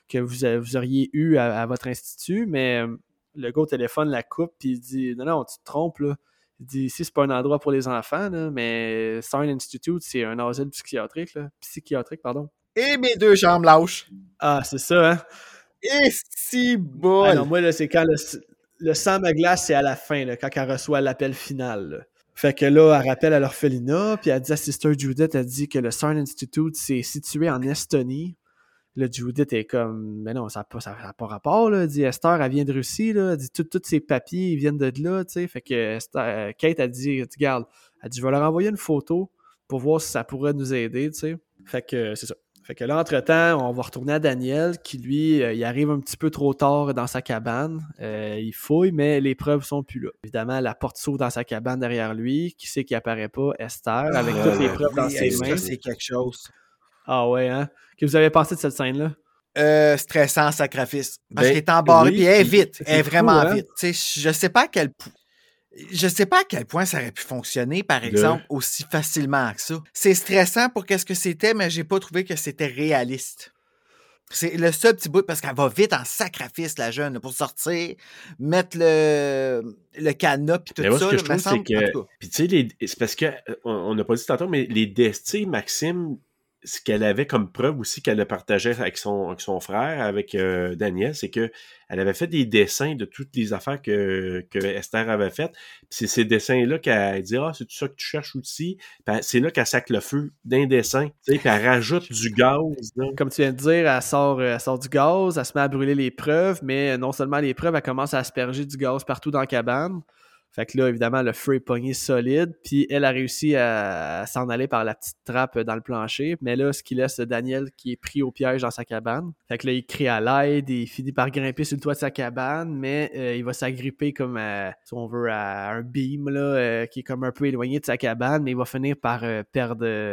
vous auriez eu à votre institut, mais le gars au téléphone la coupe, puis il dit, non, tu te trompes, là. Il dit, ici, c'est pas un endroit pour les enfants, là, mais CERN Institute, c'est un asile psychiatrique, pardon. Et mes deux jambes lâches. Ah, c'est ça, hein? Et si bon! Ah non, moi, là, c'est quand le sang me glace, c'est à la fin, là, quand elle reçoit l'appel final, là. Fait que là, elle rappelle à l'orphelinat, puis elle dit à Sister Judith, elle dit que le CERN Institute, c'est situé en Estonie. Là, Judith est comme, mais non, ça n'a pas rapport, là. Elle dit, Esther, elle vient de Russie, là. Elle dit, tous ses papiers, ils viennent de là, tu sais. Fait que Kate, elle dit, regarde, elle dit, je vais leur envoyer une photo pour voir si ça pourrait nous aider, tu sais. Fait que c'est ça. Fait que là, entre-temps, on va retourner à Daniel, qui, lui, il arrive un petit peu trop tard dans sa cabane. Il fouille, mais les preuves sont plus là. Évidemment, la porte s'ouvre dans sa cabane derrière lui. Qui c'est qui apparaît pas? Esther, avec toutes les preuves dans ses mains. C'est quelque chose. Ah ouais, hein? Que vous avez pensé de cette scène-là? Stressant, sacrifice. Parce qu'elle est embarrée, puis elle est vite. Elle est vraiment vite. Je sais pas à quel point ça aurait pu fonctionner, par exemple, aussi facilement que ça. C'est stressant pour qu'est-ce que c'était, mais j'ai pas trouvé que c'était réaliste. C'est le seul petit bout, parce qu'elle va vite en sacrifice, la jeune, pour sortir, mettre le cadenas, puis tout ça. Ce que je trouve, c'est que... Puis tu sais, c'est parce que, on n'a pas dit tantôt, mais les destis, Maxime, ce qu'elle avait comme preuve aussi qu'elle a partagé avec son frère, avec Daniel, c'est que elle avait fait des dessins de toutes les affaires que Esther avait faites. Puis c'est ces dessins-là qu'elle dit « Ah, c'est tout ça que tu cherches aussi? » Puis c'est là qu'elle sac le feu d'un dessin. Puis elle rajoute du gaz. Là. Comme tu viens de dire, elle sort du gaz, elle se met à brûler les preuves, mais non seulement les preuves, elle commence à asperger du gaz partout dans la cabane. Fait que là, évidemment, le feu est pogné solide, puis elle a réussi à s'en aller par la petite trappe dans le plancher, mais là, ce qui laisse Daniel qui est pris au piège dans sa cabane. Fait que là, il crie à l'aide, il finit par grimper sur le toit de sa cabane, mais il va s'agripper comme, si on veut, à un beam, là, qui est comme un peu éloigné de sa cabane, mais il va finir par perdre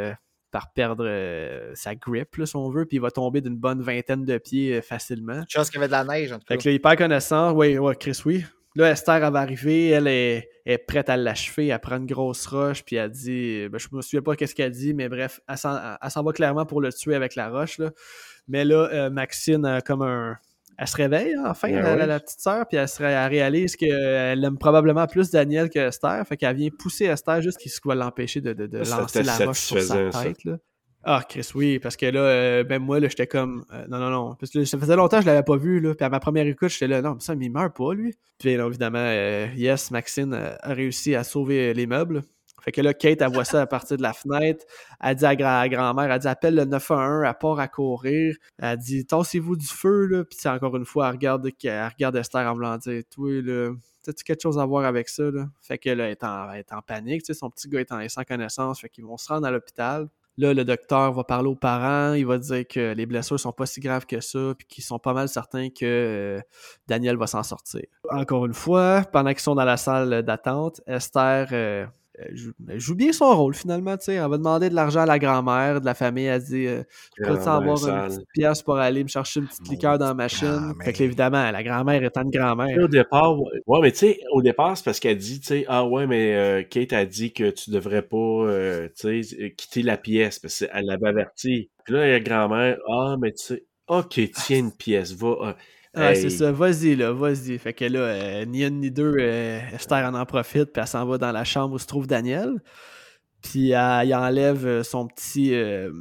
perdre sa grip, là, si on veut, puis il va tomber d'une bonne 20aine de pieds facilement. Chose qu'il y avait de la neige, en tout cas. Fait que là, il perd connaissance. Oui, Chris, oui. Là, Esther, elle va arriver, elle est prête à l'achever, elle prend une grosse roche, puis elle dit, je me souviens pas qu'est-ce qu'elle dit, mais bref, elle s'en va clairement pour le tuer avec la roche, là. Mais là, Maxine, elle se réveille, enfin, la petite sœur, puis elle réalise qu'elle aime probablement plus Daniel que Esther, fait qu'elle vient pousser Esther juste qu'il va l'empêcher de lancer la roche sur sa tête, là. Ah, Chris, oui, parce que là, même moi, là, j'étais comme, non, parce que ça faisait longtemps que je l'avais pas vu, là, puis à ma première écoute, j'étais là, non, mais ça, mais il meurt pas, lui. Puis là, évidemment, yes, Maxine a réussi à sauver les meubles. Fait que là, Kate, elle voit ça à partir de la fenêtre, elle dit à grand-mère, elle dit, appelle le 911, elle part à courir, elle dit, tassez-vous du feu, là, puis encore une fois, elle regarde Esther en voulant dire, toi, là, t'as-tu quelque chose à voir avec ça, là? Fait que là, elle est en panique, tu sais, son petit gars est sans connaissance, fait qu'ils vont se rendre à l'hôpital. Là, le docteur va parler aux parents, il va dire que les blessures sont pas si graves que ça, puis qu'ils sont pas mal certains que Daniel va s'en sortir. Encore une fois, pendant qu'ils sont dans la salle d'attente, Esther joue bien son rôle finalement, tu sais. Elle va demander de l'argent à la grand-mère de la famille, elle dit je peux avoir une petite pièce pour aller me chercher une petite liqueur dans la machine. Fait que évidemment, la grand-mère étant une grand-mère. Au départ, mais tu sais, au départ, c'est parce qu'elle dit, tu sais, mais Kate a dit que tu devrais pas, tu sais, quitter la pièce parce qu'elle l'avait averti. Puis là, la grand-mère, mais tu sais, ok, tiens une pièce, va. Ah, c'est ça, vas-y. Fait que là, ni une ni deux, Esther en profite, puis elle s'en va dans la chambre où se trouve Daniel. Puis elle enlève son petit,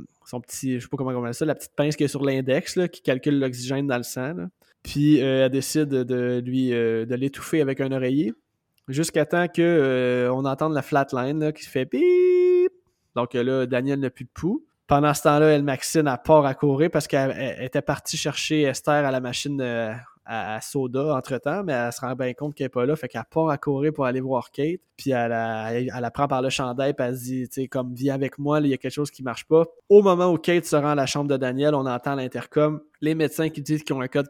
je sais pas comment on appelle ça, la petite pince qui est sur l'index, là, qui calcule l'oxygène dans le sang, là. Puis elle décide de l'étouffer avec un oreiller, jusqu'à temps qu'on entende la flatline là, qui fait bip. Donc là, Daniel n'a plus de pouls. Pendant ce temps-là, Maxine, elle part à courir parce qu'elle était partie chercher Esther à la machine à soda entre-temps, mais elle se rend bien compte qu'elle n'est pas là, fait qu'elle part à courir pour aller voir Kate, puis elle la prend par le chandail, puis elle se dit, tu sais, comme, viens avec moi, il y a quelque chose qui marche pas. Au moment où Kate se rend à la chambre de Daniel, on entend à l'intercom les médecins qui disent qu'ils ont un code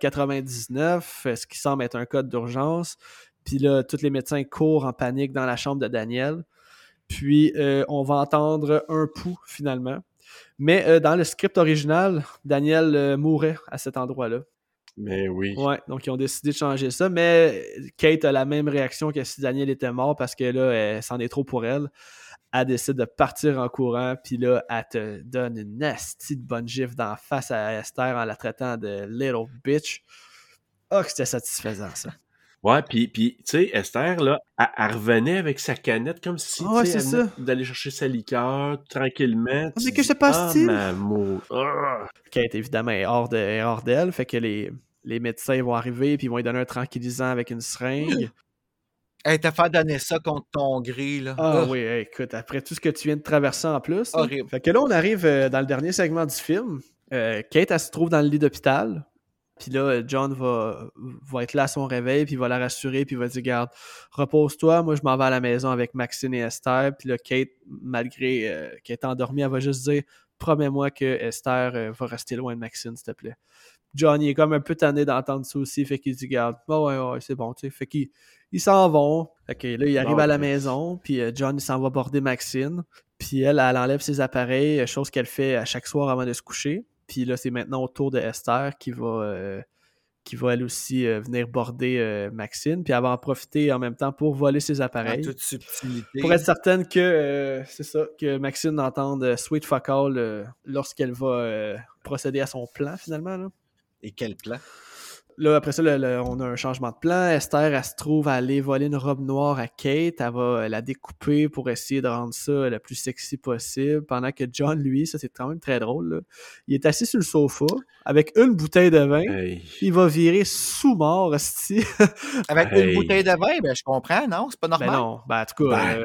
99, ce qui semble être un code d'urgence, puis là, tous les médecins courent en panique dans la chambre de Daniel, puis on va entendre un pouls, finalement. Mais dans le script original, Daniel mourait à cet endroit-là. Mais oui. Ouais, donc ils ont décidé de changer ça, mais Kate a la même réaction que si Daniel était mort parce que là, c'en est trop pour elle. Elle décide de partir en courant, puis là, elle te donne une nasty de bonne gifle d'en face à Esther en la traitant de little bitch. Oh, que c'était satisfaisant, ça. Ouais, puis tu sais, Esther, là, elle revenait avec sa canette comme si, tu sais, elle venait d'aller chercher sa liqueur tranquillement. Mais que je sais pas style. Maman. Kate, évidemment, est hors d'elle, fait que les médecins vont arriver, puis ils vont lui donner un tranquillisant avec une seringue. Hey, t'as fait donner ça contre ton grille, là. Ah oui, écoute, après tout ce que tu viens de traverser en plus. Horrible. Fait que là, on arrive dans le dernier segment du film. Kate, elle se trouve dans le lit d'hôpital. Puis là, John va être là à son réveil, puis il va la rassurer, puis il va dire, garde, repose-toi, moi je m'en vais à la maison avec Maxine et Esther. Puis là, Kate, malgré qu'elle est endormie, elle va juste dire, promets-moi que Esther va rester loin de Maxine, s'il te plaît. John, il est comme un peu tanné d'entendre ça aussi, fait qu'il dit, garde, ouais, c'est bon, tu sais. Fait qu'ils s'en vont. Fait que là, il arrive à la maison, puis John, il s'en va border Maxine. Puis elle enlève ses appareils, chose qu'elle fait à chaque soir avant de se coucher. Puis là, c'est maintenant au tour de Esther qui va elle aussi venir border Maxine. Puis elle va en profiter en même temps pour voler ses appareils. En toute subtilité. Pour être certaine que c'est ça, que Maxine entende Sweet Fuck All lorsqu'elle va procéder à son plan finalement. Là. Et quel plan? Là, après ça, on a un changement de plan. Esther, elle se trouve à aller voler une robe noire à Kate. Elle va la découper pour essayer de rendre ça le plus sexy possible. Pendant que John, lui, ça c'est quand même très drôle, là, il est assis sur le sofa avec une bouteille de vin. Hey. Il va virer sous-mort, hostie. Avec une bouteille de vin, ben je comprends, non? C'est pas normal. Ben non, en tout cas,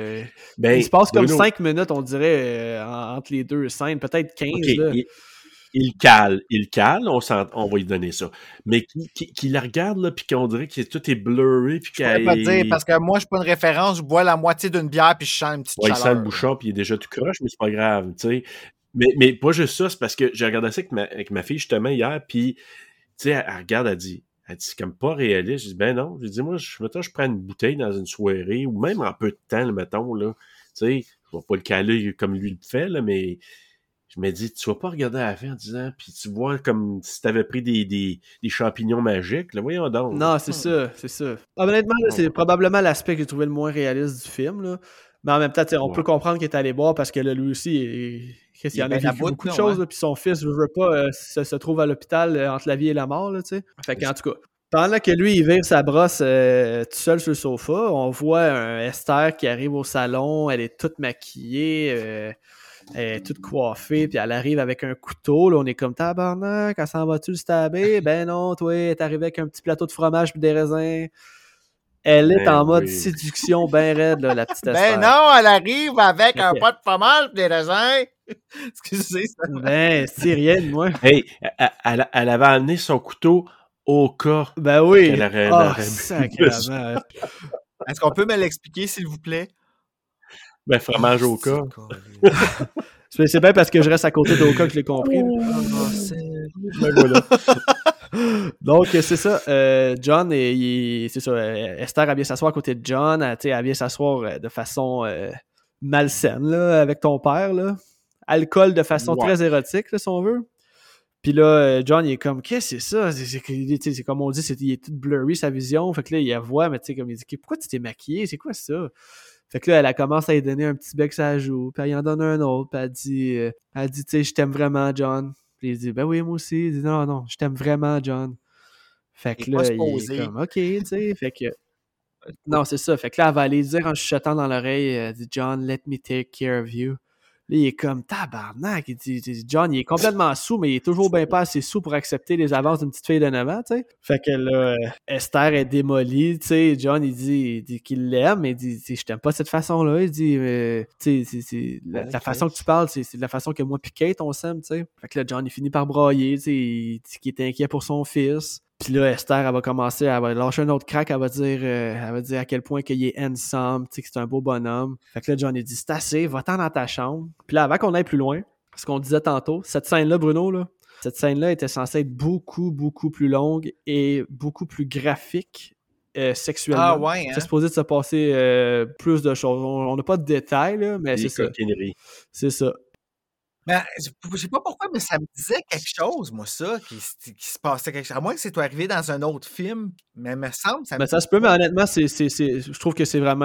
il se passe comme 5 minutes, on dirait, entre les deux scènes, peut-être 15. Okay. Là. Il cale, on va lui donner ça. Mais qu'il la regarde, là, puis qu'on dirait que tout est blurry, puis je pourrais pas dire, parce que moi, je suis pas une référence, je bois la moitié d'une bière, puis je sens une petite chaleur. Il sent le bouchon, puis il est déjà tout croche, mais c'est pas grave, tu sais. Mais pas juste ça, c'est parce que j'ai regardé ça avec ma fille, justement, hier, puis, tu sais, elle regarde, elle dit, c'est comme pas réaliste. Je dis, ben non. Je dis, moi, je prends une bouteille dans une soirée, ou même en peu de temps, mettons, là. Tu sais, je vais pas le caler comme lui le fait, là, mais je me dis, tu vas pas regarder à la fin en disant, puis tu vois comme si t'avais pris des champignons magiques, là, voyons donc. Non, c'est ça. Honnêtement, là, c'est probablement l'aspect que j'ai trouvé le moins réaliste du film, là. Mais en même temps, on peut comprendre qu'il est allé boire parce que là, lui aussi, il en a vécu beaucoup de choses, puis son fils, veut pas, se trouve à l'hôpital entre la vie et la mort, là, tu sais. Fait qu'en tout cas, pendant que lui, il vire sa brosse tout seul sur le sofa, on voit un Esther qui arrive au salon, elle est toute maquillée, elle est toute coiffée, puis elle arrive avec un couteau, là, on est comme tabarnak, elle s'en va-tu le stabber? Ben non, toi, elle est arrivée avec un petit plateau de fromage puis des raisins. Elle est en mode séduction bien raide, là, la petite Esther. Ben non, elle arrive avec un pot de fromage et des raisins. Excusez ça. Ben, c'est rien de moi. Hey, elle avait amené son couteau au cas. Ben oui. Qu'elle aurait sacrément. Est-ce qu'on peut me l'expliquer, s'il vous plaît? Ben, fromage au cas. C'est bien parce que je reste à côté d'Oka que je l'ai compris. Ben voilà. Donc, c'est ça. John, c'est ça. Esther, elle vient s'asseoir à côté de John. Elle vient s'asseoir de façon malsaine là, avec ton père. Là. Alcool de façon très érotique, là, si on veut. Puis là, John, il est comme, qu'est-ce que c'est ça? C'est comme on dit, il est tout blurry sa vision. Fait que là, il la voit, mais tu sais, comme il dit, pourquoi tu t'es maquillé? C'est quoi ça? Fait que là, elle commence à lui donner un petit bec sur la joue. Puis elle en donne un autre. Puis elle dit, tu sais, je t'aime vraiment, John. Puis il dit, ben oui, moi aussi. Il dit, non, je t'aime vraiment, John. Fait que là, il est comme, OK, tu sais. Fait que, non, c'est ça. Fait que là, elle va aller dire en chuchotant dans l'oreille, elle dit, John, let me take care of you. Là, il est comme tabarnak. Il dit, John, il est complètement sous, mais il est toujours bien pas assez sous pour accepter les avances d'une petite fille de 9 ans, tu sais. Fait que là, Esther est démolie, tu sais. John, il dit qu'il l'aime, mais il dit, je t'aime pas de cette façon-là. Il dit, tu sais, la façon que tu parles, c'est la façon que moi pis Kate, on s'aime, tu sais. Fait que là, John, il finit par brailler, tu sais. Il dit qu'il est inquiet pour son fils. Puis là, Esther, elle va commencer, elle va lâcher un autre crack, elle va dire à quel point qu'il est handsome, tu sais, que c'est un beau bonhomme. Fait que là, John, il dit, c'est assez, va-t'en dans ta chambre. Puis là, avant qu'on aille plus loin, ce qu'on disait tantôt, cette scène-là, Bruno, là, cette scène-là était censée être beaucoup, beaucoup plus longue et beaucoup plus graphique sexuellement. Ah ouais, hein? C'est supposé de se passer plus de choses. On n'a pas de détails, là, mais c'est ça. C'est ça. Ben, je sais pas pourquoi, mais ça me disait quelque chose, moi, ça, qui se passait quelque chose. À moins que c'est arrivé dans un autre film, mais il me semble... Ça se peut, mais honnêtement, je trouve que c'est vraiment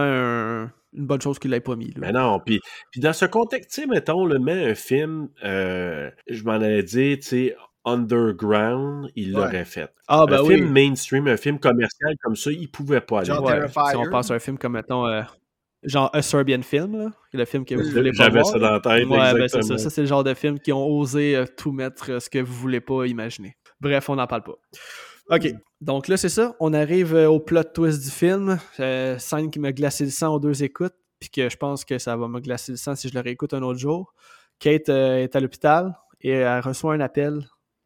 une bonne chose qu'il l'ait pas mis. Là. Mais non, puis dans ce contexte, tu sais, mettons, mais un film, je m'en allais dire, tu sais, underground, il l'aurait fait. Ah, ben un film mainstream, un film commercial comme ça, il pouvait pas aller. Si on pense à un film comme, mettons... genre A Serbian Film, là, le film que vous voulez pas J'avais voir. ça dans la tête, exactement. Ben c'est ça. Ça, c'est le genre de film qui ont osé tout mettre ce que vous voulez pas imaginer. Bref, on n'en parle pas. OK, donc là, c'est ça. On arrive au plot twist du film. Scène qui m'a glacé le sang aux 2 écoutes, puis que je pense que ça va me glacer le sang si je le réécoute un autre jour. Kate est à l'hôpital et elle reçoit un appel,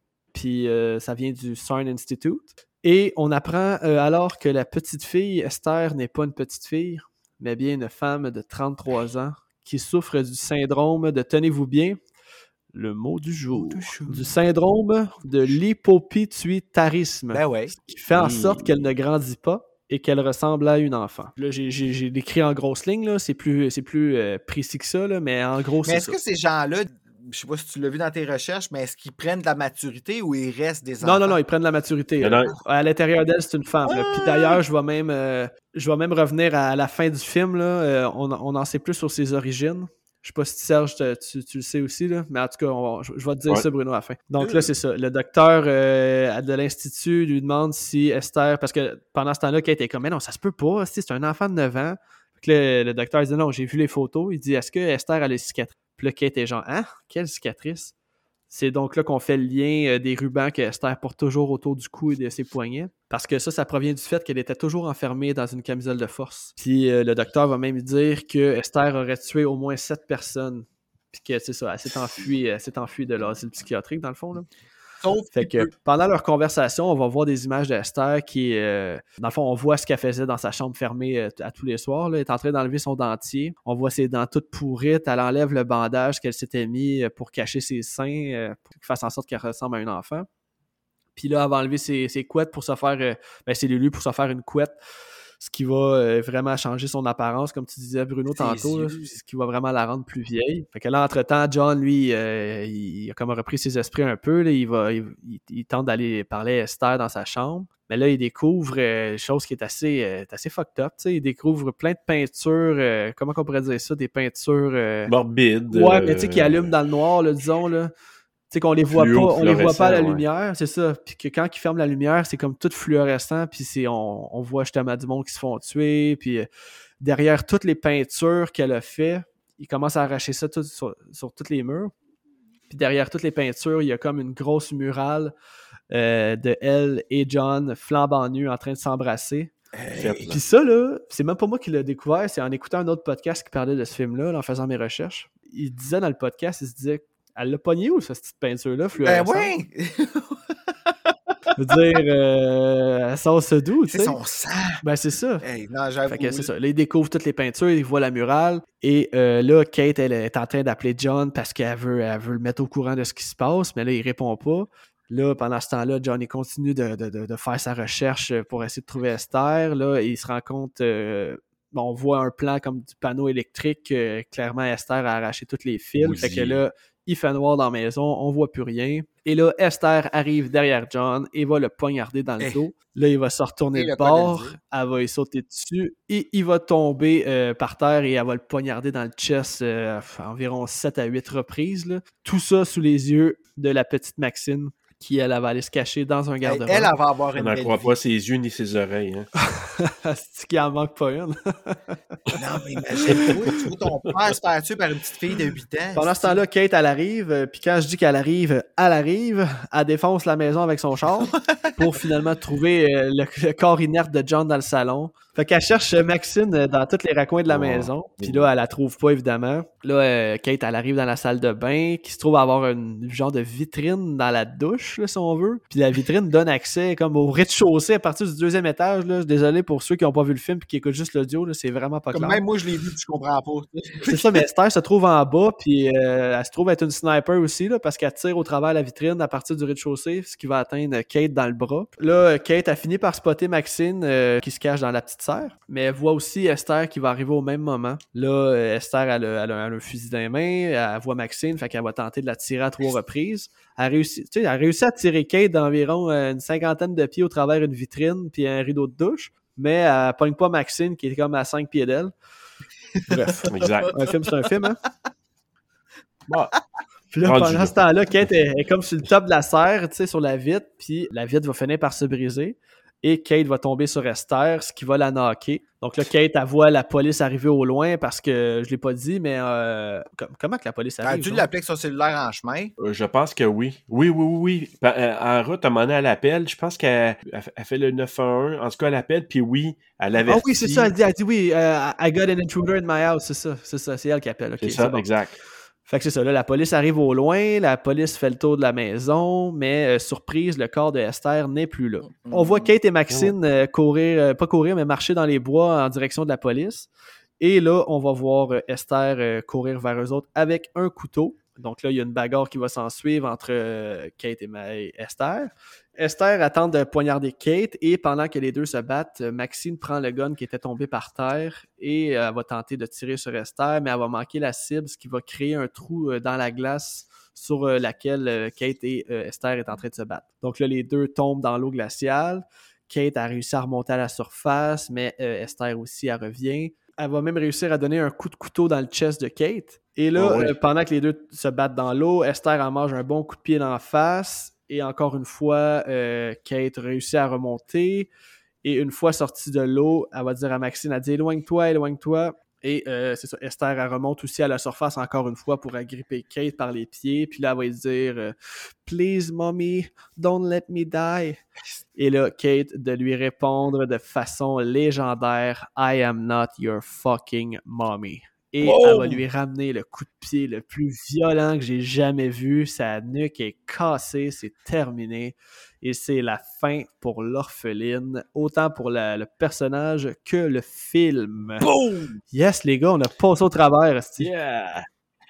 puis ça vient du CERN Institute. Et on apprend alors que la petite fille, Esther, n'est pas une petite fille, mais bien une femme de 33 ans qui souffre du syndrome de, tenez-vous bien, le mot du jour, du syndrome de l'hypopituitarisme, ce qui fait en sorte qu'elle ne grandit pas et qu'elle ressemble à une enfant. Là, j'ai décrit en grosses lignes, là, c'est plus précis que ça, là, mais en gros, c'est ça. Mais est-ce que ces gens-là, je sais pas si tu l'as vu dans tes recherches, mais est-ce qu'ils prennent de la maturité ou ils restent des enfants? Non, ils prennent de la maturité. À l'intérieur d'elle, c'est une femme. Puis d'ailleurs, je vais même revenir à la fin du film. Là. On en sait plus sur ses origines. Je sais pas si Serge, tu le sais aussi, là, mais en tout cas, je vais te dire ça, Bruno, à la fin. Donc là, c'est ça. Le docteur de l'Institut lui demande si Esther... Parce que pendant ce temps-là, Kate est comme « Mais non, ça se peut pas. C'est un enfant de 9 ans. » Puis le docteur dit « Non, j'ai vu les photos. » Il dit « Est-ce que Esther a les cicatrices? » Puis là, Kate est genre « Hein? Quelle cicatrice? » C'est donc là qu'on fait le lien des rubans que Esther porte toujours autour du cou et de ses poignets. Parce que ça provient du fait qu'elle était toujours enfermée dans une camisole de force. Puis le docteur va même dire que Esther aurait tué au moins 7 personnes. Puis que, c'est ça, elle s'est enfuie de l'asile psychiatrique, dans le fond, là. Fait que pendant leur conversation, on va voir des images d'Esther qui, dans le fond, on voit ce qu'elle faisait dans sa chambre fermée à tous les soirs. Là. Elle est en train d'enlever son dentier. On voit ses dents toutes pourrites. Elle enlève le bandage qu'elle s'était mis pour cacher ses seins, pour qu'il fasse en sorte qu'elle ressemble à un enfant. Puis là, elle va enlever ses couettes pour se faire... ses lulus pour se faire une couette. ce qui va vraiment changer son apparence, comme tu disais Bruno tantôt, là, ce qui va vraiment la rendre plus vieille. Fait que là, entre-temps, John, lui, il a comme repris ses esprits un peu, là, il tente d'aller parler à Esther dans sa chambre. Mais là, il découvre chose qui est assez fucked up. Il découvre plein de peintures, comment on pourrait dire ça, des peintures... morbides. Ouais, mais tu sais, qui allument dans le noir, là, disons, là. Tu sais, qu'on les voit pas, on les voit pas à la lumière, c'est ça. Puis que quand ils ferment la lumière, c'est comme tout fluorescent, puis on voit justement du monde qui se font tuer, puis derrière toutes les peintures qu'elle a fait, il commence à arracher ça tout sur tous les murs. Puis derrière toutes les peintures, il y a comme une grosse murale de elle et John flambant nus en train de s'embrasser. Puis ça, là, c'est même pas moi qui l'ai découvert, c'est en écoutant un autre podcast qui parlait de ce film-là, en faisant mes recherches. Il disait dans le podcast, il se disait, elle l'a pogné où, cette petite peinture-là, fluorescente? Ben oui! Je veux dire, elle sort ce d'où, tu sais? C'est son sang! Ben c'est ça. Hey, non, j'avoue. Fait que c'est ça. Là, il découvre toutes les peintures, il voit la murale, et là, Kate, elle est en train d'appeler John parce qu'elle veut le mettre au courant de ce qui se passe, mais là, il répond pas. Là, pendant ce temps-là, John, il continue de faire sa recherche pour essayer de trouver Esther. Là, il se rend compte... on voit un plan comme du panneau électrique. Clairement, Esther a arraché tous les fils. Oui. Fait que là, il fait noir dans la maison, on voit plus rien. Et là, Esther arrive derrière John et va le poignarder dans le dos. Là, il va se retourner de bord, elle va y sauter dessus et il va tomber par terre et elle va le poignarder dans le chest environ 7 à 8 reprises. Là. Tout ça sous les yeux de la petite Maxine qui, elle va aller se cacher dans un garde-robe. Elle va avoir une On n'en croit pas ses yeux ni ses oreilles. Hein. C'est qu'il en manque pas une. Non, mais imagine-toi, tu vois ton père se faire tuer par une petite fille de 8 ans. Pendant ce temps-là, Kate, elle arrive. Puis quand je dis qu'elle arrive, elle défonce la maison avec son char pour finalement trouver le corps inerte de John dans le salon. Fait qu'elle cherche Maxine dans tous les raccoins de la maison. Puis là, elle la trouve pas, évidemment. Là, Kate, elle arrive dans la salle de bain qui se trouve avoir une genre de vitrine dans la douche, là, si on veut. Puis la vitrine donne accès comme au rez-de-chaussée à partir du 2e étage. Là. Désolé pour ceux qui n'ont pas vu le film et qui écoutent juste l'audio. Là, c'est vraiment pas comme clair. Même moi, je l'ai vu, je comprends pas. C'est ça, mais Esther se trouve en bas, puis elle se trouve être une sniper aussi, là, parce qu'elle tire au travers de la vitrine à partir du rez-de-chaussée, ce qui va atteindre Kate dans le bras. Là, Kate a fini par spotter Maxine qui se cache dans la petite serre, mais elle voit aussi Esther qui va arriver au même moment. Là, Esther, elle a un fusil dans les mains, elle voit Maxine, fait qu'elle va tenter de la tirer à 3 reprises. Elle a réussi à tirer Kate d'environ une 50aine de pieds au travers d'une vitrine puis un rideau de douche, mais elle pogne pas Maxine qui est comme à 5 pieds d'elle. Bref. Exact. Un film, c'est un film, hein? Bon. Puis là, pendant ce temps-là, Kate est comme sur le top de la serre, tu sais, sur la vitre, puis la vitre va finir par se briser. Et Kate va tomber sur Esther, ce qui va la knocker. Donc là, Kate, elle voit la police arriver au loin parce que je l'ai pas dit, mais comment que la police arrive? As-tu l'appeler avec son cellulaire en chemin? Je pense que oui. Oui. En route, à un moment donné, elle appelle. Je pense qu'elle fait le 911. En tout cas, elle appelle, puis oui, elle avait. Ah oui, c'est ça. Elle dit oui, I got an intruder in my house. C'est ça. C'est elle qui appelle. Okay, c'est ça, bon. exact. Fait que c'est ça, là, la police arrive au loin, la police fait le tour de la maison, mais surprise, le corps de Esther n'est plus là. On voit Kate et Maxine marcher dans les bois en direction de la police. Et là, on va voir Esther courir vers eux autres avec un couteau. Donc là, il y a une bagarre qui va s'en suivre entre Kate et Esther. Esther attend de poignarder Kate et pendant que les deux se battent, Maxine prend le gun qui était tombé par terre et elle va tenter de tirer sur Esther, mais elle va manquer la cible, ce qui va créer un trou dans la glace sur laquelle Kate et Esther est en train de se battre. Donc là, les deux tombent dans l'eau glaciale. Kate a réussi à remonter à la surface, mais Esther aussi, elle revient. Elle va même réussir à donner un coup de couteau dans le chest de Kate. Et là, pendant que les deux se battent dans l'eau, Esther en mange un bon coup de pied dans la face. Et encore une fois, Kate réussit à remonter. Et une fois sortie de l'eau, elle va dire à Maxine, elle dit « Éloigne-toi. » Et c'est ça, Esther, elle remonte aussi à la surface encore une fois pour agripper Kate par les pieds. Puis là, elle va lui dire « Please, mommy, don't let me die. » Et là, Kate de lui répondre de façon légendaire « I am not your fucking mommy. » Et elle va lui ramener le coup de pied le plus violent que j'ai jamais vu. Sa nuque est cassée, c'est terminé. Et c'est la fin pour l'orpheline, autant pour le personnage que le film. Boom! Yes, les gars, on a passé au travers. Yeah!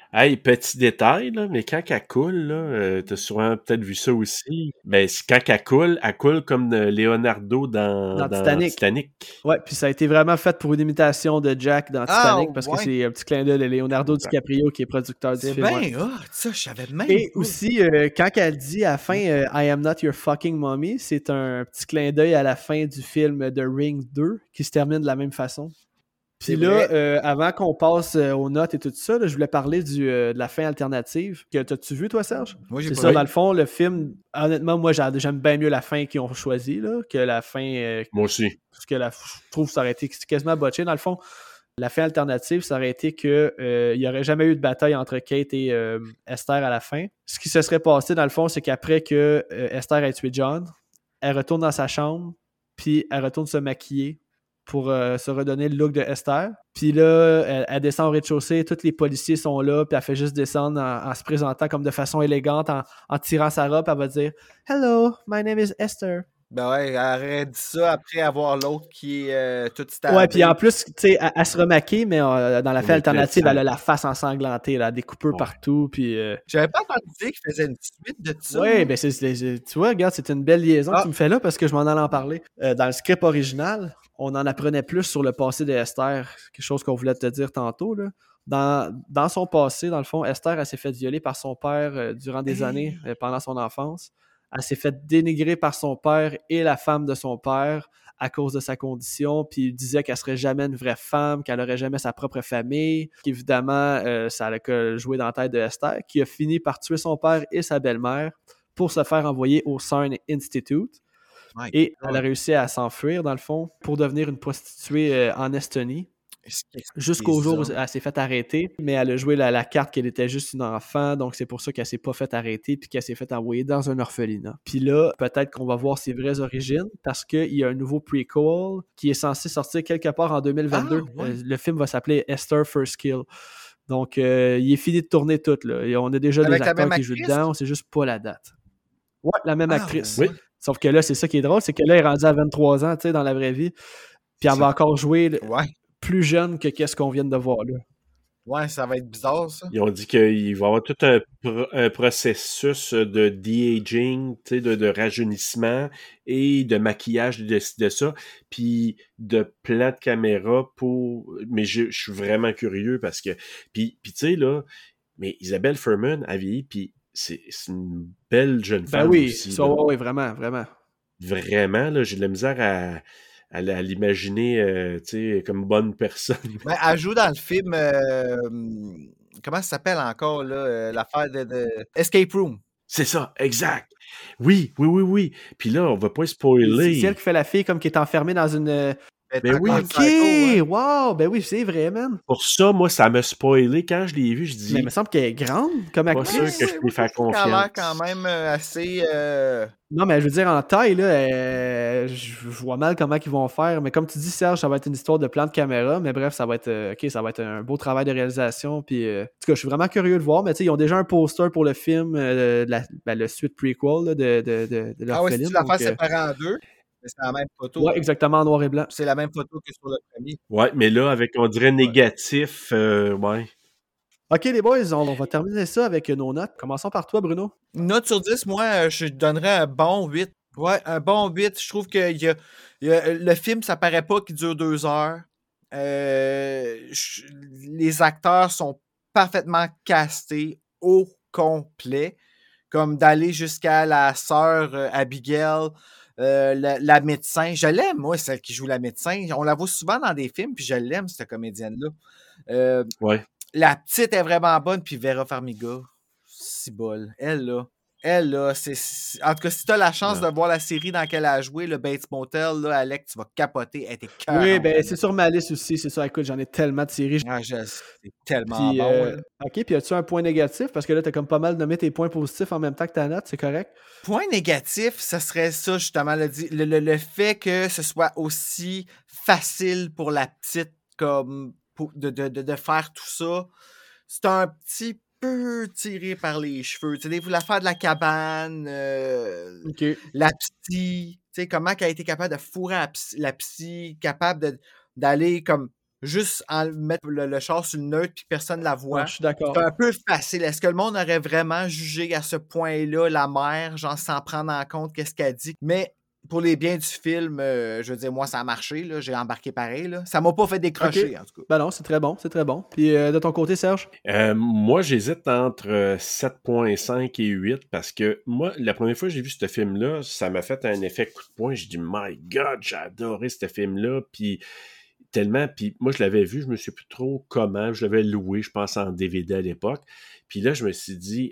Hey, petit détail, là, mais quand elle coule, là, t'as souvent peut-être vu ça aussi. Ben, quand elle coule comme Leonardo dans Titanic. Ouais, puis ça a été vraiment fait pour une imitation de Jack dans Titanic, parce que c'est un petit clin d'œil de Leonardo DiCaprio qui est producteur du film. C'est bien, ça, je savais même. Et aussi, quand elle dit à la fin I am not your fucking mommy, c'est un petit clin d'œil à la fin du film The Ring 2 qui se termine de la même façon. Puis là, avant qu'on passe aux notes et tout ça, là, je voulais parler de la fin alternative. T'as-tu vu, toi, Serge? Moi, j'ai c'est ça, dans le fond, le film, honnêtement, moi, j'aime bien mieux la fin qu'ils ont choisie là, que la fin... moi aussi. Parce que je trouve que ça aurait été quasiment botché. Dans le fond, la fin alternative, ça aurait été qu'il n'y aurait jamais eu de bataille entre Kate et Esther à la fin. Ce qui se serait passé, dans le fond, c'est qu'après que Esther ait tué John, elle retourne dans sa chambre, puis elle retourne se maquiller pour se redonner le look de Esther. Puis là, elle descend au rez-de-chaussée, tous les policiers sont là, puis elle fait juste descendre en se présentant comme de façon élégante, en tirant sa robe, elle va dire « Hello, my name is Esther ». Ben ouais, elle aurait dit ça après avoir l'autre qui est toute stabée. Ouais, puis en plus, tu sais, elle se remaquille, mais dans la fin alternative, elle a la face ensanglantée, elle a des coupures partout, puis... J'avais pas entendu dire qu'il faisait une suite de ça. Ouais, ben tu vois, regarde, c'est une belle liaison que tu me fais là, parce que je m'en allais en parler. Dans le script original, on en apprenait plus sur le passé d'Esther, quelque chose qu'on voulait te dire tantôt, là. Dans son passé, dans le fond, Esther, elle s'est fait violer par son père durant des années, pendant son enfance. Elle s'est fait dénigrer par son père et la femme de son père à cause de sa condition, puis il disait qu'elle serait jamais une vraie femme, qu'elle aurait jamais sa propre famille, qu'évidemment, ça allait jouer dans la tête de Esther, qui a fini par tuer son père et sa belle-mère pour se faire envoyer au CERN Institute. Et elle a réussi à s'enfuir, dans le fond, pour devenir une prostituée en Estonie. Jusqu'au jour où elle s'est fait arrêter, mais elle a joué la carte qu'elle était juste une enfant, donc c'est pour ça qu'elle s'est pas fait arrêter puis qu'elle s'est fait envoyer dans un orphelinat. Puis là, peut-être qu'on va voir ses vraies origines parce qu'il y a un nouveau prequel qui est censé sortir quelque part en 2022. Le film va s'appeler Esther First Kill. Donc, il est fini de tourner tout, là. Et on a déjà des acteurs qui jouent dedans, on sait juste pas la date. Ouais, la même actrice. Oui. Sauf que là, c'est ça qui est drôle, c'est que là, elle est rendue à 23 ans, tu sais, dans la vraie vie. Puis elle va encore jouer plus jeune que qu'est-ce qu'on vient de voir là. Ouais, ça va être bizarre, ça. Ils ont dit qu'il va y avoir tout un processus de de-aging, de rajeunissement et de maquillage de ça, puis de plan de caméra pour... Mais je suis vraiment curieux parce que... Puis tu sais, là, mais Isabelle Fuhrman a vieilli, puis c'est une belle jeune femme aussi. Oui, vraiment, vraiment. Vraiment, là, j'ai de la misère à l'imaginer comme bonne personne. Ben, elle joue dans le film comment ça s'appelle encore là, l'affaire de Escape Room. C'est ça, exact. Oui. Puis là, on va pas spoiler. C'est elle qui fait la fille comme qui est enfermée dans une... Ben oui. OK! Wow! Ben oui, c'est vrai, man. Pour ça, moi, ça m'a spoilé. Quand je l'ai vu, je dis... Mais il me semble qu'elle est grande comme actrice. Pas sûr que je peux faire confiance. Elle a l'air quand même assez... Non, mais je veux dire, en taille, là, je vois mal comment ils vont faire. Mais comme tu dis, Serge, ça va être une histoire de plan de caméra. Mais bref, ça va être ça va être un beau travail de réalisation. Puis, en tout cas, je suis vraiment curieux de voir. Mais tu sais, ils ont déjà un poster pour le film, le suite prequel là, de leur film. Ah oui, si tu la fais séparer en deux, c'est la même photo. Ouais, exactement, en noir et blanc. C'est la même photo que sur le premier. Ouais, mais là, avec, on dirait, négatif, ouais. OK, les boys, on va terminer ça avec nos notes. Commençons par toi, Bruno. Une note sur 10, moi, je donnerais un bon 8. Ouais, un bon 8. Je trouve que le film, ça paraît pas qu'il dure 2 heures. Les acteurs sont parfaitement castés au complet. Comme d'aller jusqu'à la sœur Abigail, la médecin. Je l'aime, moi, celle qui joue la médecin. On la voit souvent dans des films, puis je l'aime, cette comédienne-là. Ouais. La petite est vraiment bonne, puis Vera Farmiga, si bol. Elle, là, en tout cas, si tu as la chance de voir la série dans laquelle elle a joué, le Bates Motel, là, Alec, tu vas capoter. Elle était cœur. Oui, ben c'est sur ma liste aussi, c'est ça. Écoute, j'en ai tellement de séries. C'est tellement bon. OK, puis as-tu un point négatif? Parce que là, t'as comme pas mal nommé tes points positifs en même temps que ta note, c'est correct? Point négatif, ça serait ça, justement, le fait que ce soit aussi facile pour la petite comme de faire tout ça. C'est un petit peu tiré par les cheveux. Tu sais, l'affaire de la cabane, la psy, tu sais, comment elle a été capable de fourrer la psy, capable d'aller comme juste mettre le char sur le neutre puis que personne ne la voit. Je suis d'accord. C'est un peu facile. Est-ce que le monde aurait vraiment jugé à ce point-là la mère, genre sans prendre en compte qu'est-ce qu'elle dit? Mais pour les biens du film, je veux dire, moi, ça a marché. Là. J'ai embarqué pareil. Là. Ça m'a pas fait décrocher, en tout cas. Ben non, c'est très bon, c'est très bon. Puis de ton côté, Serge? Moi, j'hésite entre 7.5 et 8 parce que moi, la première fois que j'ai vu ce film-là, ça m'a fait un effet coup de poing. J'ai dit, my God, j'ai adoré ce film-là. Puis tellement, puis moi, je l'avais vu, je me sais plus trop comment. Je l'avais loué, je pense, en DVD à l'époque. Puis là, je me suis dit,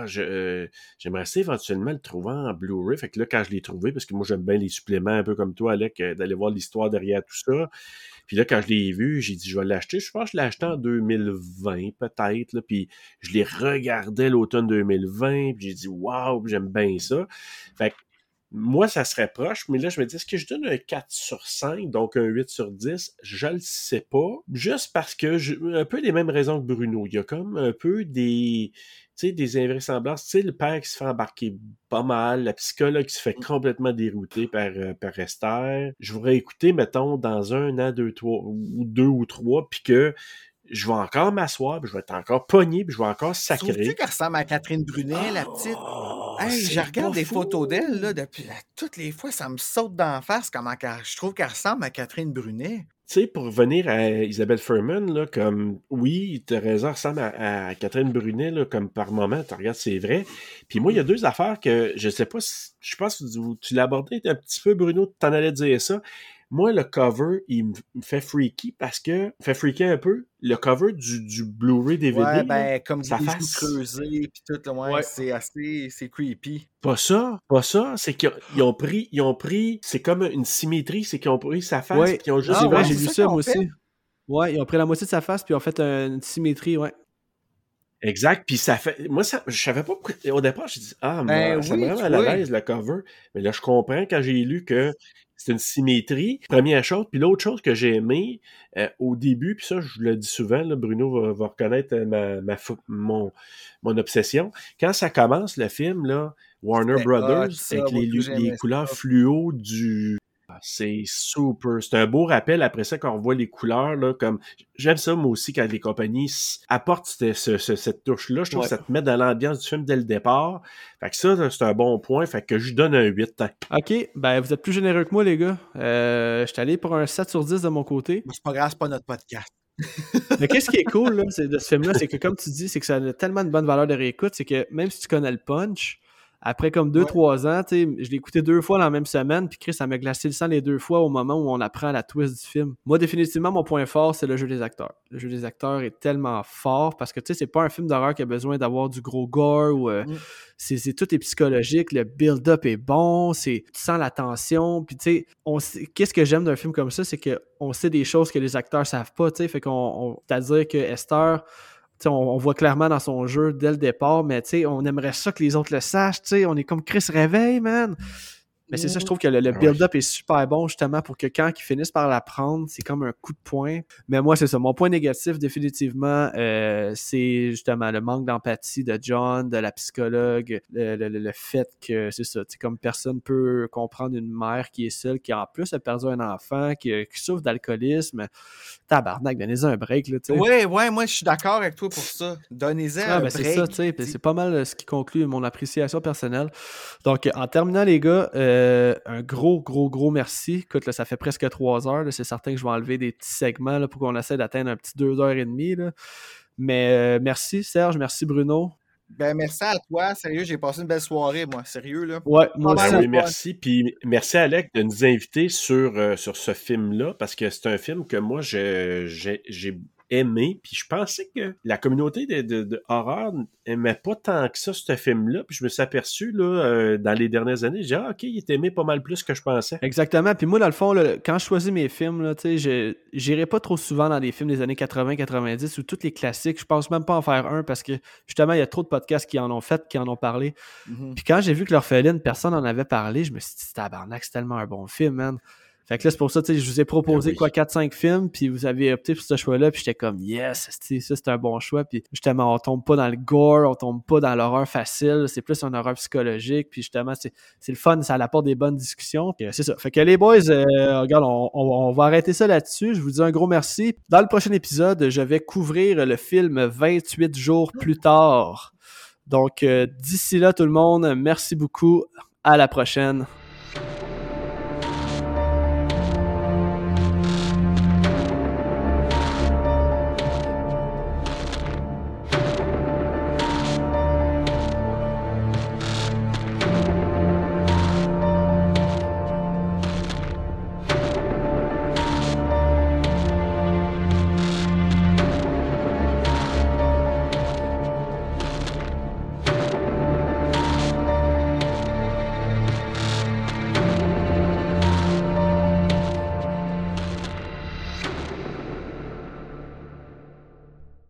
j'aimerais ça éventuellement le trouver en Blu-ray. Fait que là, quand je l'ai trouvé, parce que moi, j'aime bien les suppléments, un peu comme toi, Alec, d'aller voir l'histoire derrière tout ça. Puis là, quand je l'ai vu, j'ai dit, je vais l'acheter. Je pense que je l'ai acheté en 2020, peut-être. Là, puis je l'ai regardé l'automne 2020. Puis j'ai dit, waouh, j'aime bien ça. Fait que moi, ça serait proche, mais là, je me dis, est-ce que je donne un 4 sur 5, donc un 8 sur 10? Je le sais pas. Juste parce que un peu les mêmes raisons que Bruno. Il y a comme un peu des invraisemblances. Tu sais, le père qui se fait embarquer pas mal, la psychologue qui se fait complètement dérouter par Esther. Je voudrais écouter, mettons, dans 1 an, 2 ou 3, puis que je vais encore m'asseoir, puis je vais être encore pogné, puis je vais encore sacrer. Trouves-tu qu'elle ressemble à Catherine Brunet, la petite? Hey, je regarde des photos d'elle, là, depuis toutes les fois, ça me saute d'en face comment je trouve qu'elle ressemble à Catherine Brunet. Tu sais, pour revenir à Isabelle Fuhrman, là, comme, oui, t'as raison, elle ressemble à Catherine Brunet, là, comme par moment, tu regardes, c'est vrai. Puis moi, il y a 2 affaires que, je sais pas si, je pense que tu l'as abordé un petit peu, Bruno, t'en allais dire ça. Moi, le cover, il me fait freaky parce que, il me fait freaker un peu. Le cover du Blu-ray DVD. Ouais, ben, là, comme ça des joues fasse creusées pis tout, là, ouais. C'est creepy. Pas ça, c'est qu'ils ont pris, c'est comme une symétrie, c'est qu'ils ont pris sa face, puis ils ont juste... C'est vrai, ouais, j'ai c'est vu ça ça, qu'on moi aussi. fait. Ouais, ils ont pris la moitié de sa face, puis ils ont fait une symétrie, ouais. Exact, puis ça fait... Moi, je savais pas pourquoi... Au départ, j'ai dit, ça me Ben rend oui, mal tu à vois. l'aise, le cover. Mais là, je comprends quand j'ai lu que c'est une symétrie. Première chose, puis l'autre chose que j'ai aimé au début, puis ça, je le dis souvent, là, Bruno va reconnaître mon obsession. Quand ça commence, le film, là, Warner C'était hot, Brothers, ça, avec moi, tout, les j'aimais couleurs ça. fluo du... C'est super. C'est un beau rappel après ça quand on voit les couleurs, là, comme j'aime ça moi aussi quand les compagnies apportent cette touche-là. Je trouve que ça te met dans l'ambiance du film dès le départ. Fait que ça, c'est un bon point. Fait que je donne un 8. Ok, ben vous êtes plus généreux que moi, les gars. Je suis allé pour un 7 sur 10 de mon côté. C'est pas grave, c'est pas notre podcast. Mais qu'est-ce qui est cool là, de ce film-là, c'est que comme tu dis, c'est que ça a tellement de bonne valeur de réécoute, c'est que même si tu connais le punch, après comme 2-3 ans, tu sais, je l'ai écouté 2 fois dans la même semaine, puis Chris, ça m'a glacé le sang les 2 fois au moment où on apprend la twist du film. Moi, définitivement, mon point fort, c'est le jeu des acteurs. Le jeu des acteurs est tellement fort parce que, tu sais, c'est pas un film d'horreur qui a besoin d'avoir du gros gore ou... tout est psychologique, le build-up est bon, tu sens la tension, puis tu sais, qu'est-ce que j'aime d'un film comme ça, c'est qu'on sait des choses que les acteurs savent pas, tu sais, fait c'est-à-dire que Esther... On voit clairement dans son jeu dès le départ, mais on aimerait ça que les autres le sachent. On est comme Chris réveille, man. Mais c'est ça, je trouve que le build-up est super bon justement pour que quand ils finissent par l'apprendre, c'est comme un coup de poing. Mais moi, c'est ça. Mon point négatif, définitivement, c'est justement le manque d'empathie de John, de la psychologue, le fait que c'est ça. Comme personne peut comprendre une mère qui est seule, qui en plus a perdu un enfant, qui souffre d'alcoolisme. Tabarnak, donnez-en un break, là, tu sais. Ouais, moi, je suis d'accord avec toi pour ça. Donnez-en un break. C'est ça, tu sais. C'est pas mal ce qui conclut mon appréciation personnelle. Donc, en terminant, les gars, un gros merci. Écoute, là, ça fait presque 3 heures. Là. C'est certain que je vais enlever des petits segments là, pour qu'on essaie d'atteindre un petit 2h30. Là. Mais merci, Serge. Merci, Bruno. Ben, merci à toi. Sérieux, j'ai passé une belle soirée, moi. Sérieux, là. Ouais, moi aussi. Oui, merci. Puis merci, Alec, de nous inviter sur ce film-là, parce que c'est un film que moi, j'ai aimé, puis je pensais que la communauté de horreur aimait pas tant que ça, ce film-là, puis je me suis aperçu, là, dans les dernières années, j'ai dit, OK, il est aimé pas mal plus que je pensais. Exactement, puis moi, dans le fond, là, quand je choisis mes films, là, j'irai pas trop souvent dans des films des années 80-90 ou tous les classiques, je pense même pas en faire un, parce que, justement, il y a trop de podcasts qui en ont fait, qui en ont parlé, Puis quand j'ai vu que l'Orpheline, personne n'en avait parlé, je me suis dit, tabarnak, c'est tellement un bon film, man. Fait que là, c'est pour ça, tu sais, je vous ai proposé 4-5 films, puis vous avez opté pour ce choix-là, puis j'étais comme, yes, ça c'est un bon choix, puis justement, on tombe pas dans le gore, on tombe pas dans l'horreur facile, c'est plus un horreur psychologique, puis justement, c'est le fun, ça apporte des bonnes discussions, puis c'est ça. Fait que les boys, regarde, on va arrêter ça là-dessus, je vous dis un gros merci. Dans le prochain épisode, je vais couvrir le film 28 jours plus tard. Donc, d'ici là, tout le monde, merci beaucoup, à la prochaine.